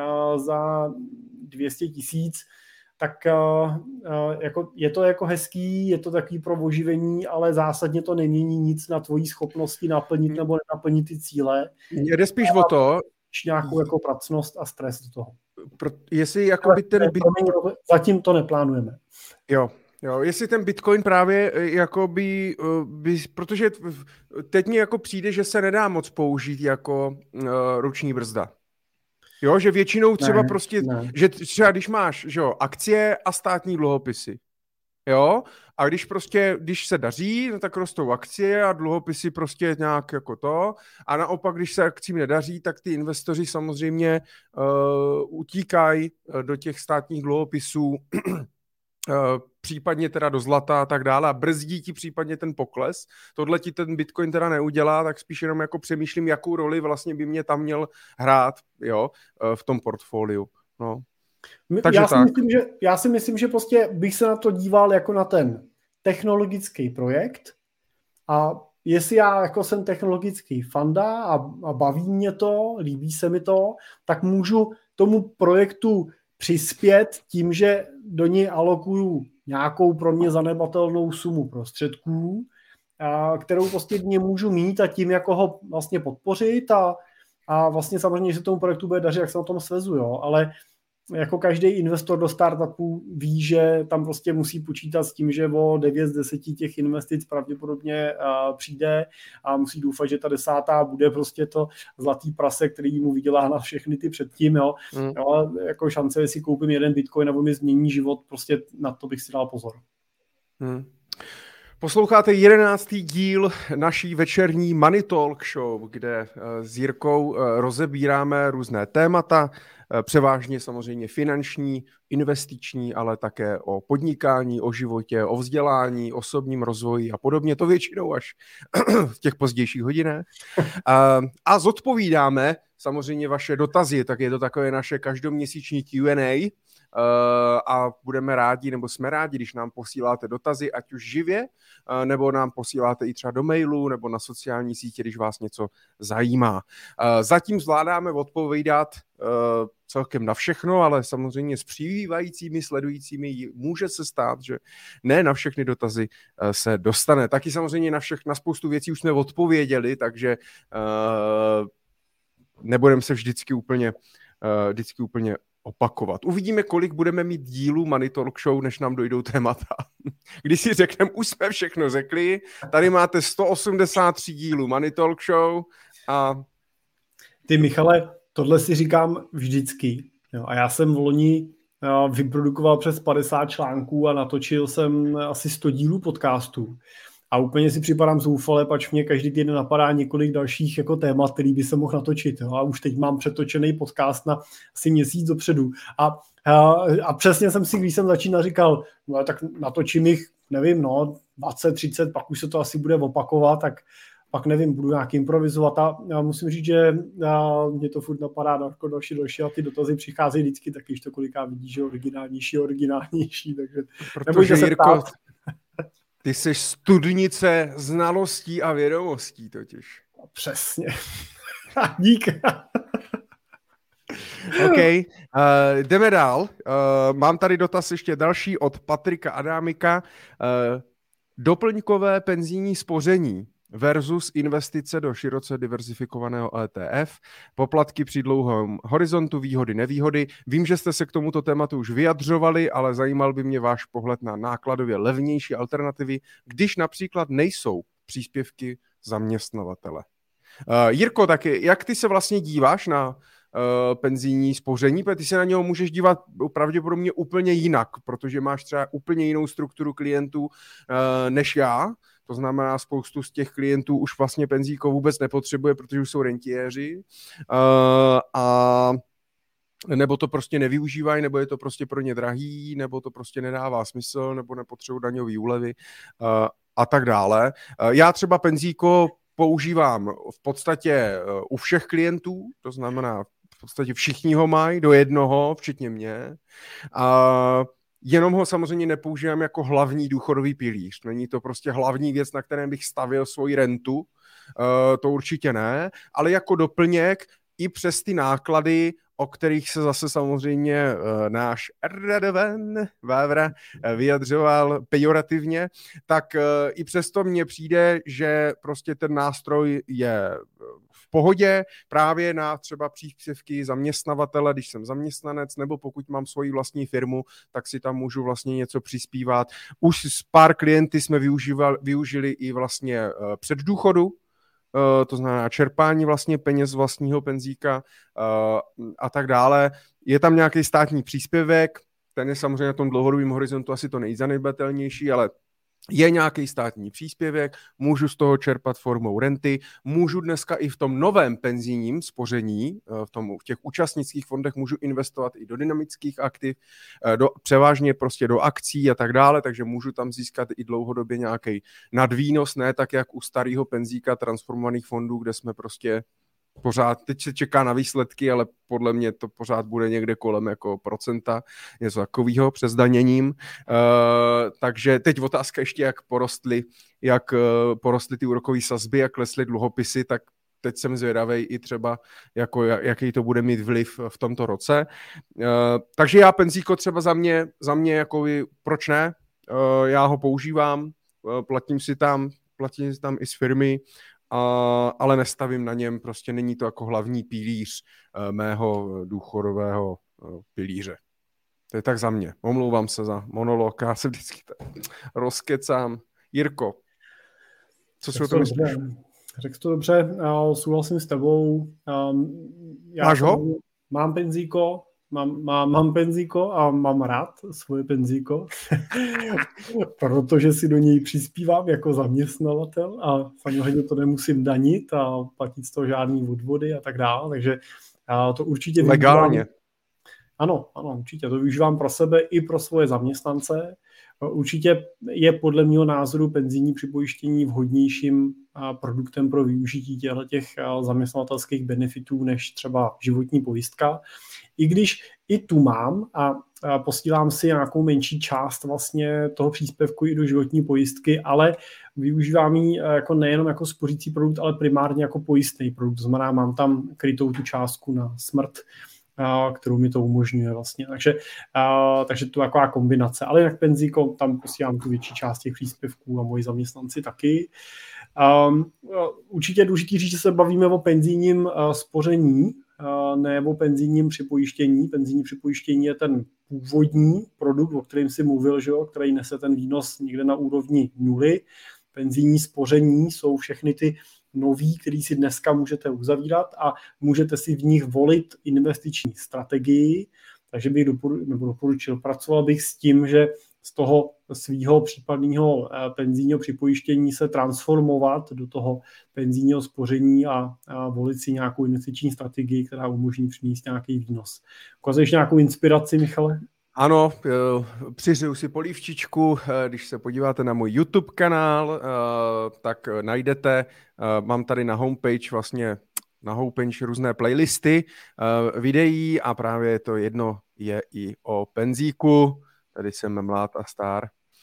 200 000, tak jako, je to jako hezký, je to takový pro oživení, ale zásadně to nemění nic na tvojí schopnosti naplnit nebo nenaplnit ty cíle.
Jde spíš o to,
nějakou jako pracnost a stres do toho.
Jestli jakoby ten
zatím to neplánujeme.
Jo, jestli ten Bitcoin právě jakoby, protože teď mi jako přijde, že se nedá moc použít jako ruční brzda. Jo, že většinou třeba že třeba když máš, že jo, akcie a státní dluhopisy, jo, a když se daří, no tak rostou akcie a dluhopisy prostě nějak jako to, a naopak, když se akcím nedaří, tak ty investoři samozřejmě utíkají do těch státních dluhopisů, případně teda do zlata a tak dále a brzdí ti případně ten pokles. Tohle ti ten Bitcoin teda neudělá, tak spíš jenom jako přemýšlím, jakou roli vlastně by mě tam měl hrát, jo, v tom portfoliu. No. Takže
já si myslím, že prostě bych se na to díval jako na ten technologický projekt a jestli já jako jsem technologický fanda a baví mě to, líbí se mi to, tak můžu tomu projektu přispět tím, že do něj alokuju nějakou pro mě zanedbatelnou sumu prostředků, kterou prostě dně můžu mít a tím jako ho vlastně podpořit a vlastně samozřejmě, že tomu projektu bude dařit, jak se na tom svezu, jo, ale jako každý investor do startupů ví, že tam prostě musí počítat s tím, že o 9 z 10 těch investic pravděpodobně přijde a musí doufat, že ta 10. bude prostě to zlatý prase, který mu vydělá na všechny ty předtím, jo. Jo, jako šance, jestli koupím jeden Bitcoin nebo mi změní život, prostě na to bych si dal pozor.
Posloucháte 11. díl naší večerní Money Talk Show, kde s Jirkou rozebíráme různé témata, převážně samozřejmě finanční, investiční, ale také o podnikání, o životě, o vzdělání, osobním rozvoji a podobně. To většinou až v těch pozdějších hodinách. A zodpovídáme samozřejmě vaše dotazy, tak je to takové naše každoměsíční Q&A a budeme rádi, nebo jsme rádi, když nám posíláte dotazy, ať už živě, nebo nám posíláte i třeba do mailu, nebo na sociální sítě, když vás něco zajímá. Zatím zvládáme odpovídat celkem na všechno, ale samozřejmě s přibývajícími sledujícími může se stát, že ne na všechny dotazy se dostane. Taky samozřejmě na spoustu věcí už jsme odpověděli, takže nebudeme se vždycky úplně opakovat. Uvidíme, kolik budeme mít dílů Money Talk Show, než nám dojdou témata. Když si řekneme, už jsme všechno řekli, tady máte 183 dílů Money Talk Show a...
Ty, Michale, tohle si říkám vždycky. Jo, a já jsem v loni vyprodukoval přes 50 článků a natočil jsem asi 100 dílů podcastů. A úplně si připadám zoufale, pač mě každý týden napadá několik dalších jako témat, který by se mohl natočit. Jo. A už teď mám přetočený podcast na asi měsíc dopředu. A přesně jsem si, když jsem začínal, říkal, no tak natočím jich, nevím, 20, 30, pak už se to asi bude opakovat, tak pak nevím, budu nějak improvizovat a já musím říct, že mě to furt napadá jako další a ty dotazy přicházejí vždycky, tak když to koliká vidíš, že originálnější, takže
protože Jirko, ty jsi studnice znalostí a vědomostí totiž.
Přesně. Dík.
OK, jdeme dál. Mám tady dotaz ještě další od Patrika Adámika. Doplňkové penzijní spoření versus investice do široce diverzifikovaného ETF, poplatky při dlouhém horizontu, výhody, nevýhody. Vím, že jste se k tomuto tématu už vyjadřovali, ale zajímal by mě váš pohled na nákladově levnější alternativy, když například nejsou příspěvky zaměstnavatele. Jirko, taky, jak ty se vlastně díváš na penzijní spoření, protože ty se na něho můžeš dívat pravděpodobně úplně jinak, protože máš třeba úplně jinou strukturu klientů než já. To znamená, spoustu z těch klientů už vlastně penzíko vůbec nepotřebuje, protože už jsou rentiéři. A nebo to prostě nevyužívají, nebo je to prostě pro ně drahý, nebo to prostě nedává smysl, nebo nepotřebují daňové úlevy a tak dále. Já třeba Penzíko používám v podstatě u všech klientů, to znamená v podstatě všichni ho mají, do jednoho, včetně mě. Jenom ho samozřejmě nepoužívám jako hlavní důchodový pilíř. Není to prostě hlavní věc, na kterém bych stavil svoji rentu, to určitě ne, ale jako doplněk i přes ty náklady, o kterých se zase samozřejmě náš Radovan Vávra vyjadřoval pejorativně, tak i přesto mně přijde, že prostě ten nástroj je v pohodě právě na třeba příspěvky zaměstnavatele, když jsem zaměstnanec, nebo pokud mám svoji vlastní firmu, tak si tam můžu vlastně něco přispívat. Už s pár klienty jsme využili i vlastně předdůchodu, to znamená čerpání vlastně peněz vlastního penzíka a tak dále. Je tam nějaký státní příspěvek, ten je samozřejmě na tom dlouhodobém horizontu asi to nejzanedbatelnější, ale je nějaký státní příspěvek, můžu z toho čerpat formou renty, můžu dneska i v tom novém penzijním spoření, v těch účastnických fondech můžu investovat i do dynamických aktiv, převážně prostě do akcí a tak dále, takže můžu tam získat i dlouhodobě nějaký nadvýnos, ne tak jak u starého penzíka transformovaných fondů, kde jsme prostě pořád, teď se čeká na výsledky, ale podle mě to pořád bude někde kolem jako procenta, něco takového přes daněním. Takže teď otázka ještě, jak porostly ty úrokové sazby, jak klesly dluhopisy, tak teď jsem zvědavej i třeba, jako, jaký to bude mít vliv v tomto roce. Takže já penzíko třeba za mě jako proč ne? Já ho používám, platím si tam i z firmy, ale nestavím na něm, prostě není to jako hlavní pilíř mého důchodového pilíře. To je tak za mě. Omlouvám se za monolog, já se vždycky rozkecám. Jirko, co si o tom myslíš?
Řekl to dobře, souhlasím s tebou.
Máš ho?
Mám penzíko, mám penzíko a mám rád svoje penzíko, protože si do něj přispívám jako zaměstnavatel a samozřejmě to nemusím danit a platit z toho žádný odvody a tak dále, takže to určitě
legálně.
Ano, určitě to využívám pro sebe i pro svoje zaměstnance. Určitě je podle mého názoru penzijní připojištění vhodnějším produktem pro využití těch zaměstnavatelských benefitů než třeba životní pojistka. I když i tu mám a posílám si nějakou menší část vlastně toho příspěvku i do životní pojistky, ale využívám ji jako nejenom jako spořící produkt, ale primárně jako pojistný produkt. To znamená, mám tam krytou tu částku na smrt, kterou mi to umožňuje vlastně. Takže to je taková kombinace. Ale jinak penzíko, tam posílám tu větší část těch příspěvků a moji zaměstnanci taky. Určitě je důležité říct, že se bavíme o penzijním spoření, ne o penzijním připojištění. Penzijní připojištění je ten původní produkt, o kterém si mluvil, že jo, který nese ten výnos někde na úrovni 0. Penzijní spoření jsou všechny ty nový, který si dneska můžete uzavírat a můžete si v nich volit investiční strategii, takže bych doporučil. Pracoval bych s tím, že z toho svýho případného penzijního připojištění se transformovat do toho penzijního spoření a volit si nějakou investiční strategii, která umožní přinést nějaký výnos. Ukazuješ nějakou inspiraci, Michale?
Ano, přiřeju si polívčičku, když se podíváte na můj YouTube kanál, tak najdete, mám tady na homepage různé playlisty videí a právě to jedno je i o penzíku, tady jsem mlád a star,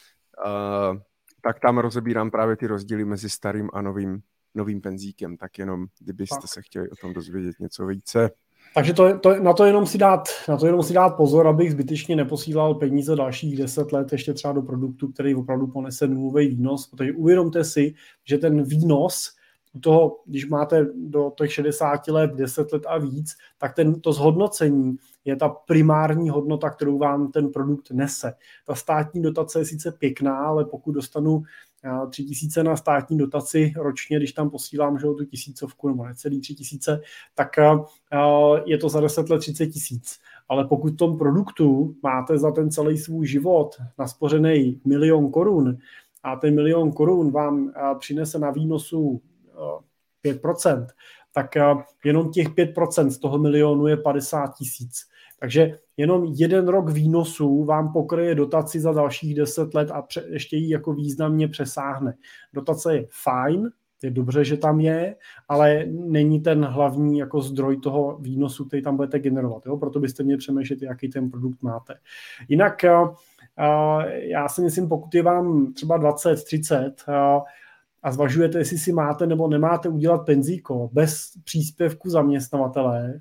tak tam rozebírám právě ty rozdíly mezi starým a novým penzíkem, tak jenom kdybyste se chtěli o tom dozvědět něco více.
Takže na to jenom si dát pozor, abych zbytečně neposílal peníze dalších 10 let ještě třeba do produktu, který opravdu ponese nulový výnos, protože uvědomte si, že ten výnos u toho, když máte do těch 60 let, 10 let a víc, tak to zhodnocení je ta primární hodnota, kterou vám ten produkt nese. Ta státní dotace je sice pěkná, ale pokud dostanu 3 000 na státní dotaci ročně, když tam posílám že tu 1000 nebo necelý 3 000, tak je to za 10 let 30 000. Ale pokud v tom produktu máte za ten celý svůj život naspořený 1 000 000 korun a ten 1 000 000 korun vám přinese na výnosu 5%, tak jenom těch 5% z toho milionu je 50 000. Takže jenom 1 rok výnosů vám pokryje dotaci za dalších 10 let a ještě ji jako významně přesáhne. Dotace je fajn, je dobře, že tam je, ale není ten hlavní jako zdroj toho výnosu, který tam budete generovat. Jo? Proto byste měli přemýšlet, jaký ten produkt máte. Jinak já si myslím, pokud je vám třeba 20, 30 a zvažujete, jestli si máte nebo nemáte udělat penzíko bez příspěvku zaměstnavatele,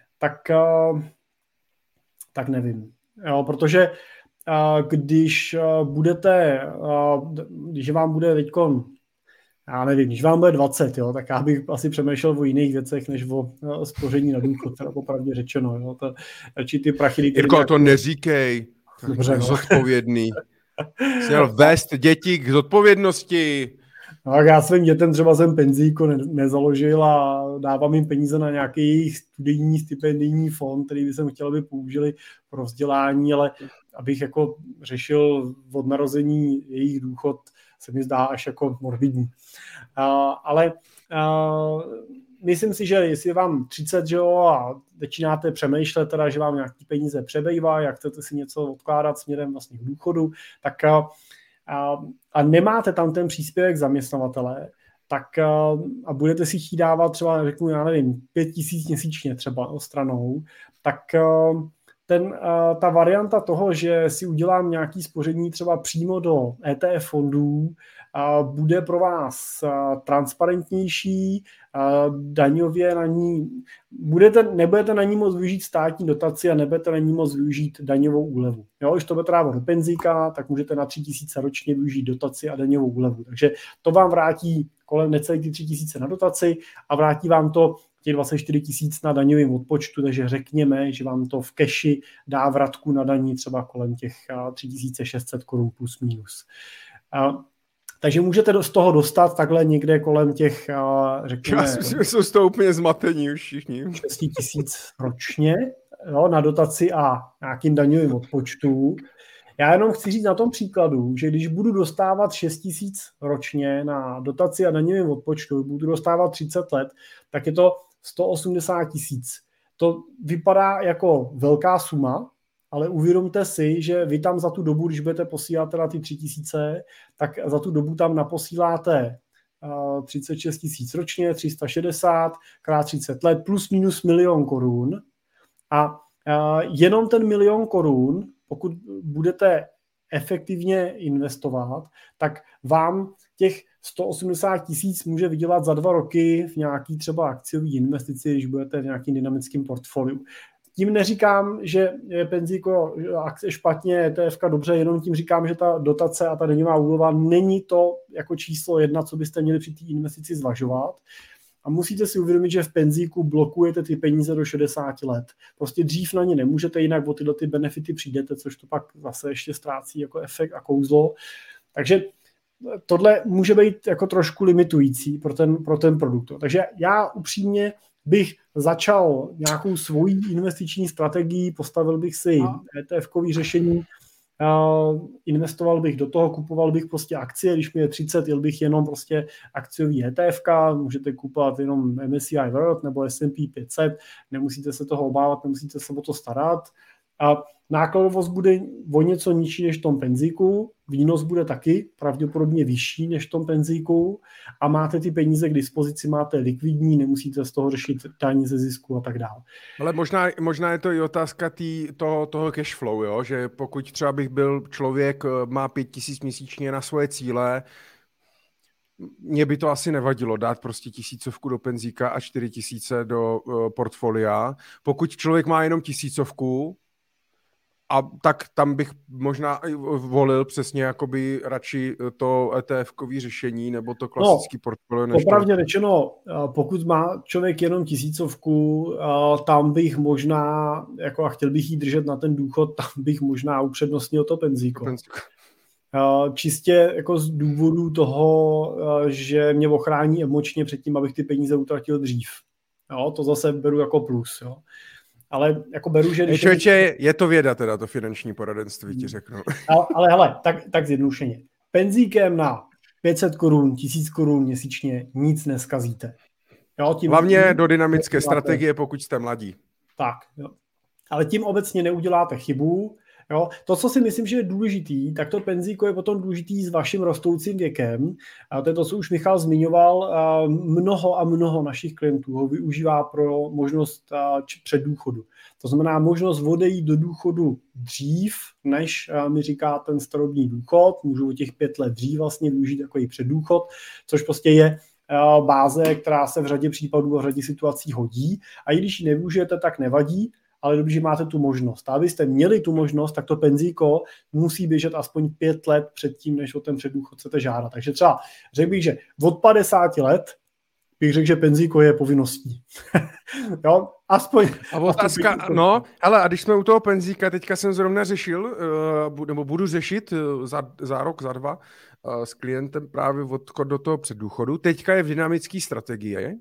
tak nevím. Jo, protože když vám bude teďkon, já nevím, když vám bude 20, jo, tak já bych asi přemýšlel o jiných věcech, než o spoření na důchod, teda popravdě řečeno. Jo, radši ty prachy...
Jirko, to neříkej. Dobře, zodpovědný. Jsi měl vést děti k zodpovědnosti.
No, já svým dětem třeba jsem penzíko nezaložil a dávám jim peníze na nějaký jejich studijní stipendijní fond, který bych jsem chtěl, aby použili pro vzdělání, ale abych jako řešil od narození jejich důchod, se mi zdá až jako morbidní. Ale myslím si, že jestli je vám 30, že jo, a začínáte přemýšlet teda, že vám nějaký peníze přebývá, jak chcete si něco odkládat směrem vlastně k důchodu, tak a nemáte tam ten příspěvek zaměstnavatele, tak a budete si chtít dávat třeba, řeknu, já nevím, 5 000 měsíčně třeba stranou, tak ta varianta toho, že si udělám nějaký spoření třeba přímo do ETF fondů, bude pro vás transparentnější, daňově na ní, nebudete na ní moc využít státní dotaci a nebudete na ní moc využít daňovou úlevu. Jo, když to budete dávat do penzíka, tak můžete na 3 000 ročně využít dotaci a daňovou úlevu. Takže to vám vrátí kolem necelých ty 3 000 na dotaci a vrátí vám to těch 24 000 na daňovém odpočtu, takže řekněme, že vám to v keši dá vratku na daní třeba kolem těch 3 600 korun plus minus. Takže můžete z toho dostat takhle někde kolem těch, řekněme...
Já si jsou z toho úplně zmatení už všichni.
6 000 ročně, jo, na dotaci a nějakým daňovým odpočtu. Já jenom chci říct na tom příkladu, že když budu dostávat 6 000 ročně na dotaci a daňovým odpočtu, budu dostávat 30 let, tak je to 180 000. To vypadá jako velká suma, ale uvědomte si, že vy tam za tu dobu, když budete posílat teda ty 3 000, tak za tu dobu tam naposíláte 36 000 ročně, 360 krát 30 let, plus minus 1 000 000 korun. A jenom ten 1 000 000 korun, pokud budete efektivně investovat, tak vám těch 180 000 může vydělat za 2 roky v nějaký třeba akciový investici, když budete v nějakým dynamickém portfoliu. Tím neříkám, že je penzíko akce špatně, ETF dobře, jenom tím říkám, že ta dotace a ta daňová úleva není to jako číslo 1, co byste měli při té investici zvažovat. A musíte si uvědomit, že v penzíku blokujete ty peníze do 60 let. Prostě dřív na ně nemůžete, jinak o tyhle ty benefity přijdete, což to pak zase ještě ztrácí jako efekt a kouzlo. Takže tohle může být jako trošku limitující pro ten produkt. Takže já upřímně bych začal nějakou svoji investiční strategii, postavil bych si ETF-kový řešení, investoval bych do toho, kupoval bych prostě akcie, když mi je 30, jel bych jenom prostě akciový ETF-ka, můžete kupovat jenom MSCI World nebo S&P 500, nemusíte se toho obávat, nemusíte se o to starat. A nákladovost bude o něco nižší než v tom penzíku, výnos bude taky pravděpodobně vyšší než v tom penzíku a máte ty peníze k dispozici, máte likvidní, nemusíte z toho řešit daň ze zisku a tak dále.
Ale možná je to i otázka toho cash flow, jo? Že pokud třeba bych byl člověk, má 5 000 měsíčně na svoje cíle, mně by to asi nevadilo dát prostě 1000 do penzíka a 4 000 do portfolia. Pokud člověk má jenom 1000, a tak tam bych možná volil přesně jakoby radši to ETF-kový řešení nebo to klasický portfolio.
Popravdě řečeno, pokud má člověk jenom 1000, tam bych možná, jako a chtěl bych jí držet na ten důchod, tam bych možná upřednostnil to penzíko. Čistě jako z důvodu toho, že mě ochrání emočně před tím, abych ty peníze utratil dřív. Jo, to zase beru jako plus, jo. Ale jako beru, že...
Je to věda teda, to finanční poradenství, ti řeknu.
Ale hele, tak zjednodušeně. Penzíkem na 500 korun, 1000 korun měsíčně nic neskazíte. Jo,
hlavně do dynamické strategie, pokud jste mladí.
Tak, jo. ale tím obecně neuděláte chybu. Jo? To, co si myslím, že je důležitý, tak to penzíko je potom důležitý s vaším rostoucím věkem. A to je to, co už Michal zmiňoval. Mnoho a mnoho našich klientů ho využívá pro možnost předdůchodu. To znamená možnost odejít do důchodu dřív, než mi říká ten starobní důchod. Můžu o těch 5 let dřív vlastně využít jako i předdůchod, což prostě je báze, která se v řadě případů a v řadě situací hodí. A i když ji nevyužijete, tak nevadí, ale dobře, že máte tu možnost. A abyste měli tu možnost, tak to penzíko musí běžet aspoň 5 let předtím, než o ten předdůchod chcete žádat. Takže třeba řekl bych, že od 50 let bych řekl, že penzíko je povinností. Jo, aspoň.
A otázka, aspoň no, hele, a když jsme u toho penzíka, teďka jsem zrovna řešil, nebo budu řešit za rok, za 2, s klientem právě odchod do toho předdůchodu. Teďka je v dynamické strategii,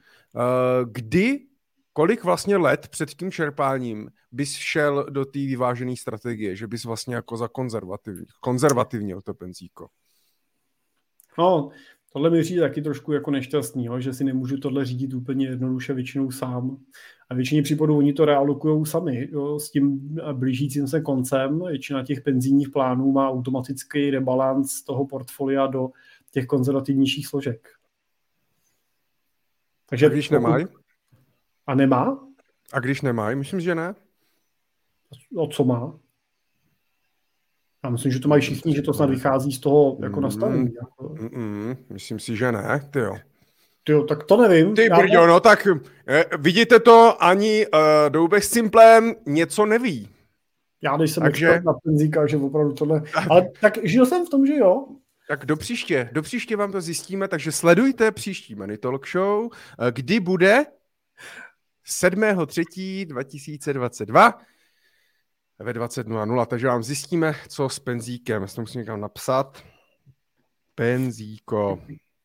kolik vlastně let před tím čerpáním bys šel do té vyvážené strategie, že bys vlastně jako za konzervativně o to penzíko?
No, tohle mi přijde taky trošku jako nešťastný, jo? Že si nemůžu tohle řídit úplně jednoduše většinou sám. A většině případů oni to realokujou sami. Jo? S tím blížícím se koncem většina těch penzijních plánů má automatický rebalans toho portfolia do těch konzervativnějších složek.
Takže když nemají?
A nemá?
A když nemají? Myslím, že ne.
No, co má? Já myslím, že to mají všichni, že to snad vychází z toho jako nastavení.
Myslím si, že ne, tyjo.
Tyjo, tak to nevím.
Ty brďo, no tak vidíte to, ani Doubek s Simplem něco neví.
Já když jsem expert na penzíka, že opravdu tohle... Ale tak žil jsem v tom, že jo.
Tak do příště vám to zjistíme, takže sledujte příští Money Talk Show, kdy bude 7.3.2022 ve 20:00, takže vám zjistíme, co s penzíkem. Já si to musím někam napsat. Penzíko.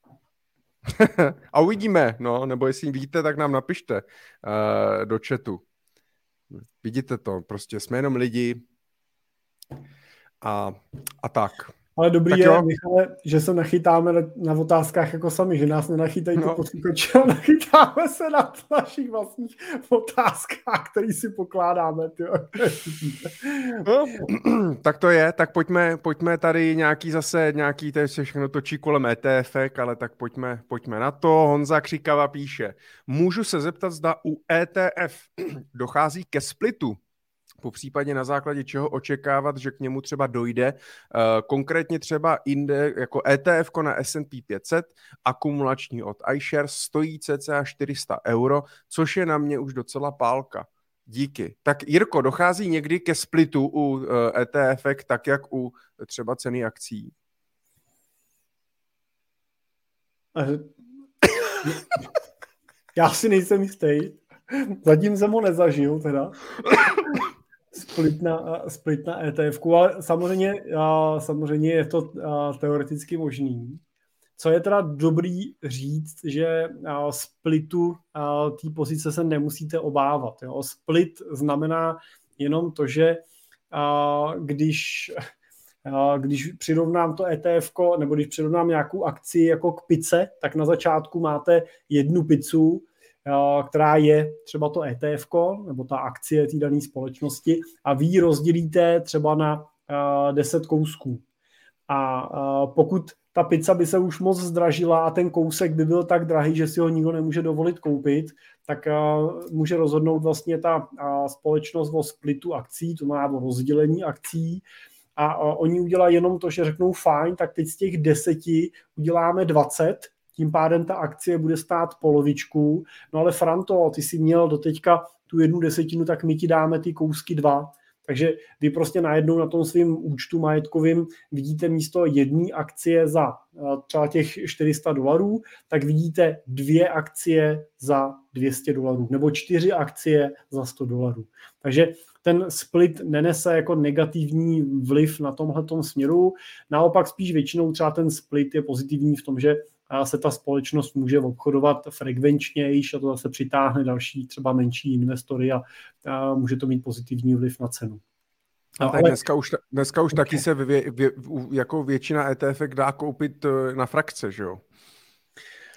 A uvidíme, no, nebo jestli víte, tak nám napište do chatu. Vidíte to, prostě jsme jenom lidi a tak.
Ale dobrý je, Michale, že se nachytáme na otázkách jako sami, že nás nenachytají to posluchači, ale nachytáme se na našich vlastních otázkách, které si pokládáme.
No, tak to je, tak pojďme tady nějaký to se všechno točí kolem ETF, ale tak pojďme na to. Honza Křikava píše, můžu se zeptat, zda u ETF dochází ke splitu, po případě na základě čeho očekávat, že k němu třeba dojde. Konkrétně třeba jako ETF na S&P 500, akumulační od iShares stojí cca 400 €, což je na mě už docela pálka. Díky. Tak Jirko, dochází někdy ke splitu u ETF, tak jak u třeba ceny akcí?
Já si nejsem jistý. Zatím jsem ho nezažil teda. Split na ETF-ku, ale samozřejmě je to teoreticky možný. Co je teda dobrý říct, že splitu té pozice se nemusíte obávat. Jo? Split znamená jenom to, že když přirovnám to ETF-ko, nebo když přirovnám nějakou akci jako k pice, tak na začátku máte jednu pizzu, která je třeba to ETF-ko, nebo ta akcie té dané společnosti a vy ji rozdělíte třeba na 10 kousků. A pokud ta pizza by se už moc zdražila a ten kousek by byl tak drahý, že si ho nikdo nemůže dovolit koupit, tak může rozhodnout vlastně ta společnost o splitu akcí, to znamená o rozdělení akcí, a oni udělají jenom to, že řeknou fajn, tak teď z těch 10 uděláme 20, tím pádem ta akcie bude stát polovičku. No ale Franto, ty jsi měl doteďka tu 1/10, tak my ti dáme ty kousky 2. Takže vy prostě najednou na tom svým účtu majetkovým vidíte místo jedné akcie za třeba těch $400, tak vidíte 2 akcie za $200 nebo 4 akcie za $100. Takže ten split nenese jako negativní vliv na tomhletom směru. Naopak spíš většinou třeba ten split je pozitivní v tom, že se ta společnost může obchodovat frekvenčnější a to zase přitáhne další třeba menší investory a může to mít pozitivní vliv na cenu.
Ale dneska už taky se jako většina ETF dá koupit na frakce, že jo?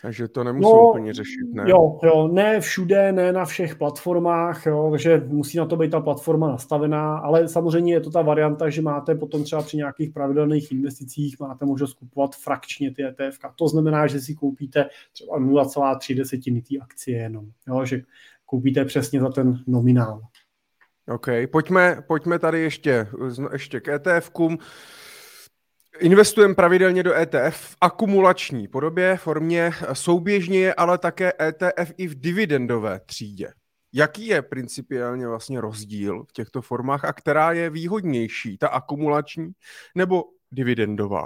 Takže to nemusím úplně řešit, ne?
Jo, ne všude, ne na všech platformách, jo, takže musí na to být ta platforma nastavená, ale samozřejmě je to ta varianta, že máte potom třeba při nějakých pravidelných investicích máte možnost kupovat frakčně ty ETF. To znamená, že si koupíte třeba 0,3 té akcie jenom, jo, že koupíte přesně za ten nominál.
OK, pojďme tady ještě k ETF-kům. Investujeme pravidelně do ETF v akumulační podobě, formě, souběžně je ale také ETF i v dividendové třídě. Jaký je principiálně vlastně rozdíl v těchto formách a která je výhodnější, ta akumulační nebo dividendová?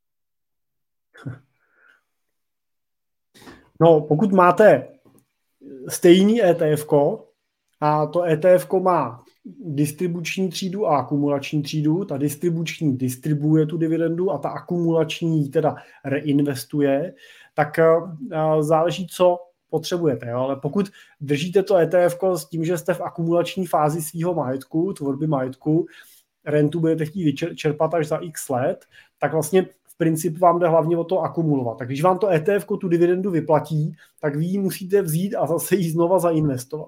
No, pokud máte stejný ETF-ko a to ETF-ko má distribuční třídu a akumulační třídu, ta distribuční distribuuje tu dividendu a ta akumulační teda reinvestuje, tak záleží, co potřebujete. Jo? Ale pokud držíte to ETF-ko s tím, že jste v akumulační fázi svého majetku, tvorby majetku, rentu budete chtít čerpat až za x let, tak vlastně v principu vám jde hlavně o to akumulovat. Tak když vám to ETF-ko tu dividendu vyplatí, tak vy ji musíte vzít a zase ji znova zainvestovat.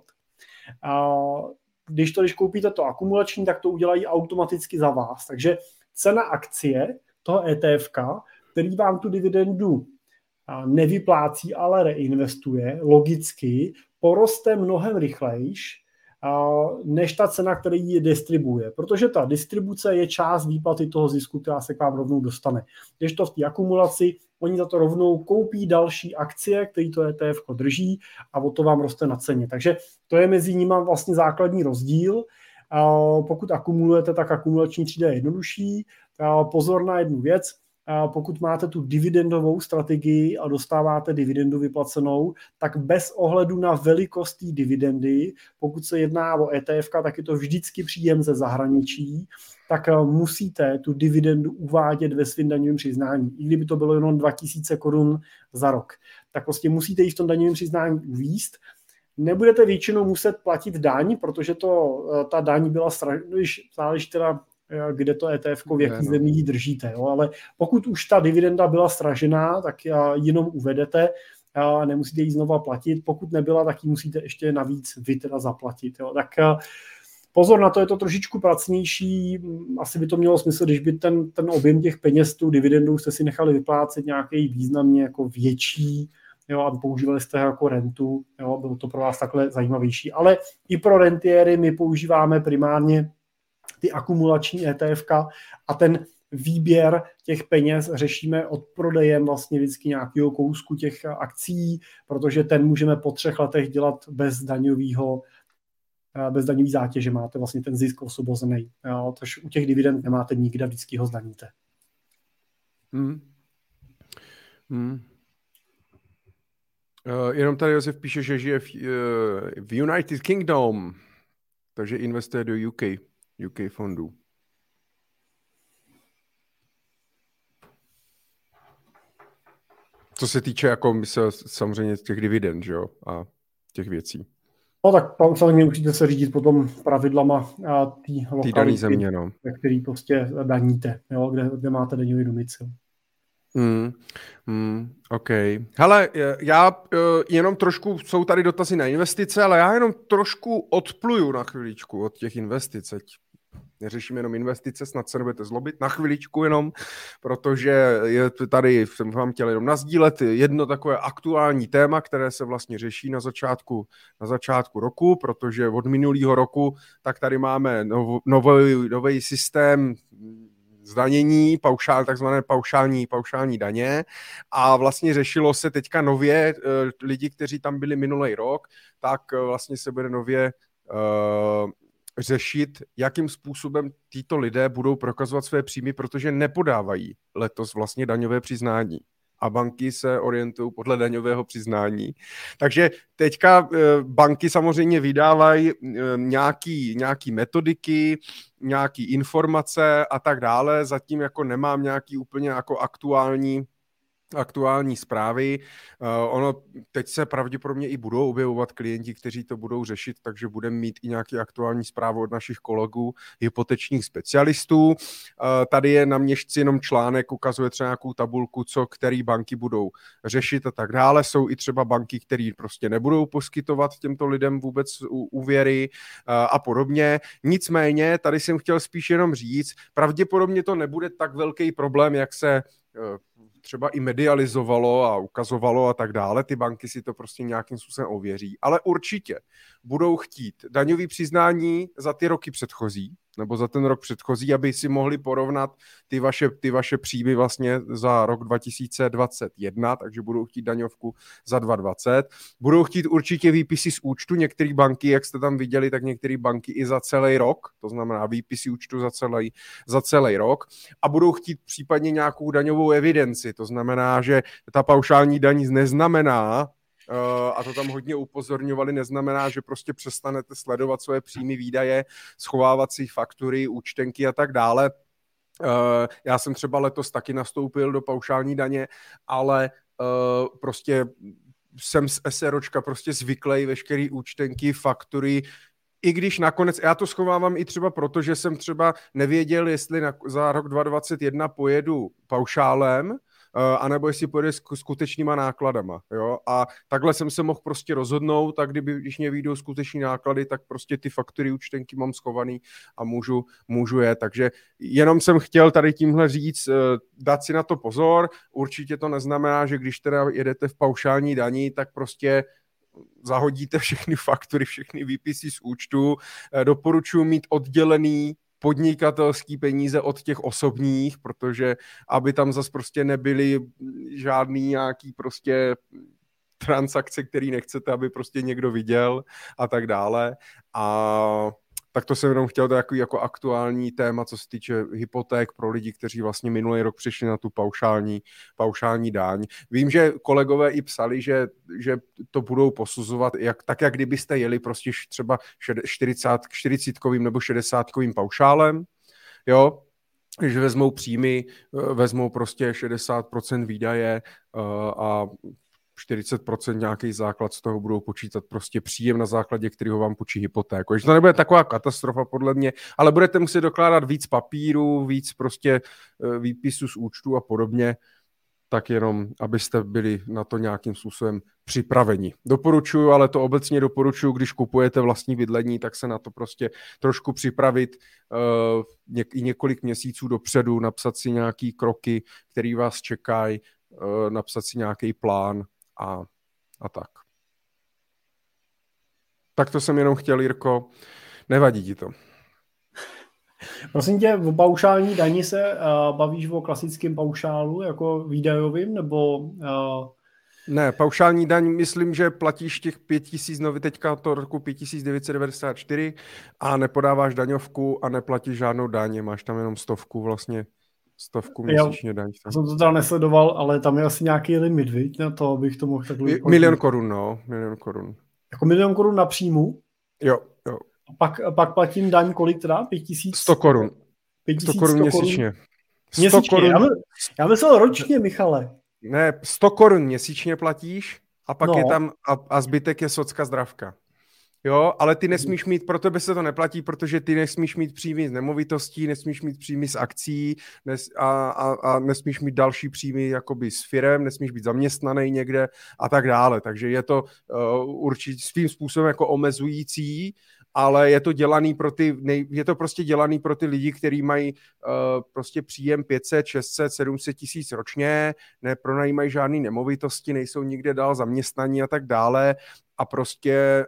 Když koupíte to akumulační, tak to udělají automaticky za vás. Takže cena akcie toho ETF-ka, který vám tu dividendu nevyplácí, ale reinvestuje, logicky poroste mnohem rychlejš, než ta cena, který ji distribuje. Protože ta distribuce je část výplaty toho zisku, která se k vám rovnou dostane. Když to v té akumulaci, oni za to rovnou koupí další akcie, který to ETF drží a o to vám roste na ceně. Takže to je mezi nimi vlastně základní rozdíl. Pokud akumulujete, tak akumulační třída je jednodušší. Pozor na jednu věc. Pokud máte tu dividendovou strategii a dostáváte dividendu vyplacenou, tak bez ohledu na velikost té dividendy, pokud se jedná o ETF, tak je to vždycky příjem ze zahraničí, tak musíte tu dividendu uvádět ve svém daňovém přiznání. I kdyby to bylo jenom 2000 korun za rok, tak prostě musíte ji v tom daňovém přiznání uvést. Nebudete většinou muset platit daň, protože ta daň byla záleží teda, kde to ETF-ko, v jaký zemi ji držíte. Jo? Ale pokud už ta dividenda byla sražená, tak jenom uvedete a nemusíte ji znova platit. Pokud nebyla, tak ji musíte ještě navíc vy teda zaplatit. Jo? Tak pozor na to, je to trošičku pracnější. Asi by to mělo smysl, když by ten objem těch peněz, tu dividendu jste si nechali vyplácet nějaký významně jako větší, jo, a používali jste jako rentu, jo, bylo to pro vás takhle zajímavější. Ale i pro rentiéry my používáme primárně ty akumulační ETF-ka a ten výběr těch peněz řešíme odprodejem vlastně vždycky nějakého kousku těch akcí, protože ten můžeme po 3 letech dělat bez daňový zátěže. Máte vlastně ten zisk osvobozený. Takže u těch dividend nemáte nikde, vždycky ho zdaníte.
Jenom tady Josef píše, že žije v United Kingdom, takže investuje do UK fondů. Co se týče jako samozřejmě těch dividend, že jo, a těch věcí.
No tak tam samozřejmě musíte se řídit potom pravidlama té
dané země, no.
Který prostě daníte, jo, kde máte daňový domicil.
OK. Hele, já jenom trošku, jsou tady dotazy na investice, ale já jenom trošku odpluju na chviličku od těch investic. Neřešíme jenom investice, snad se nebudete zlobit, na chviličku jenom, protože jsem vám chtěl jenom nazdílet jedno takové aktuální téma, které se vlastně řeší na začátku roku, protože od minulého roku tak tady máme nový systém zdanění, takzvané paušální daně a vlastně řešilo se teďka nově lidi, kteří tam byli minulý rok, tak vlastně se bude nově řešit, jakým způsobem títo lidé budou prokazovat své příjmy, protože nepodávají letos vlastně daňové přiznání. A banky se orientují podle daňového přiznání. Takže teďka banky samozřejmě vydávají nějaký metodiky, nějaký informace a tak dále. Zatím jako nemám nějaký úplně jako aktuální aktuální zprávy. Ono teď se pravděpodobně i budou objevovat klienti, kteří to budou řešit, takže budeme mít i nějaký aktuální zprávu od našich kolegů, hypotečních specialistů. Tady je na Měšci jenom článek, ukazuje třeba nějakou tabulku, co který banky budou řešit a tak dále. Jsou i třeba banky, které prostě nebudou poskytovat těmto lidem vůbec úvěry a podobně. Nicméně, tady jsem chtěl spíš jenom říct, pravděpodobně to nebude tak velký problém, jak se třeba i medializovalo a ukazovalo a tak dále, ty banky si to prostě nějakým způsobem ověří, ale určitě budou chtít daňové přiznání za ty roky předchozí, nebo za ten rok předchozí, aby si mohli porovnat ty vaše příjmy vlastně za rok 2021, takže budou chtít daňovku za 2020. Budou chtít určitě výpisy z účtu, některé banky, jak jste tam viděli, tak některé banky i za celý rok, to znamená výpisy účtu za celý rok, a budou chtít případně nějakou daňovou evidenci, to znamená, že ta paušální daň neznamená, a to tam hodně upozorňovali, neznamená, že prostě přestanete sledovat svoje příjmy, výdaje, schovávat si faktury, účtenky a tak dále. Já jsem třeba letos taky nastoupil do paušální daně, ale prostě jsem z SROčka prostě zvyklý veškerý účtenky, faktury, i když nakonec, já to schovávám i třeba proto, že jsem třeba nevěděl, jestli za rok 2021 pojedu paušálem, anebo jestli pojede s skutečnýma nákladama. Jo? A takhle jsem se mohl prostě rozhodnout, a když mě vyjdou skuteční náklady, tak prostě ty faktury, účtenky mám schovaný a můžu je. Takže jenom jsem chtěl tady tímhle říct, dát si na to pozor. Určitě to neznamená, že když teda jedete v paušální daní, tak prostě zahodíte všechny faktury, všechny výpisy z účtu. Doporučuji mít oddělený podnikatelský peníze od těch osobních, protože aby tam zase prostě nebyly žádný nějaký prostě transakce, který nechcete, aby prostě někdo viděl a tak dále. A tak to jsem jenom chtěl takový jako aktuální téma, co se týče hypoték pro lidi, kteří vlastně minulý rok přišli na tu paušální daň. Vím, že kolegové i psali, že to budou posuzovat tak, jak kdybyste jeli prostě třeba 40kovým nebo 60kovým paušálem, jo, že vezmou příjmy, vezmou prostě 60% výdaje a 40% nějaký základ z toho budou počítat prostě příjem, na základě kterého vám půjčí hypotéku. Takže to nebude taková katastrofa podle mě, ale budete muset dokládat víc papíru, víc prostě výpisů z účtu a podobně, tak jenom, abyste byli na to nějakým způsobem připraveni. Doporučuju, ale to obecně doporučuju, když kupujete vlastní bydlení, tak se na to prostě trošku připravit i několik měsíců dopředu, napsat si nějaký kroky, který vás čekají, napsat si nějaký plán a tak. Tak to jsem jenom chtěl, Jirko. Nevadí ti to.
Prosím tě, v paušální dani se bavíš o klasickém paušálu, jako výdajovým, nebo...
Ne, paušální daň, myslím, že platíš těch 5000, no teďka to roku 5994 a nepodáváš daňovku a neplatíš žádnou daň, máš tam jenom 100 měsíčně daň.
Já jsem to teda nesledoval, ale tam je asi nějaký limit, viď? Na to bych to mohl takhle...
$1 000 000 korun, no. $1 000 000 korun.
Jako $1 000 000 korun na příjmu?
Jo.
Pak platím daň kolik teda? 5000?
100 korun. 100 korun měsíčně.
100 korun. Já myslel ročně, Michale.
Ne, 100 korun měsíčně platíš a pak je tam a zbytek je socka zdravka. Jo, ale ty nesmíš mít, pro tebe se to neplatí, protože ty nesmíš mít příjmy z nemovitostí, nesmíš mít příjmy z akcí a nesmíš mít další příjmy jakoby z firem, nesmíš být zaměstnaný někde a tak dále. Takže je to určitě svým způsobem jako omezující, ale je to dělaný prostě dělaný pro ty lidi, kteří mají prostě příjem 500, 600, 700 tisíc ročně, nepronajímají žádný nemovitosti, nejsou nikde dál zaměstnaní a tak dále a prostě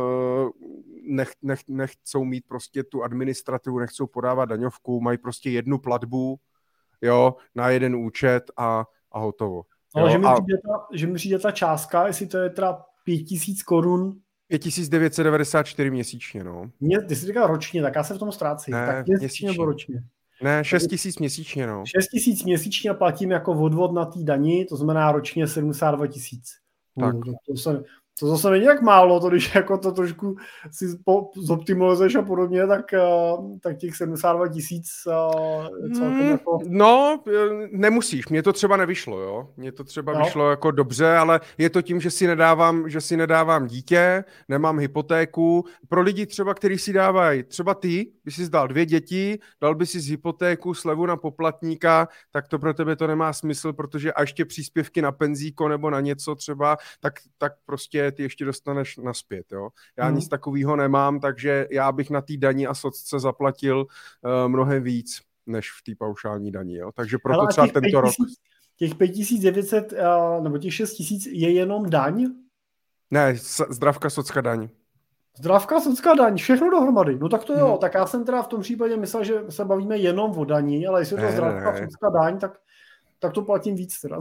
nechcou mít prostě tu administrativu, nechcou podávat daňovku, mají prostě jednu platbu, jo, na jeden účet a hotovo.
Ale že mi přijde ta částka, jestli to je teda 5000 korun
5994 měsíčně, no.
Ty jsi říkal ročně, tak já se v tom ztrácím.
Ne,
tak měsíčně nebo ročně?
Ne, 6000 měsíčně, no.
6000 měsíčně platím jako odvod na té dani, to znamená ročně 72 000.
Tak.
To zase není jak málo, to když jako to trošku si zoptimalizuješ a podobně, tak těch 72 000 celkem jako...
No, nemusíš, mně to třeba nevyšlo, jo. Mně to třeba vyšlo jako dobře, ale je to tím, že si nedávám dítě, nemám hypotéku. Pro lidi třeba, kteří si dávají, třeba ty, by si dal 2 děti, dal by si z hypotéku slevu na poplatníka, tak to pro tebe to nemá smysl, protože a ještě příspěvky na penzíko nebo na něco třeba, tak prostě ty ještě dostaneš naspět, jo. Já nic takového nemám, takže já bych na té dani a socce zaplatil mnohem víc než v té paušální daní, jo. Takže proto třeba tento rok...
Těch 5900 nebo těch 6000 je jenom daň?
Ne, zdravka, socka, daň.
Zdravka, socka, daň, všechno dohromady. No tak to jo, tak já jsem teda v tom případě myslel, že se bavíme jenom o daní, ale jestli je to zdravka, socka, daň, tak to platím víc teda.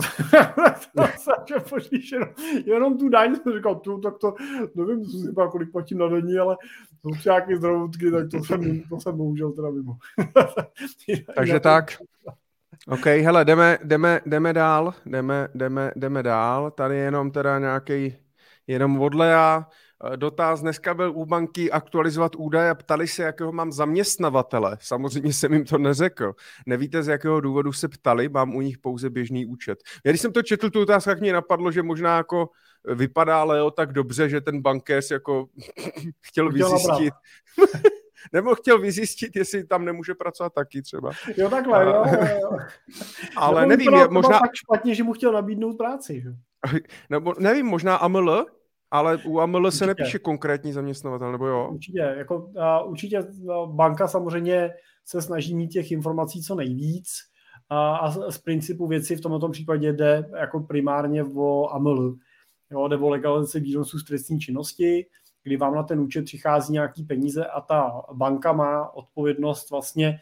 Jenom tu daň jsem říkal, tak to nevím, kolik platím na daní, ale sociáky, zdravotky, tak to jsem bohužel teda mimo.
Takže tak. OK, hele, jdeme dál. Tady jenom teda nějaký, jenom od Lea. Dotaz, dneska byl u banky aktualizovat údaje a ptali se, jakého mám zaměstnavatele. Samozřejmě jsem jim to neřekl. Nevíte, z jakého důvodu se ptali, mám u nich pouze běžný účet. Já když jsem to četl, tu otázku, tak mě napadlo, že možná jako vypadá Leo tak dobře, že ten bankéř jako chtěl vyzjistit. Nebo chtěl vyzjistit, jestli tam nemůže pracovat taky třeba.
Jo, takhle, jo.
Ale nevím, možná...
tak špatně, že mu chtěl nabídnout práci. Že?
Nebo nevím, možná AML, ale u AML se nepíše konkrétní zaměstnavatel, nebo jo?
Určitě banka samozřejmě se snaží mít těch informací co nejvíc a z principu věci v tomto případě jde jako primárně o AML, jo, jde o legalizaci výnosů z trestní činnosti, kdy vám na ten účet přichází nějaký peníze a ta banka má odpovědnost vlastně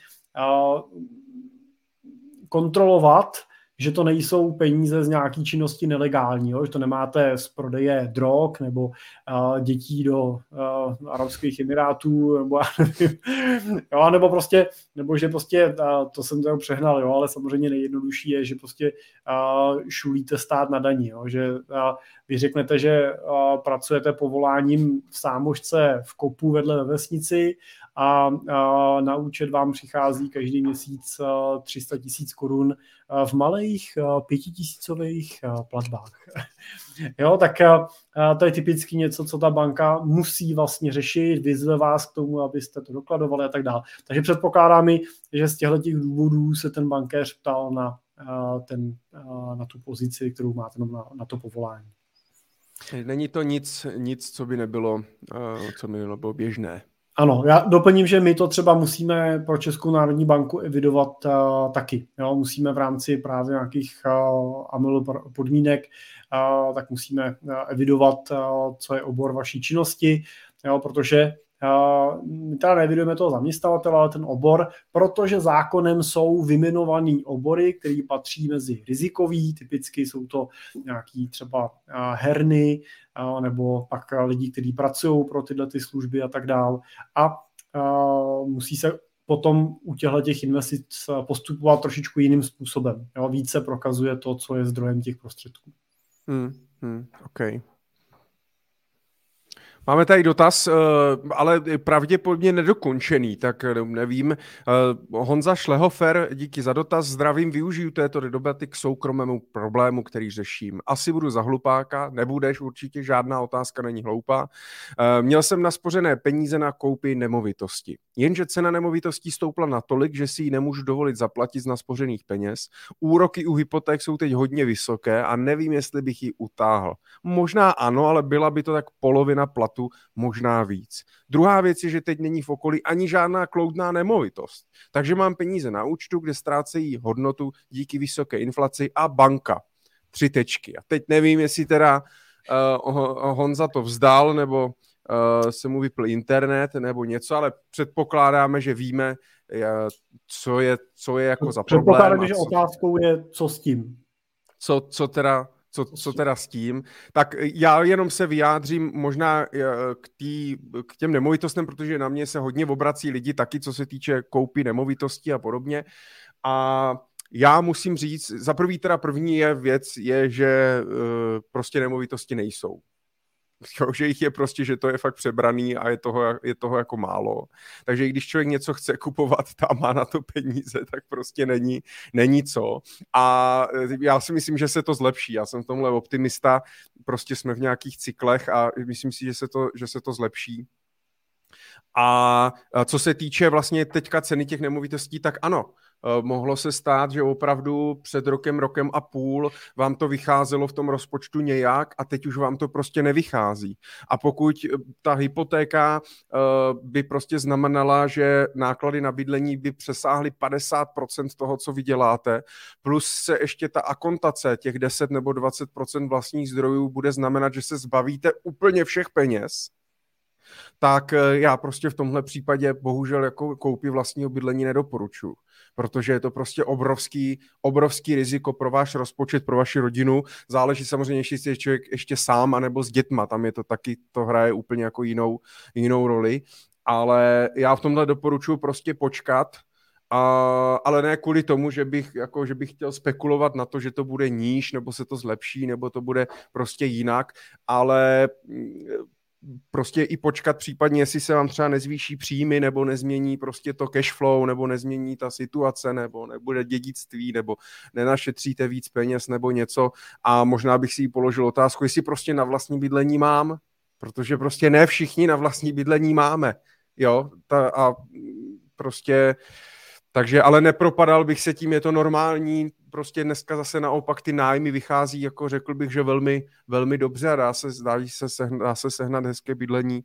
kontrolovat, že to nejsou peníze z nějaký činnosti nelegální, jo? Že to nemáte z prodeje drog nebo dětí do Arabských Emirátů, nebo že prostě, to jsem to přehnal, jo? Ale samozřejmě nejjednodušší je, že prostě šulíte stát na daní, jo? Že vy řeknete, že pracujete povoláním v sámošce v kopu vedle ve vesnici a na účet vám přichází každý měsíc 300 000 korun v malých 5000 platbách. Jo, tak to je typicky něco, co ta banka musí vlastně řešit, vyzve vás k tomu, abyste to dokladovali a tak dále. Takže předpokládám mi, že z těchto důvodů se ten bankéř ptal na tu pozici, kterou máte na to povolání.
Není to nic, co by nebylo běžné.
Ano, já doplním, že my to třeba musíme pro Českou národní banku evidovat taky. Jo? Musíme v rámci právě nějakých AML podmínek, tak musíme evidovat, co je obor vaší činnosti, jo? Protože my teda neevidujeme toho zaměstnavatele, ale ten obor, protože zákonem jsou vyjmenovaný obory, které patří mezi rizikový, typicky jsou to nějaký třeba herny, nebo pak lidi, kteří pracují pro tyhle ty služby a tak dál. A musí se potom u těch investic postupovat trošičku jiným způsobem. Jo? Více prokazuje to, co je zdrojem těch prostředků.
OK. Máme tady dotaz, ale pravděpodobně nedokončený, tak nevím. Honza Šlehofer, díky za dotaz. Zdravím, využiju této debaty k soukromému problému, který řeším. Asi budu za hlupáka, nebudeš určitě, žádná otázka není hloupá. Měl jsem naspořené peníze na koupi nemovitosti. Jenže cena nemovitostí stoupla natolik, že si ji nemůžu dovolit zaplatit z naspořených peněz. Úroky u hypoték jsou teď hodně vysoké a nevím, jestli bych ji utáhl. Možná ano, ale byla by to tak polovina platu, možná víc. Druhá věc je, že teď není v okolí ani žádná kloudná nemovitost. Takže mám peníze na účtu, kde ztrácejí hodnotu díky vysoké inflaci a banka. 3 tečky. A teď nevím, jestli teda Honza to vzdal, nebo se mu vypl internet, nebo něco, ale předpokládáme, že víme, co je jako za problém.
Předpokládáme, že otázkou je, co s tím.
Co teda s tím, tak já jenom se vyjádřím možná k těm nemovitostem, protože na mě se hodně obrací lidi taky, co se týče koupy nemovitostí a podobně. A já musím říct, za první věc je, že prostě nemovitosti nejsou. Jo, že jich je prostě, že to je fakt přebraný a je toho jako málo. Takže i když člověk něco chce kupovat a má na to peníze, tak prostě není co. A já si myslím, že se to zlepší. Já jsem v tomhle optimista, prostě jsme v nějakých cyklech a myslím si, že se to zlepší. A co se týče vlastně teďka ceny těch nemovitostí, tak ano, mohlo se stát, že opravdu před rokem a půl vám to vycházelo v tom rozpočtu nějak a teď už vám to prostě nevychází. A pokud ta hypotéka by prostě znamenala, že náklady na bydlení by přesáhly 50% toho, co vyděláte, plus se ještě ta akontace těch 10 nebo 20% vlastních zdrojů bude znamenat, že se zbavíte úplně všech peněz, tak já prostě v tomhle případě bohužel jako koupi vlastního bydlení nedoporučuji, protože je to prostě obrovský riziko pro váš rozpočet, pro vaši rodinu. Záleží samozřejmě, jestli je člověk ještě sám, anebo s dětma, tam je to taky, to hraje úplně jako jinou roli, ale já v tomhle doporučuji prostě počkat, ale ne kvůli tomu, že bych chtěl spekulovat na to, že to bude níž, nebo se to zlepší, nebo to bude prostě jinak, ale prostě i počkat případně, jestli se vám třeba nezvýší příjmy, nebo nezmění prostě to cash flow, nebo nezmění ta situace, nebo nebude dědictví, nebo nenašetříte víc peněz, nebo něco. A možná bych si položil otázku, jestli prostě na vlastní bydlení mám, protože prostě ne všichni na vlastní bydlení máme. Jo, a prostě takže, ale nepropadal bych se tím, je to normální, prostě dneska zase naopak ty nájmy vychází, jako řekl bych, že velmi, velmi dobře a dá se sehnat hezké bydlení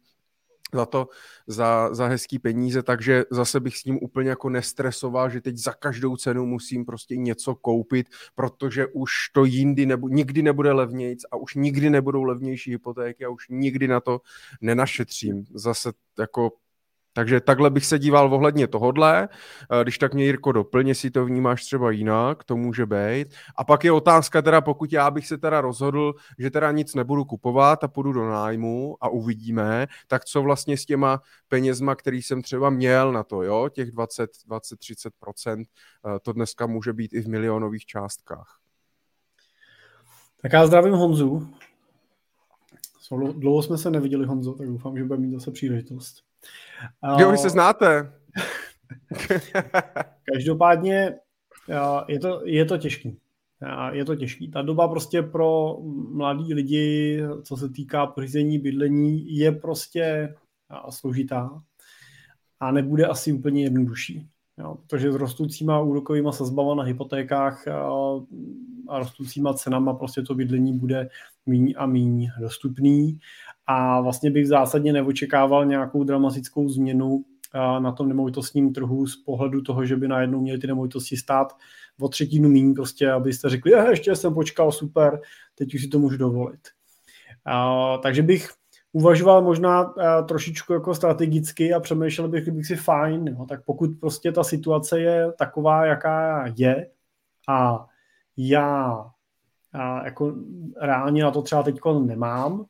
za hezký peníze, takže zase bych s tím úplně jako nestresoval, že teď za každou cenu musím prostě něco koupit, protože už to nikdy nebude levnějc a už nikdy nebudou levnější hypotéky a už nikdy na to nenašetřím. Zase jako takže takhle bych se díval ohledně tohodle, když tak mě Jirko doplň, jestli to vnímáš třeba jinak, to může být. A pak je otázka teda, pokud já bych se teda rozhodl, že teda nic nebudu kupovat a půjdu do nájmu a uvidíme, tak co vlastně s těma penězma, který jsem třeba měl na to, jo, těch 20-30%, to dneska může být i v milionových částkách.
Tak já zdravím Honzu. Dlouho jsme se neviděli, Honzo, tak doufám, že bude mít zase příležitost.
Jo, vy se znáte.
Každopádně je to těžký. Je to těžký. Ta doba prostě pro mladý lidi, co se týká pořízení bydlení, je prostě složitá a nebude asi úplně jednodušší. Jo, protože s rostoucíma úrokovýma sazbama na hypotékách a rostoucíma cenama prostě to bydlení bude míň a míň dostupný a vlastně bych zásadně neočekával nějakou dramatickou změnu na tom nemovitostním trhu z pohledu toho, že by najednou měly ty nemovitosti stát o třetinu míň, prostě abyste řekli, ještě jsem počkal, super, teď už si to můžu dovolit. Takže bych uvažoval možná trošičku jako strategicky a přemýšlel bych si fajn, jo, tak pokud prostě ta situace je taková, jaká je a já jako reálně na to třeba teďko nemám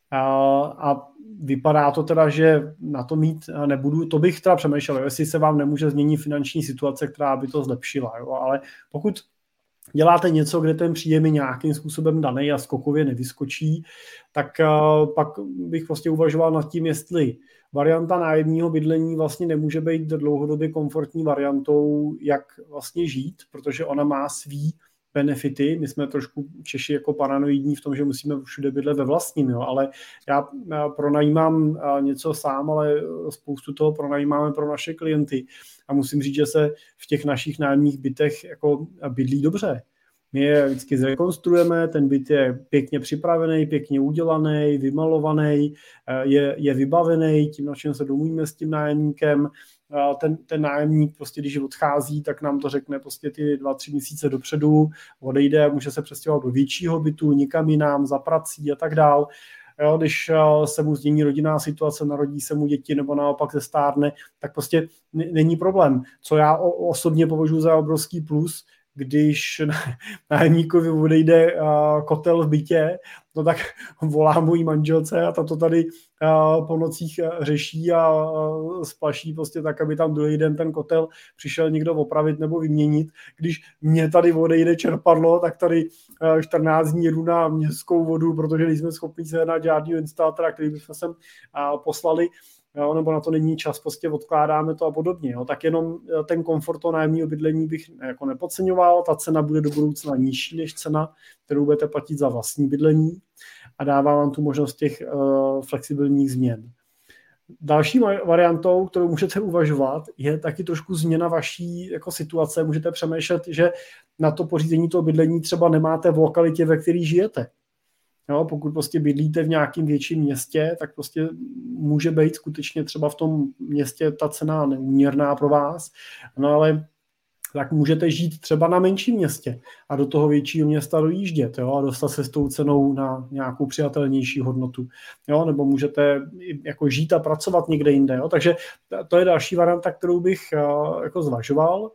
a vypadá to teda, že na to mít nebudu, to bych teda přemýšlel, jestli se vám nemůže změnit finanční situace, která by to zlepšila, jo, ale pokud děláte něco, kde ten příjem je nějakým způsobem daný a skokově nevyskočí, tak pak bych prostě uvažoval nad tím, jestli varianta nájemního bydlení vlastně nemůže být dlouhodobě komfortní variantou, jak vlastně žít, protože ona má svý benefity. My jsme trošku Češi jako paranoidní v tom, že musíme všude bydlet ve vlastním, jo, ale já pronajímám něco sám, ale spoustu toho pronajímáme pro naše klienty a musím říct, že se v těch našich nájemních bytech jako bydlí dobře. My je vždycky zrekonstruujeme, ten byt je pěkně připravený, pěkně udělaný, vymalovaný, je vybavený, tím, na čem se domluvíme s tím nájemníkem. Ten nájemník prostě, když odchází, tak nám to řekne prostě ty 2-3 měsíce dopředu, odejde, může se přestěhovat do většího bytu, nikam jinam, za prací a tak dál. Jo, když se mu změní rodinná situace, narodí se mu děti nebo naopak se stárne, tak prostě není problém. Co já osobně považuji za obrovský plus, když nájemníkovi odejde kotel v bytě, no tak volá mojí manželce a ta to tady po nocích řeší a splaší prostě tak, aby tam druhý den ten kotel přišel někdo opravit nebo vyměnit. Když mě tady odejde čerpadlo, tak tady 14 dní jedu na městskou vodu, protože nejsme schopni sehnat žádného instalátora, který bychom sem poslali, jo, nebo na to není čas, prostě odkládáme to a podobně. Jo. Tak jenom ten komfort toho nájemního bydlení bych jako nepodceňoval, ta cena bude do budoucna nižší než cena, kterou budete platit za vlastní bydlení a dává vám tu možnost těch flexibilních změn. Další variantou, kterou můžete uvažovat, je taky trošku změna vaší jako situace. Můžete přemýšlet, že na to pořízení toho bydlení třeba nemáte v lokalitě, ve které žijete. Jo, pokud prostě bydlíte v nějakém větším městě, tak prostě může být skutečně třeba v tom městě ta cena neúměrná pro vás, no ale tak můžete žít třeba na menším městě a do toho většího města dojíždět, jo, a dostat se s tou cenou na nějakou přijatelnější hodnotu. Jo, nebo můžete jako žít a pracovat někde jinde. Jo. Takže to je další varianta, kterou bych jako zvažoval.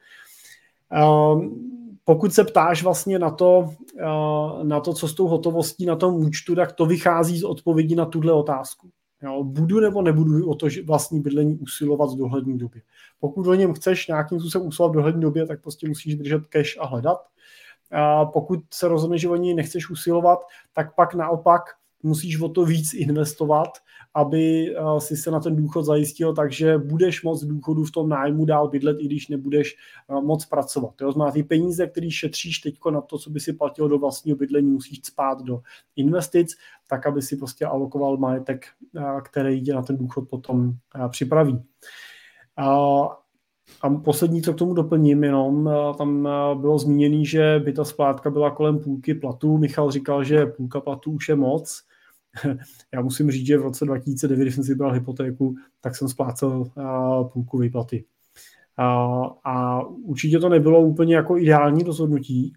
Pokud se ptáš vlastně na to, co s tou hotovostí na tom účtu, tak to vychází z odpovědi na tuhle otázku. Jo, budu nebo nebudu o to vlastní bydlení usilovat v dohledné době. Pokud o něm chceš nějakým způsobem usilovat v dohledné době, tak prostě musíš držet cash a hledat. A pokud se rozhodneš, že o něj nechceš usilovat, tak pak naopak musíš o to víc investovat, aby si se na ten důchod zajistil, takže budeš moct v důchodu v tom nájmu dál bydlet, i když nebudeš moc pracovat. To znamená, ty peníze, které šetříš teď na to, co by si platil do vlastního bydlení, musíš spát do investic, tak, aby si prostě alokoval majetek, který tě na ten důchod potom připraví. A poslední, co k tomu doplním, jenom tam bylo zmíněné, že by ta splátka byla kolem půlky platu. Michal říkal, že půlka platu už je moc. Já musím říct, že v roce 2009, když jsem si bral hypotéku, tak jsem splácel půlku výplaty. A určitě to nebylo úplně jako ideální rozhodnutí.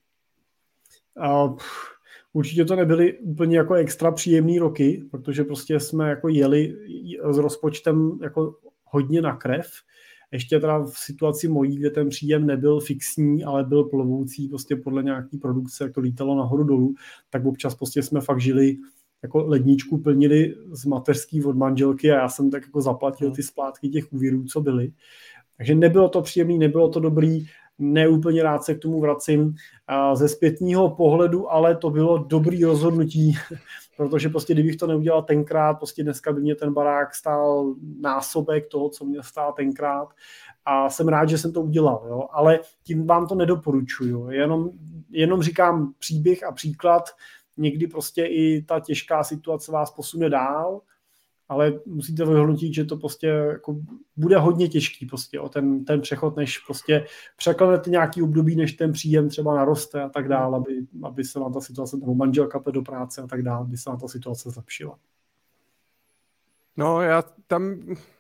Určitě to nebyly úplně jako extra příjemný roky, protože prostě jsme jako jeli s rozpočtem jako hodně na krev. Ještě teda v situaci mojí, kde ten příjem nebyl fixní, ale byl plovoucí prostě podle nějaký produkce, jak to lítalo nahoru dolů, tak občas prostě jsme fakt žili, jako ledničku plnili z mateřský od manželky a já jsem tak jako zaplatil ty splátky těch úvěrů, co byly. Takže nebylo to příjemný, nebylo to dobrý, neúplně rád se k tomu vracím. Ze zpětního pohledu, ale to bylo dobrý rozhodnutí, protože prostě kdybych to neudělal tenkrát, prostě dneska by mě ten barák stál násobek toho, co mě stál tenkrát a jsem rád, že jsem to udělal, jo? Ale tím vám to nedoporučuju, jenom říkám příběh a příklad, někdy prostě i ta těžká situace vás posune dál, ale musíte vyhodnotit, že to prostě jako bude hodně těžký prostě o ten přechod, než prostě překlenete nějaký období, než ten příjem třeba naroste a tak dále, aby se vám ta situace, nebo manželka půjde do práce a tak dále, aby se vám ta situace zlepšila.
No, já tam...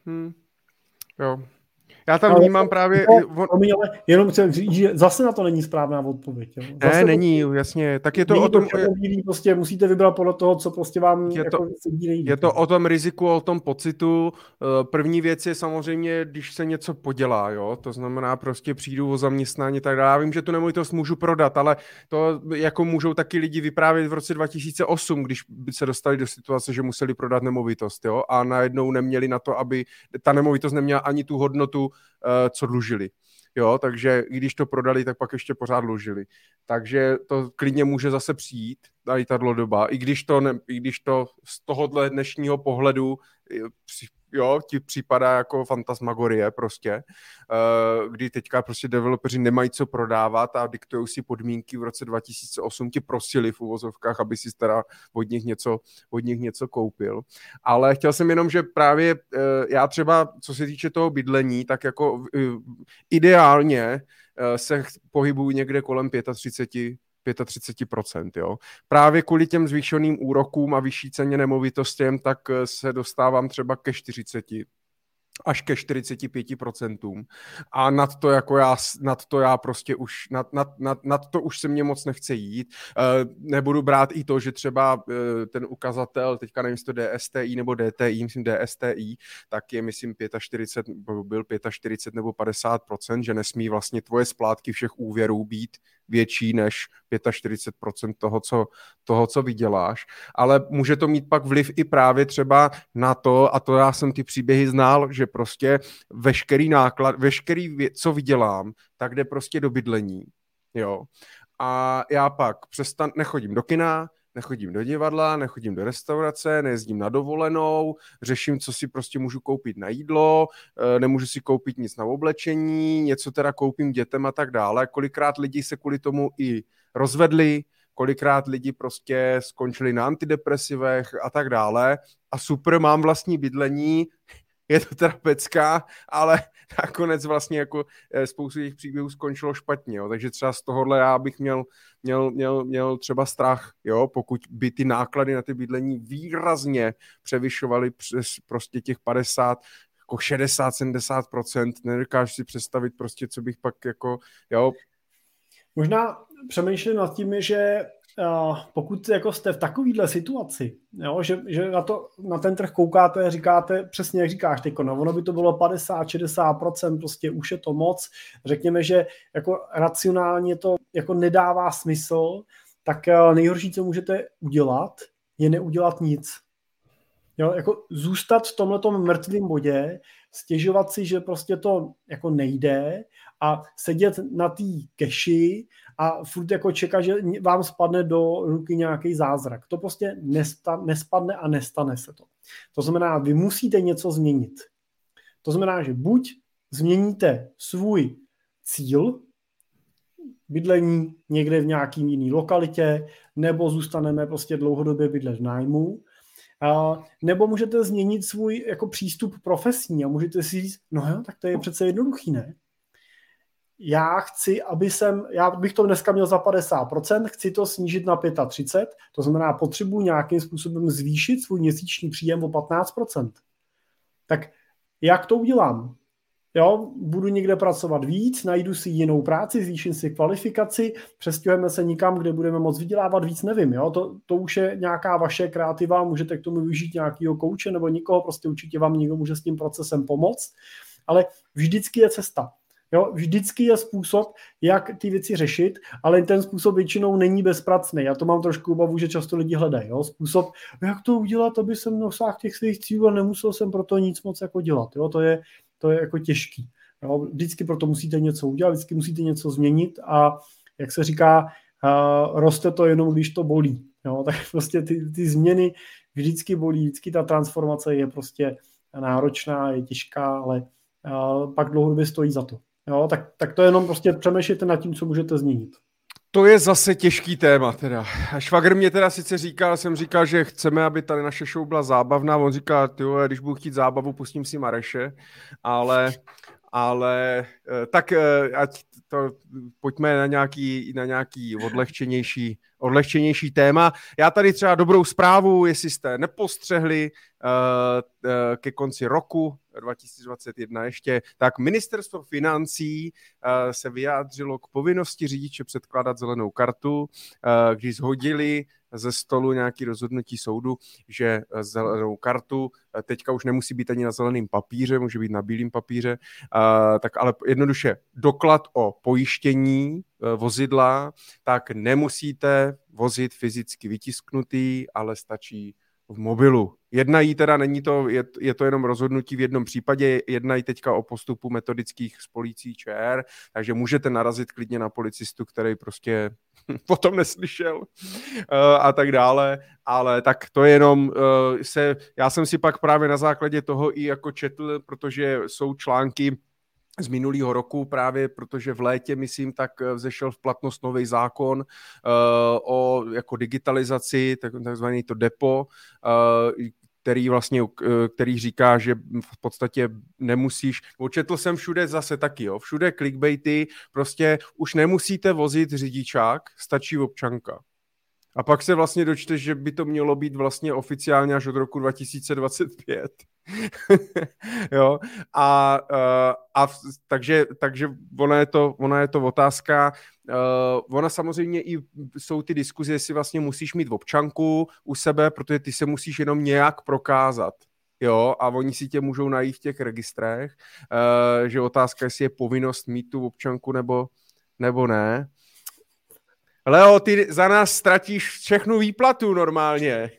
Jo. Já tam vnímám právě...
Ale jenom chci říct, že zase na to není správná odpověď. Jo?
Zase není, jasně. Tak je to o tom...
Prostě musíte vybrat podle toho, co prostě vám sedí nejvíc.
Je to o tom riziku, o tom pocitu. První věc je samozřejmě, když se něco podělá, jo? To znamená prostě přijdu o zaměstnání, tak dále. Já vím, že tu nemovitost můžu prodat, ale to jako můžou taky lidi vyprávět v roce 2008, když se dostali do situace, že museli prodat nemovitost, jo? A najednou neměli na to, aby ta nemovitost neměla ani tu hodnotu, co dlužili. Jo, takže když to prodali, tak pak ještě pořád dlužili. Takže to klidně může zase přijít, tady ta doba, i když to z tohohle dnešního pohledu jo, ti připadá jako fantasmagorie prostě, kdy teďka prostě developeři nemají co prodávat a diktujou si podmínky. V roce 2008 ti prosili v uvozovkách, aby si teda od nich něco koupil. Ale chtěl jsem jenom, že právě já třeba, co se týče toho bydlení, tak jako ideálně se pohybuju někde kolem 35%, jo. Právě kvůli těm zvýšeným úrokům a vyšší ceně nemovitostem, tak se dostávám třeba ke 40%. až ke 45%. A nad to já prostě už, nad to už se mě moc nechce jít. Nebudu brát i to, že třeba ten ukazatel, teďka nevím, jestli to DSTI nebo DTI, myslím DSTI, tak je, myslím, 45 nebo 50%, že nesmí vlastně tvoje splátky všech úvěrů být větší než 45% toho, co vyděláš. Ale může to mít pak vliv i právě třeba na to, a to já jsem ty příběhy znal, že prostě veškerý co vydělám, tak jde prostě do bydlení. Jo. A já pak nechodím do kina, nechodím do divadla, nechodím do restaurace, nejezdím na dovolenou, řeším, co si prostě můžu koupit na jídlo, nemůžu si koupit nic na oblečení, něco teda koupím dětem a tak dále. Kolikrát lidi se kvůli tomu i rozvedli, kolikrát lidi prostě skončili na antidepresivech a tak dále. A super, mám vlastní bydlení, je to teda pecka, ale nakonec vlastně jako spoustu těch příběhů skončilo špatně, jo. Takže třeba z tohohle já bych měl třeba strach, jo, pokud by ty náklady na ty bydlení výrazně převyšovaly přes prostě těch 50, jako 60-70%, nedokážu si představit prostě, co bych pak jako, jo.
Možná přemýšlím nad tím, že pokud jako jste v takovéhle situaci, jo, že na ten trh koukáte a říkáte, přesně jak říkáš teď, no, ono by to bylo 50-60%, prostě už je to moc, řekněme, že jako racionálně to jako nedává smysl, tak nejhorší, co můžete udělat, je neudělat nic. Jo, jako zůstat v tomhletom mrtvém bodě, stěžovat si, že prostě to jako nejde a sedět na té keši a furt jako čekat, že vám spadne do ruky nějaký zázrak. To prostě nespadne a nestane se to. To znamená, vy musíte něco změnit. To znamená, že buď změníte svůj cíl, bydlení někde v nějakým jiný lokalitě, nebo zůstaneme prostě dlouhodobě bydlet v nájmu, nebo můžete změnit svůj jako přístup profesní a můžete si říct, no jo, tak to je přece jednoduchý, ne? Já bych to dneska měl za 50%, chci to snížit na 35%, to znamená, potřebuji nějakým způsobem zvýšit svůj měsíční příjem o 15%. Tak jak to udělám? Jo, budu někde pracovat víc, najdu si jinou práci, zvýším si kvalifikaci, přestěhujeme se nikam, kde budeme moct vydělávat víc, nevím. Jo? To už je nějaká vaše kreativa, můžete k tomu využít nějakého kouče nebo nikoho, prostě určitě vám někdo může s tím procesem pomoct, ale vždycky je cesta. Jo? Vždycky je způsob, jak ty věci řešit, ale ten způsob většinou není bezpracný. Já to mám trošku obavu, že často lidi hledají. Jo? Způsob, jak to udělat, aby jsem dosáhl těch svých cílů a nemusel jsem pro to nic moc jako dělat. Jo? To je jako těžký. Jo? Vždycky proto musíte něco udělat, vždycky musíte něco změnit a jak se říká, roste to jenom, když to bolí. Jo? Tak prostě ty změny vždycky bolí, vždycky ta transformace je prostě náročná, je těžká, ale pak dlouhodobě stojí za to. Jo? Tak to jenom prostě přemýšlejte nad tím, co můžete změnit.
To je zase těžký téma teda. A švagr mě teda sice jsem říkal, že chceme, aby tady naše show byla zábavná, on říká, tyjo, když budu chtít zábavu, pustím si Mareše, ale tak ať to pojďme na nějaký odlehčenější téma. Já tady třeba dobrou zprávu, jestli jste nepostřehli ke konci roku 2021 ještě, tak ministerstvo financí se vyjádřilo k povinnosti řidiče předkládat zelenou kartu, když shodili ze stolu nějaký rozhodnutí soudu, že zelenou kartu teďka už nemusí být ani na zeleném papíře, může být na bílém papíře, tak ale jednoduše doklad o pojištění vozidla, tak nemusíte vozit fyzicky vytisknutý, ale stačí v mobilu. Jednají teda, není to, je to jenom rozhodnutí v jednom případě, jednají teďka o postupu metodických z policií ČR, takže můžete narazit klidně na policistu, který prostě potom neslyšel a tak dále, ale tak to je jenom já jsem si pak právě na základě toho i jako četl, protože jsou články z minulého roku právě, protože v létě, myslím, tak vzešel v platnost nový zákon o jako digitalizaci, takzvaný to depo, který říká, že v podstatě nemusíš, četl jsem všude zase taky, jo, všude clickbaity, prostě už nemusíte vozit řidičák, stačí občanka. A pak se vlastně dočteš, že by to mělo být vlastně oficiálně až od roku 2025. Jo, takže ona je to otázka. Ona samozřejmě i jsou ty diskuze, jestli vlastně musíš mít občanku u sebe, protože ty se musíš jenom nějak prokázat. Jo, a oni si tě můžou najít v těch registrech, že otázka, jestli je povinnost mít tu občanku nebo ne. Leo, ty za nás ztratíš všechnu výplatu normálně.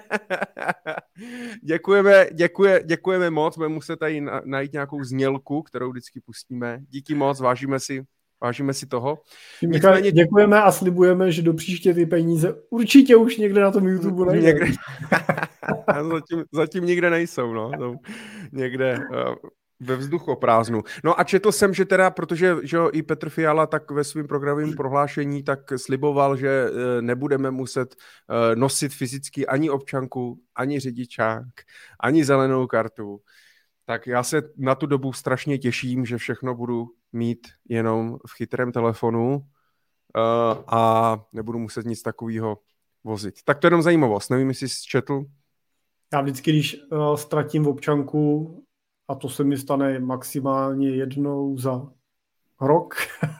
Děkujeme moc, budeme muset tady najít nějakou znělku, kterou vždycky pustíme. Díky moc, vážíme si toho.
Nicméně... Děkujeme a slibujeme, že do příště ty peníze určitě už někde na tom YouTube najdeme.
Zatím nikde nejsou, no. Někde ve vzduchoprázdnu. No a četl jsem, že teda, protože že i Petr Fiala tak ve svém programovém prohlášení tak sliboval, že nebudeme muset nosit fyzicky ani občanku, ani řidičák, ani zelenou kartu. Tak já se na tu dobu strašně těším, že všechno budu mít jenom v chytrém telefonu a nebudu muset nic takového vozit. Tak to je jenom zajímavost. Nevím, jestli jsi četl.
Já vždycky, když ztratím občanku, a to se mi stane maximálně jednou za rok,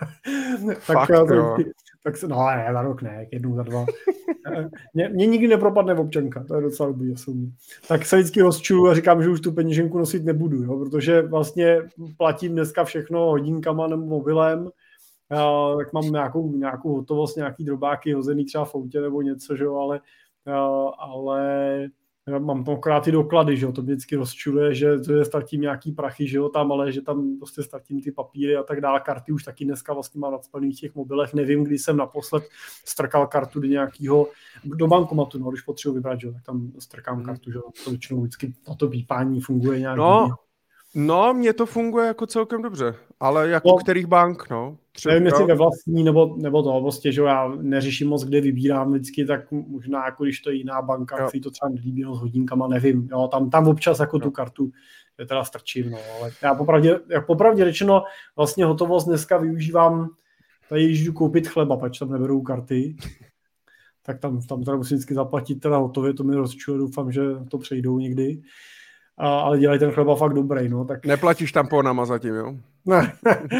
tak se, no ne, za rok ne, jednou za 2. Mně nikdy nepropadne občanka, to je docela dobrý. Tak se vždycky rozčulu a říkám, že už tu peněženku nosit nebudu, jo, protože vlastně platím dneska všechno hodinkama nebo mobilem, tak mám nějakou hotovost, nějaký drobáky hozený třeba v autě nebo něco, že jo, ale mám tam akorát ty doklady, že jo, to mě vždycky rozčuluje, že ztratím nějaký prachy, že jo, tam, ale že tam prostě ztratím ty papíry a tak dále. Karty už taky dneska vlastně mám nadspaných v těch mobilech. Nevím, kdy jsem naposled strkal kartu do bankomatu, no, když potřebuji vybrat, že jo, tak tam strkám kartu, že jo, to většinou vždycky na to bípání funguje nějak.
No, mně to funguje jako celkem dobře, ale jako kterých bank, no?
Nevím, jestli ve vlastní, nebo to prostě, že já neřeším moc, kde vybírám vždycky, tak možná jako když to je jiná banka, si to třeba nelíbí, no, s hodinkama, nevím, jo, tam občas jako tu kartu teda strčím, no, ale já popravdě řečeno vlastně hotovost dneska využívám, tady když jdu koupit chleba, pač tam neberou karty, tak tam teda musím vždycky zaplatit teda hotově, to mi rozčuje, doufám, že to přejdou někdy. Ale dělají ten chleba fakt dobrý, no. Tak...
Neplatíš tamponama zatím, jo?
Ne.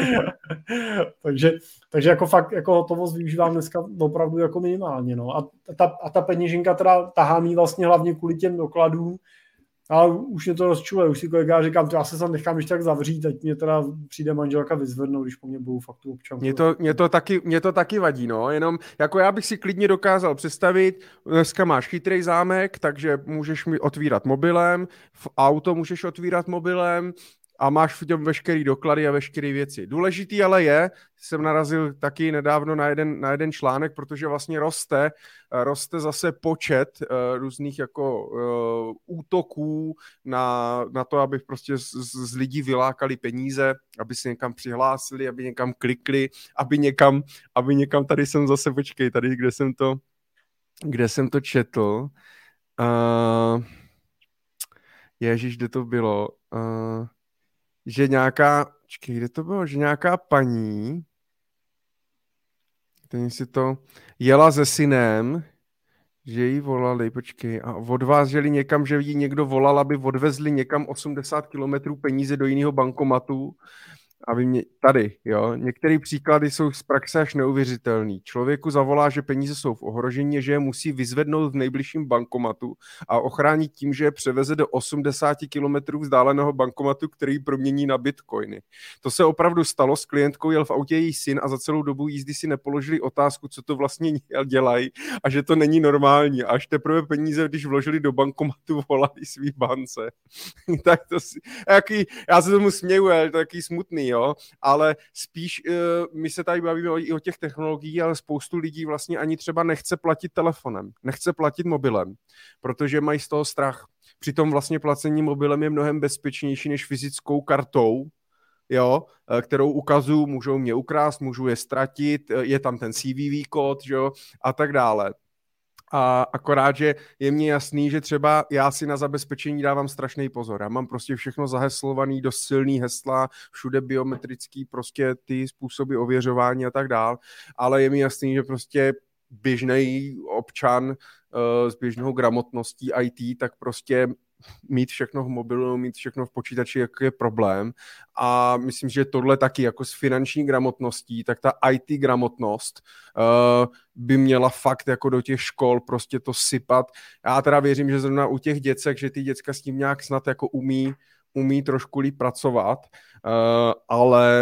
takže jako fakt jako hotovost využívám dneska opravdu jako minimálně, no. A ta peněženka teda tahá mi vlastně hlavně kvůli těm dokladům, ale už mě to rozčuluje, už si kolega říkám, já se tam nechám ještě tak zavřít, ať mě teda přijde manželka vyzvednout, když po mně budou fakt tu občanku.
Mě to taky vadí, no, jenom jako já bych si klidně dokázal představit, dneska máš chytrý zámek, takže můžeš mi otvírat mobilem, v auto můžeš otvírat mobilem a máš v těm veškerý doklady a veškeré věci. Důležitý ale jsem narazil taky nedávno na jeden článek, protože vlastně roste zase počet různých jako útoků na to, aby prostě z lidí vylákali peníze, aby se někam přihlásili, aby někam klikli, aby někam tady jsem zase, počkej, tady, kde jsem to četl. Ježíš, kde to bylo? Že kde to bylo? Že nějaká paní, ten si to jela se synem, že jí volali, a odváželi někam, že jí někdo volal, aby odvezli někam 80 kilometrů peníze do jiného bankomatu, aby tady, jo. Některé příklady jsou z praxe až neuvěřitelný. Člověku zavolá, že peníze jsou v ohrožení, že je musí vyzvednout v nejbližším bankomatu a ochránit tím, že je převeze do 80 kilometrů vzdáleného bankomatu, který promění na bitcoiny. To se opravdu stalo, s klientkou jel v autě její syn a za celou dobu jízdy si nepoložili otázku, co to vlastně dělají a že to není normální. Až teprve peníze, když vložili do bankomatu, volali svý bance. Tak to já se tomu směju, ale to je taky smutný. Jo? Ale spíš my se tady bavíme i o těch technologiích, ale spoustu lidí vlastně ani třeba nechce platit telefonem, nechce platit mobilem, protože mají z toho strach. Přitom vlastně placení mobilem je mnohem bezpečnější než fyzickou kartou, jo, kterou ukazuju, můžou mě ukrást, můžu je ztratit, je tam ten CVV kód, jo, a tak dále. A akorát, že je mně jasný, že třeba já si na zabezpečení dávám strašný pozor. Já mám prostě všechno zaheslovaný, dost silný hesla, všude biometrický, prostě ty způsoby ověřování a tak dál. Ale je mi jasný, že prostě běžný občan s běžnou gramotností IT, tak prostě mít všechno v mobilu, mít všechno v počítači, jak je problém. A myslím, že tohle taky jako s finanční gramotností, tak ta IT gramotnost by měla fakt jako do těch škol prostě to sypat. Já teda věřím, že zrovna u těch děcek, že ty děcka s tím nějak snad jako umí trošku líp pracovat, ale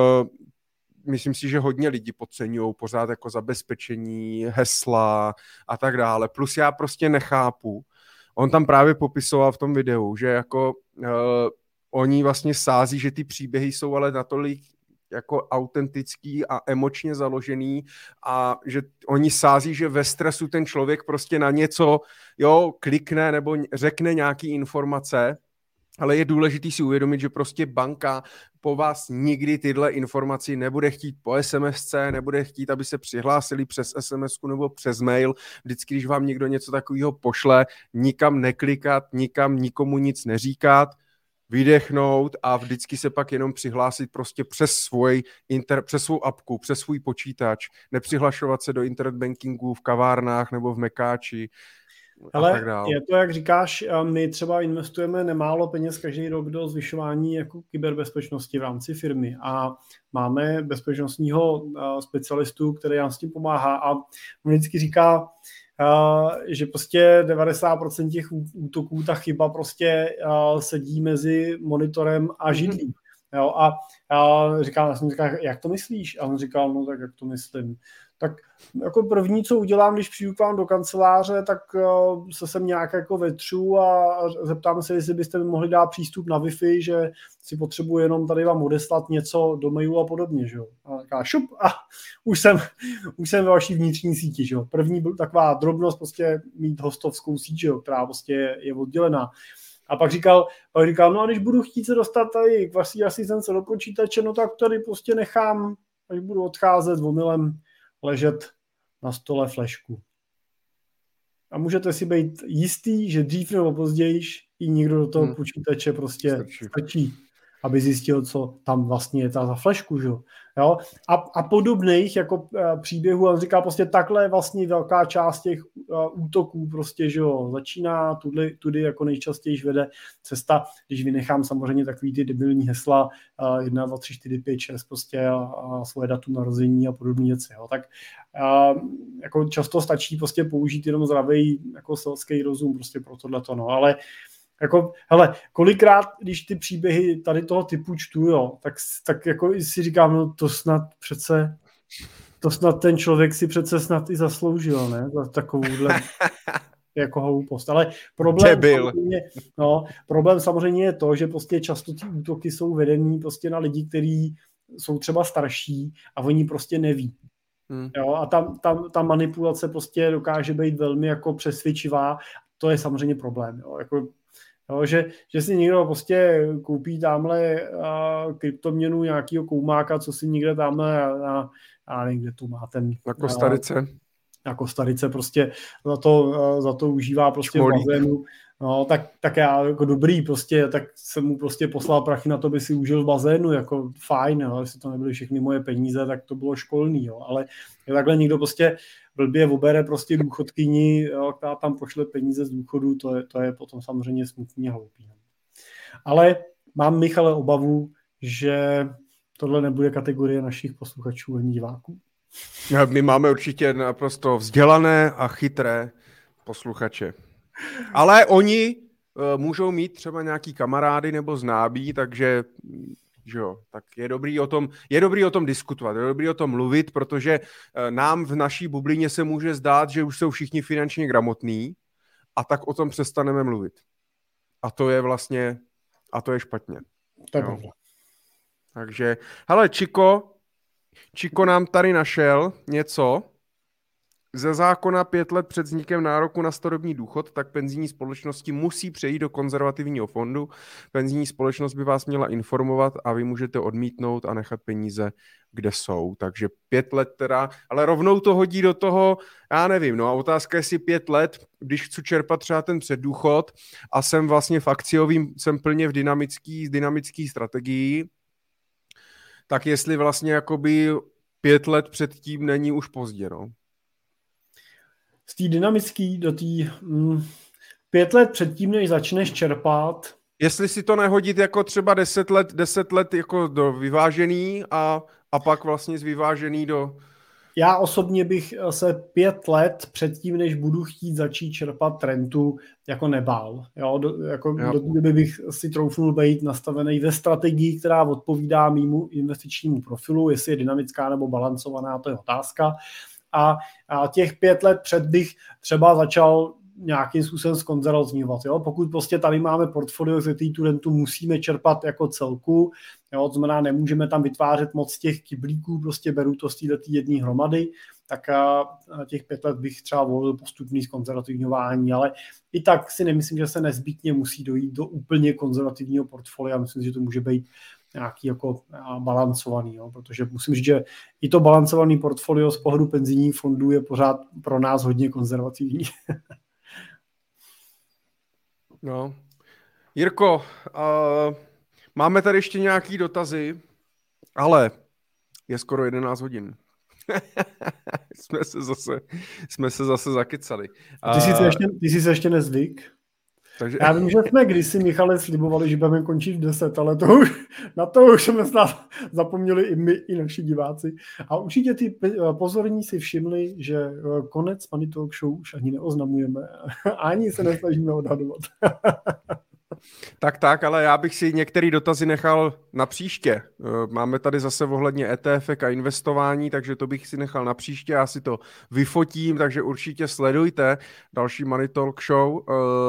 myslím si, že hodně lidí podceňují pořád jako zabezpečení, hesla a tak dále. Plus já prostě nechápu. On tam právě popisoval v tom videu, že jako oni vlastně sází, že ty příběhy jsou ale natolik jako autentický a emočně založený a že oni sází, že ve stresu ten člověk prostě na něco klikne nebo řekne nějaký informace, ale je důležité si uvědomit, že prostě banka po vás nikdy tyhle informaci nebude chtít po SMSce, nebude chtít, aby se přihlásili přes SMSku nebo přes mail. Vždycky, když vám někdo něco takového pošle, nikam neklikat, nikam nikomu nic neříkat, vydechnout a vždycky se pak jenom přihlásit prostě přes svou apku, přes svůj počítač, nepřihlašovat se do internet bankingu v kavárnách nebo v Mekáči.
Ale je to, jak říkáš, my třeba investujeme nemálo peněz každý rok do zvyšování jako kyberbezpečnosti v rámci firmy a máme bezpečnostního specialistu, který nám s tím pomáhá a on vždycky říká, že prostě 90% těch útoků, ta chyba prostě sedí mezi monitorem a židlí. Jo, a já jsem říkal, jak to myslíš? A on říkal, no tak jak to myslím. Tak jako první, co udělám, když přijdu k vám do kanceláře, tak se sem nějak jako vetřu a zeptám se, jestli byste mi mohli dát přístup na Wi-Fi, že si potřebuji jenom tady vám odeslat něco do mailu a podobně, že jo. A říká, šup, a už jsem ve vaší vnitřní síti, že jo. První byl taková drobnost prostě mít hostovskou síť, že jo, která prostě je oddělená. A pak říkal, no a když budu chtít se dostat tady k vaší asistence do počítače, no tak tady prostě nechám, až budu odcházet omylem ležet na stole flešku. A můžete si být jistý, že dřív nebo později i někdo do toho počítače prostě strčí, aby zjistil, co tam vlastně je ta za flešku, že jo. A podobných jako příběhů, on říká prostě takhle vlastně velká část těch útoků prostě, že jo, začíná, tudy jako nejčastěji vede cesta, když vynechám samozřejmě takový ty debilní hesla 1, 2, 3, 4, 5, 6 prostě a svoje datum narození a podobné věci, jo. Tak jako často stačí prostě použít jenom zdravý jako selský rozum prostě pro tohleto, no, ale jako, hele, kolikrát, když ty příběhy tady toho typu čtu, jo, tak jako si říkám, no to snad ten člověk si přece snad i zasloužil, ne, za takovouhle jako hloupost. Ale problém samozřejmě je to, že prostě často ty útoky jsou vedený prostě na lidi, kteří jsou třeba starší a oni prostě neví. Jo, a ta manipulace prostě dokáže být velmi jako přesvědčivá. To je samozřejmě problém, jo, jako jo, že si někdo prostě koupí tamhle kryptoměnu nějakýho koumáka, co si někde tamhle a nevím, kde to má ten...
Na Kostarice.
Na Kostarice prostě za to užívá prostě v bazénu. No, tak já jako dobrý prostě, tak jsem mu prostě poslal prachy na to, by si užil v bazénu, jako fajn, jo, jestli to nebyly všechny moje peníze, tak to bylo školný, jo, ale takhle někdo prostě blbě obere prostě důchodkyni, jo, která tam pošle peníze z důchodu, to je potom samozřejmě smutný a hloupý. Ale mám, Michale, obavu, že tohle nebude kategorie našich posluchačů ani diváků.
My máme určitě naprosto vzdělané a chytré posluchače. Ale oni můžou mít třeba nějaký kamarády nebo známí, takže že jo, tak je dobrý o tom diskutovat, je dobrý o tom mluvit, protože nám v naší bublině se může zdát, že už jsou všichni finančně gramotní a tak o tom přestaneme mluvit. A to je vlastně, špatně.
Tak.
Takže, hele, Čiko nám tady našel něco. Ze zákona 5 let před vznikem nároku na starobní důchod, tak penzijní společnosti musí přejít do konzervativního fondu. Penzijní společnost by vás měla informovat a vy můžete odmítnout a nechat peníze, kde jsou. Takže 5 let teda, ale rovnou to hodí do toho, já nevím, no a otázka je, jestli 5 let, když chci čerpat třeba ten předdůchod a jsem vlastně v akciovým, jsem plně v dynamický strategii, tak jestli vlastně jakoby 5 let předtím není už pozdě, no.
Z té dynamické do té 5 let předtím, než začneš čerpat.
Jestli si to nehodit jako třeba 10 let jako do vyvážený a pak vlastně z vyvážený do...
Já osobně bych se 5 let předtím, než budu chtít začít čerpat rentu, jako nebál. Jo? Do té doby bych si troufnul být nastavený ve strategii, která odpovídá mému investičnímu profilu, jestli je dynamická nebo balancovaná, to je otázka. A těch 5 let před bych třeba začal nějakým způsobem skonzervovat. Jo? Pokud prostě tady máme portfolio, ze kterého tu rentu musíme čerpat jako celku, jo? To znamená, nemůžeme tam vytvářet moc těch kyblíků, prostě beru to z této jedné hromady, tak těch 5 let bych třeba volil postupný zkonzervativňování, ale i tak si nemyslím, že se nezbytně musí dojít do úplně konzervativního portfolia. Myslím, že to může být nějaký jako balancovaný, jo? Protože musím říct, že i to balancovaný portfolio z pohledu penzijních fondů je pořád pro nás hodně konzervativní.
No. Jirko, máme tady ještě nějaký dotazy, ale je skoro 11 hodin. jsme se zase zakecali.
Ty jsi se ještě nezvyk? Takže... Já vím, že jsme kdysi, Michale, slibovali, že budeme končit v 10, ale na to už jsme snad zapomněli i my, i naši diváci. A určitě ty pozorní si všimli, že konec Money Talk Show už ani neoznamujeme. Ani se nesnažíme odhadovat.
Tak, ale já bych si některé dotazy nechal na příště. Máme tady zase ohledně ETF a investování, takže to bych si nechal na příště. Já si to vyfotím, takže určitě sledujte další Money Talk Show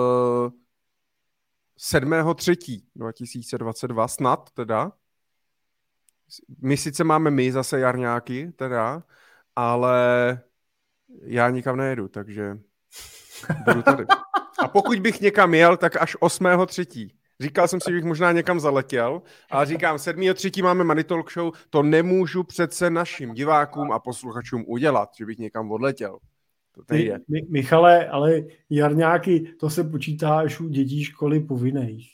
7.3.2022, snad teda. My sice máme zase jarňáky, teda, ale já nikam nejedu, takže budu tady. A pokud bych někam jel, tak až 8.3. Říkal jsem si, že bych možná někam zaletěl, ale říkám, 7.3. máme Money Talk Show, to nemůžu přece našim divákům a posluchačům udělat, že bych někam odletěl. To nejde.
Michale, ale jarňáky, to se počítá až u dětí školy povinných.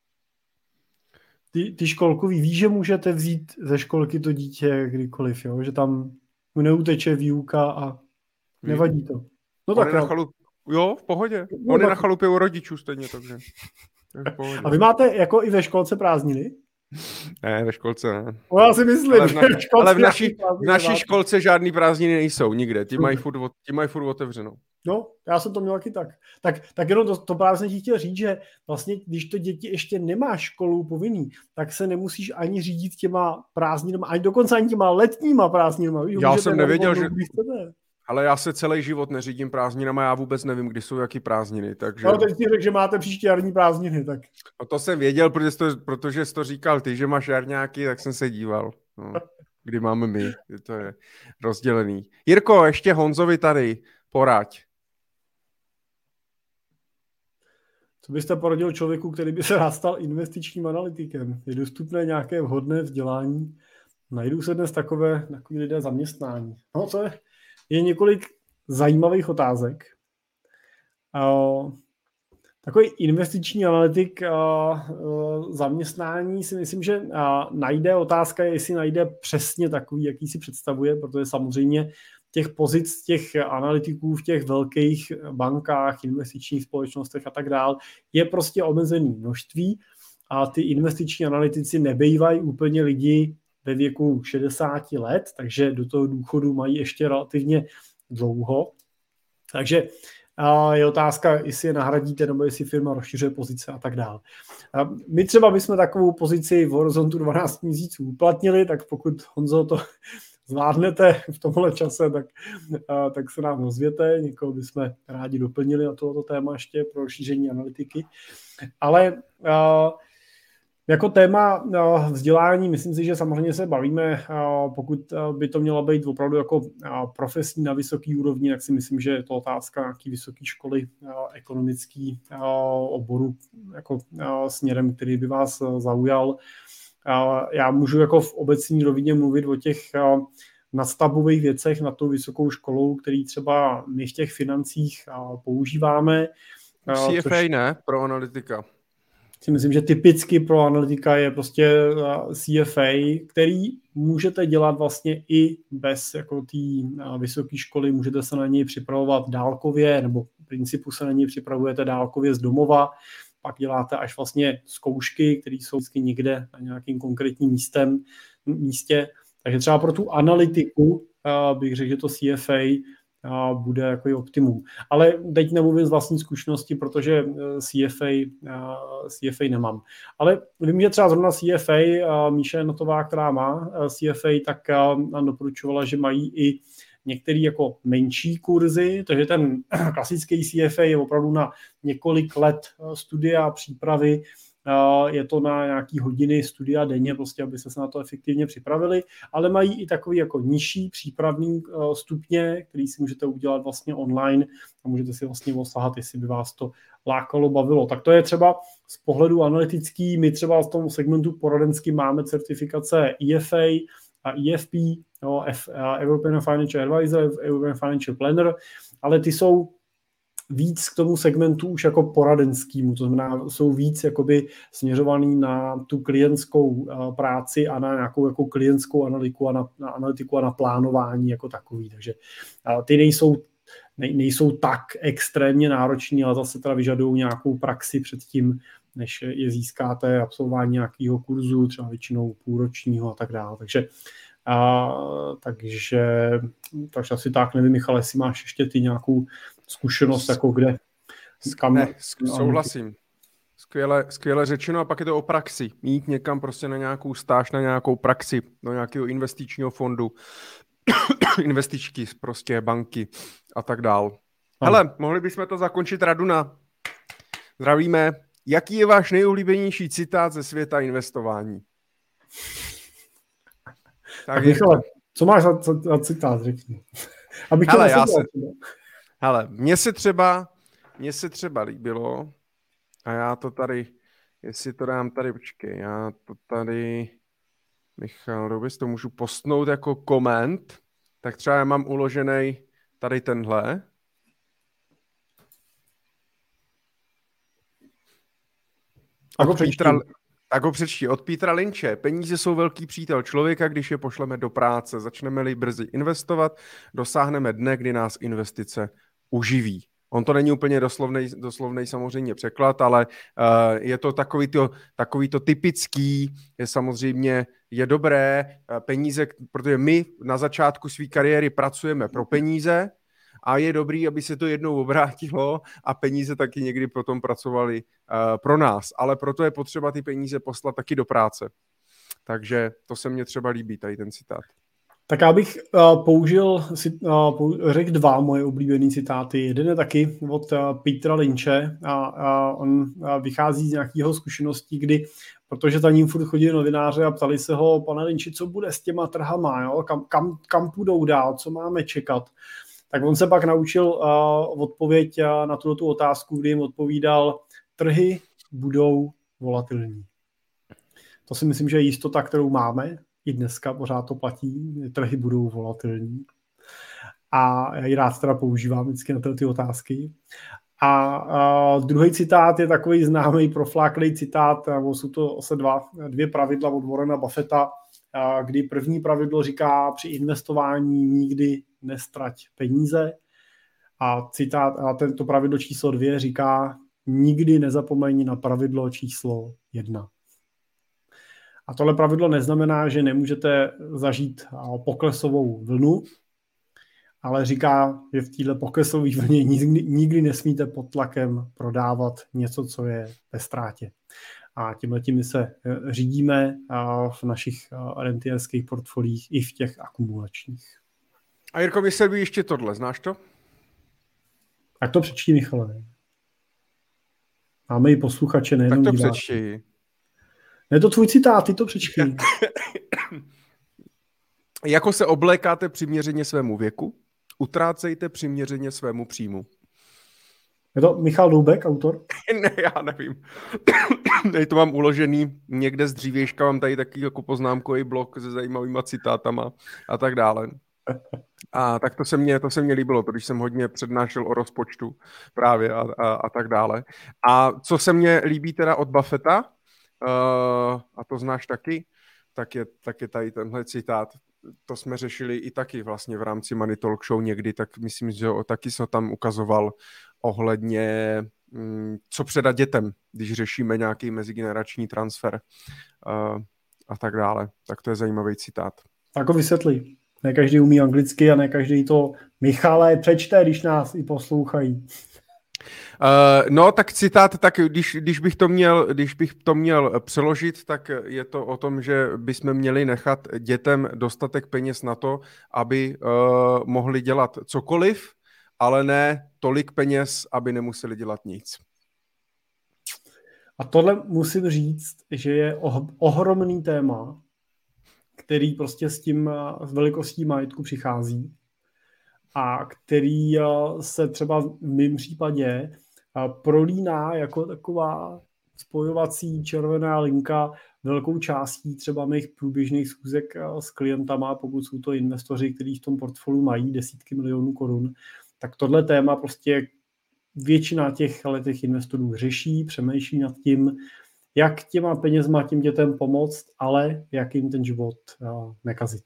Ty školkový, víš, že můžete vzít ze školky to dítě kdykoliv, jo? Že tam neuteče výuka a nevadí to. No tak
jo, v pohodě. No, on je na chalupě u rodičů stejně, takže
a vy máte jako i ve školce prázdniny?
Ne, ve školce ne.
No, já si myslím,
ale v naší školce žádný prázdniny nejsou nikde. Ti mají furt otevřenou.
No, já jsem to měl taky tak. Tak jenom to právě jsem ti chtěl říct, že vlastně, když to děti ještě nemá školu povinný, tak se nemusíš ani řídit těma prázdninama, ani dokonce ani těma letníma prázdninama.
Já jsem nevěděl, že... Ale já se celý život neřídím prázdninama, já vůbec nevím, kdy jsou jaký prázdniny, takže...
No, teď si řekl, že máte příští jarní prázdniny, tak...
No to jsem věděl, protože jsi to říkal ty, že máš jarňáky, tak jsem se díval. No, kdy máme my, to je rozdělený. Jirko, ještě Honzovi tady, poraď.
Co byste poradil člověku, který by se rád stal investičním analytikem? Je dostupné nějaké vhodné vzdělání? Najdou se dnes takový lidé zaměstnání? No, co je několik zajímavých otázek. Takový investiční analytik zaměstnání si myslím, že najde, otázka je, jestli najde přesně takový, jaký si představuje, protože samozřejmě těch pozic těch analytiků v těch velkých bankách, investičních společnostech a tak dál je prostě omezený množství a ty investiční analytici nebejvají úplně lidi ve věku 60 let, takže do toho důchodu mají ještě relativně dlouho. Takže je otázka, jestli je nahradíte, nebo jestli firma rozšiřuje pozice a tak dále. My třeba bychom takovou pozici v horizontu 12 měsíců uplatnili, tak pokud, Honzo, to zvládnete v tomhle čase, tak se nám ozvěte, někoho bychom rádi doplnili na tohoto téma ještě pro rozšíření analytiky. Ale jako téma vzdělání, myslím si, že samozřejmě se bavíme, pokud by to mělo být opravdu jako profesní na vysoký úrovni, tak si myslím, že je to otázka nějaký vysoké školy, ekonomický oboru, jako směrem, který by vás zaujal. Já můžu jako v obecní rovině mluvit o těch nadstavbových věcech nad tou vysokou školou, který třeba my v těch financích používáme.
CFA ne, pro analytika.
Si myslím, že typicky pro analytika je prostě CFA, který můžete dělat vlastně i bez jako té vysoké školy, můžete se na něj připravovat dálkově nebo principu se na něj připravujete dálkově z domova, pak děláte až vlastně zkoušky, které jsou vždycky někde na nějakým konkrétním místě. Takže třeba pro tu analytiku bych řekl, že to CFA bude jako optimum. Ale teď nemluvím z vlastní zkušenosti, protože CFA nemám. Ale vím, že třeba zrovna CFA, Míša Notová, která má CFA, tak nám doporučovala, že mají i některé jako menší kurzy, takže ten klasický CFA je opravdu na několik let studia, přípravy, je to na nějaký hodiny studia denně, prostě, aby se na to efektivně připravili, ale mají i takový jako nižší přípravný stupně, který si můžete udělat vlastně online a můžete si vlastně osahat, jestli by vás to lákalo, bavilo. Tak to je třeba z pohledu analytický, my třeba v tom segmentu poradenský máme certifikace EFA a EFP, European Financial Advisor, European Financial Planner, ale ty jsou víc k tomu segmentu už jako poradenskému, to znamená, jsou víc jakoby směřovaný na tu klientskou práci a na nějakou jako klientskou analytiku a na plánování jako takový. Takže ty nejsou tak extrémně nároční, ale zase teda vyžadují nějakou praxi předtím, než je získáte, absolvování nějakého kurzu, třeba většinou půlročního a tak dále. Takže asi tak, nevím, Michal, jestli máš ještě ty nějakou zkušenost, jako kde?
Souhlasím. Skvěle řečeno, a pak je to o praxi. Jít někam prostě na nějakou stáž, na nějakou praxi, do nějakého investičního fondu, investičky, prostě banky a tak dál. Hele, mohli bychom to zakončit, Raduna. Zdravíme. Jaký je váš nejoblíbenější citát ze světa investování?
Tak Michale, co máš za citát, řekni.
Hele, mně se třeba líbilo, a já to tady, jestli to dám tady, počkej, já to tady, Michal, Robis, to můžu postnout jako koment, tak třeba já mám uložený tady tenhle. Tak ho přečti. Od Petra Lynche. Peníze jsou velký přítel člověka, když je pošleme do práce. Začneme-li brzy investovat, dosáhneme dne, kdy nás investice uživí. On to není úplně doslovnej samozřejmě překlad, ale je to takový to typický, je samozřejmě, je dobré peníze, protože my na začátku své kariéry pracujeme pro peníze, a je dobrý, aby se to jednou obrátilo a peníze taky někdy potom pracovaly pro nás. Ale proto je potřeba ty peníze poslat taky do práce. Takže to se mně třeba líbí, tady ten citát.
Tak já bych řekl dva moje oblíbené citáty. Jeden je taky od Petra Lynche a on vychází z nějakého zkušeností, kdy, protože za ním furt chodili novináři a ptali se ho, pane Lynchi, co bude s těma trhama, jo? Kam půjdou dál, co máme čekat. Tak on se pak naučil odpověď na tu otázku, kdy jim odpovídal, trhy budou volatilní. To si myslím, že je jistota, kterou máme. I dneska pořád to platí. Trhy budou volatilní. A já ji rád teda používám vždycky na ty otázky. A druhý citát je takový známý profláklý citát, jsou to asi dvě pravidla od Warrena Buffetta, kdy první pravidlo říká, při investování nikdy nestrať peníze. A tento pravidlo číslo 2 říká, nikdy nezapomeň na pravidlo číslo 1. A tohle pravidlo neznamená, že nemůžete zažít poklesovou vlnu, ale říká, že v této poklesové vlně nikdy nesmíte pod tlakem prodávat něco, co je ve ztrátě. A tímhletím se řídíme v našich rentierských portfoliích i v těch akumulačních.
A Jirko, mi se líbí ještě tohle, znáš to?
Tak to přečti, Michale. Máme i posluchače, nejenom
diváky.
Tak to
přečti.
Ne, to tvůj citát, ty to přečti.
Jako se oblékáte přiměřeně svému věku, utrácejte přiměřeně svému příjmu.
Je to Michal Doubek, autor?
Ne, já nevím. Tady to mám uložený někde z dřívějška, mám tady taky jako poznámkový blok se zajímavýma citátama a tak dále. A tak to se mně líbilo, protože jsem hodně přednášel o rozpočtu právě a tak dále. A co se mně líbí teda od Buffetta, a to znáš taky, tak je tady tenhle citát. to jsme řešili i taky vlastně v rámci Money Talk Show někdy, tak myslím, že taky jsem tam ukazoval ohledně co předat dětem, když řešíme nějaký mezigenerační transfer a tak dále. Tak to je zajímavý citát.
Tak ho vysvětlí. Ne každý umí anglicky a ne každý to Michale přečte, když nás i poslouchají.
No, tak citát, tak když bych to měl přeložit, tak je to o tom, že bychom měli nechat dětem dostatek peněz na to, aby mohli dělat cokoliv, ale ne tolik peněz, aby nemuseli dělat nic.
A tohle musím říct, že je ohromný téma, který prostě s velikostí majetku přichází a který se třeba v mém případě prolíná jako taková spojovací červená linka velkou částí třeba mých průběžných schůzek s klientama, pokud jsou to investoři, kteří v tom portfoliu mají desítky milionů korun, tak tohle téma prostě většina těch investorů řeší, přemýšlí nad tím, jak těma penězma těm dětem pomoct, ale jak jim ten život nekazit.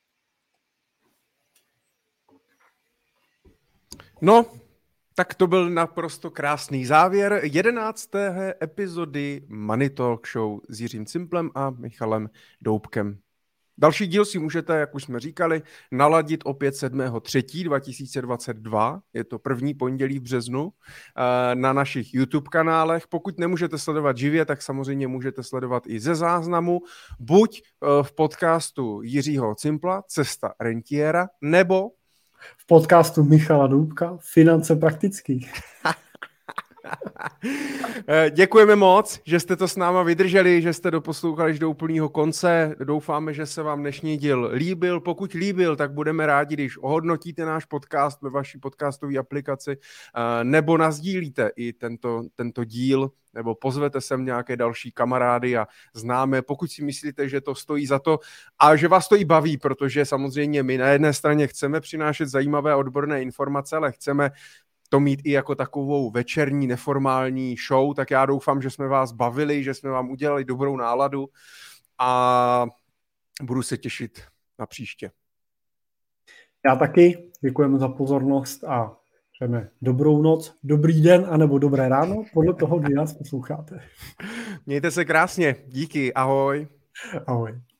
No, tak to byl naprosto krásný závěr 11. epizody Money Talk Show s Jiřím Cimplem a Michalem Doubkem. Další díl si můžete, jak už jsme říkali, naladit opět 7.3.2022, je to první pondělí v březnu, na našich YouTube kanálech. Pokud nemůžete sledovat živě, tak samozřejmě můžete sledovat i ze záznamu, buď v podcastu Jiřího Cimpla, Cesta rentiera, nebo
v podcastu Michala Doubka, Finance prakticky.
Děkujeme moc, že jste to s náma vydrželi, že jste doposlouchali do úplného konce. Doufáme, že se vám dnešní díl líbil. Pokud líbil, tak budeme rádi, když ohodnotíte náš podcast ve vaší podcastové aplikaci nebo nasdílíte i tento díl, nebo pozvete sem nějaké další kamarády a známe, pokud si myslíte, že to stojí za to a že vás to i baví, protože samozřejmě my na jedné straně chceme přinášet zajímavé odborné informace, ale chceme to mít i jako takovou večerní neformální show, tak já doufám, že jsme vás bavili, že jsme vám udělali dobrou náladu a budu se těšit na příště.
Já taky děkujeme za pozornost a přejeme dobrou noc, dobrý den anebo dobré ráno, podle toho, kdy nás posloucháte.
Mějte se krásně, díky, ahoj.
Ahoj.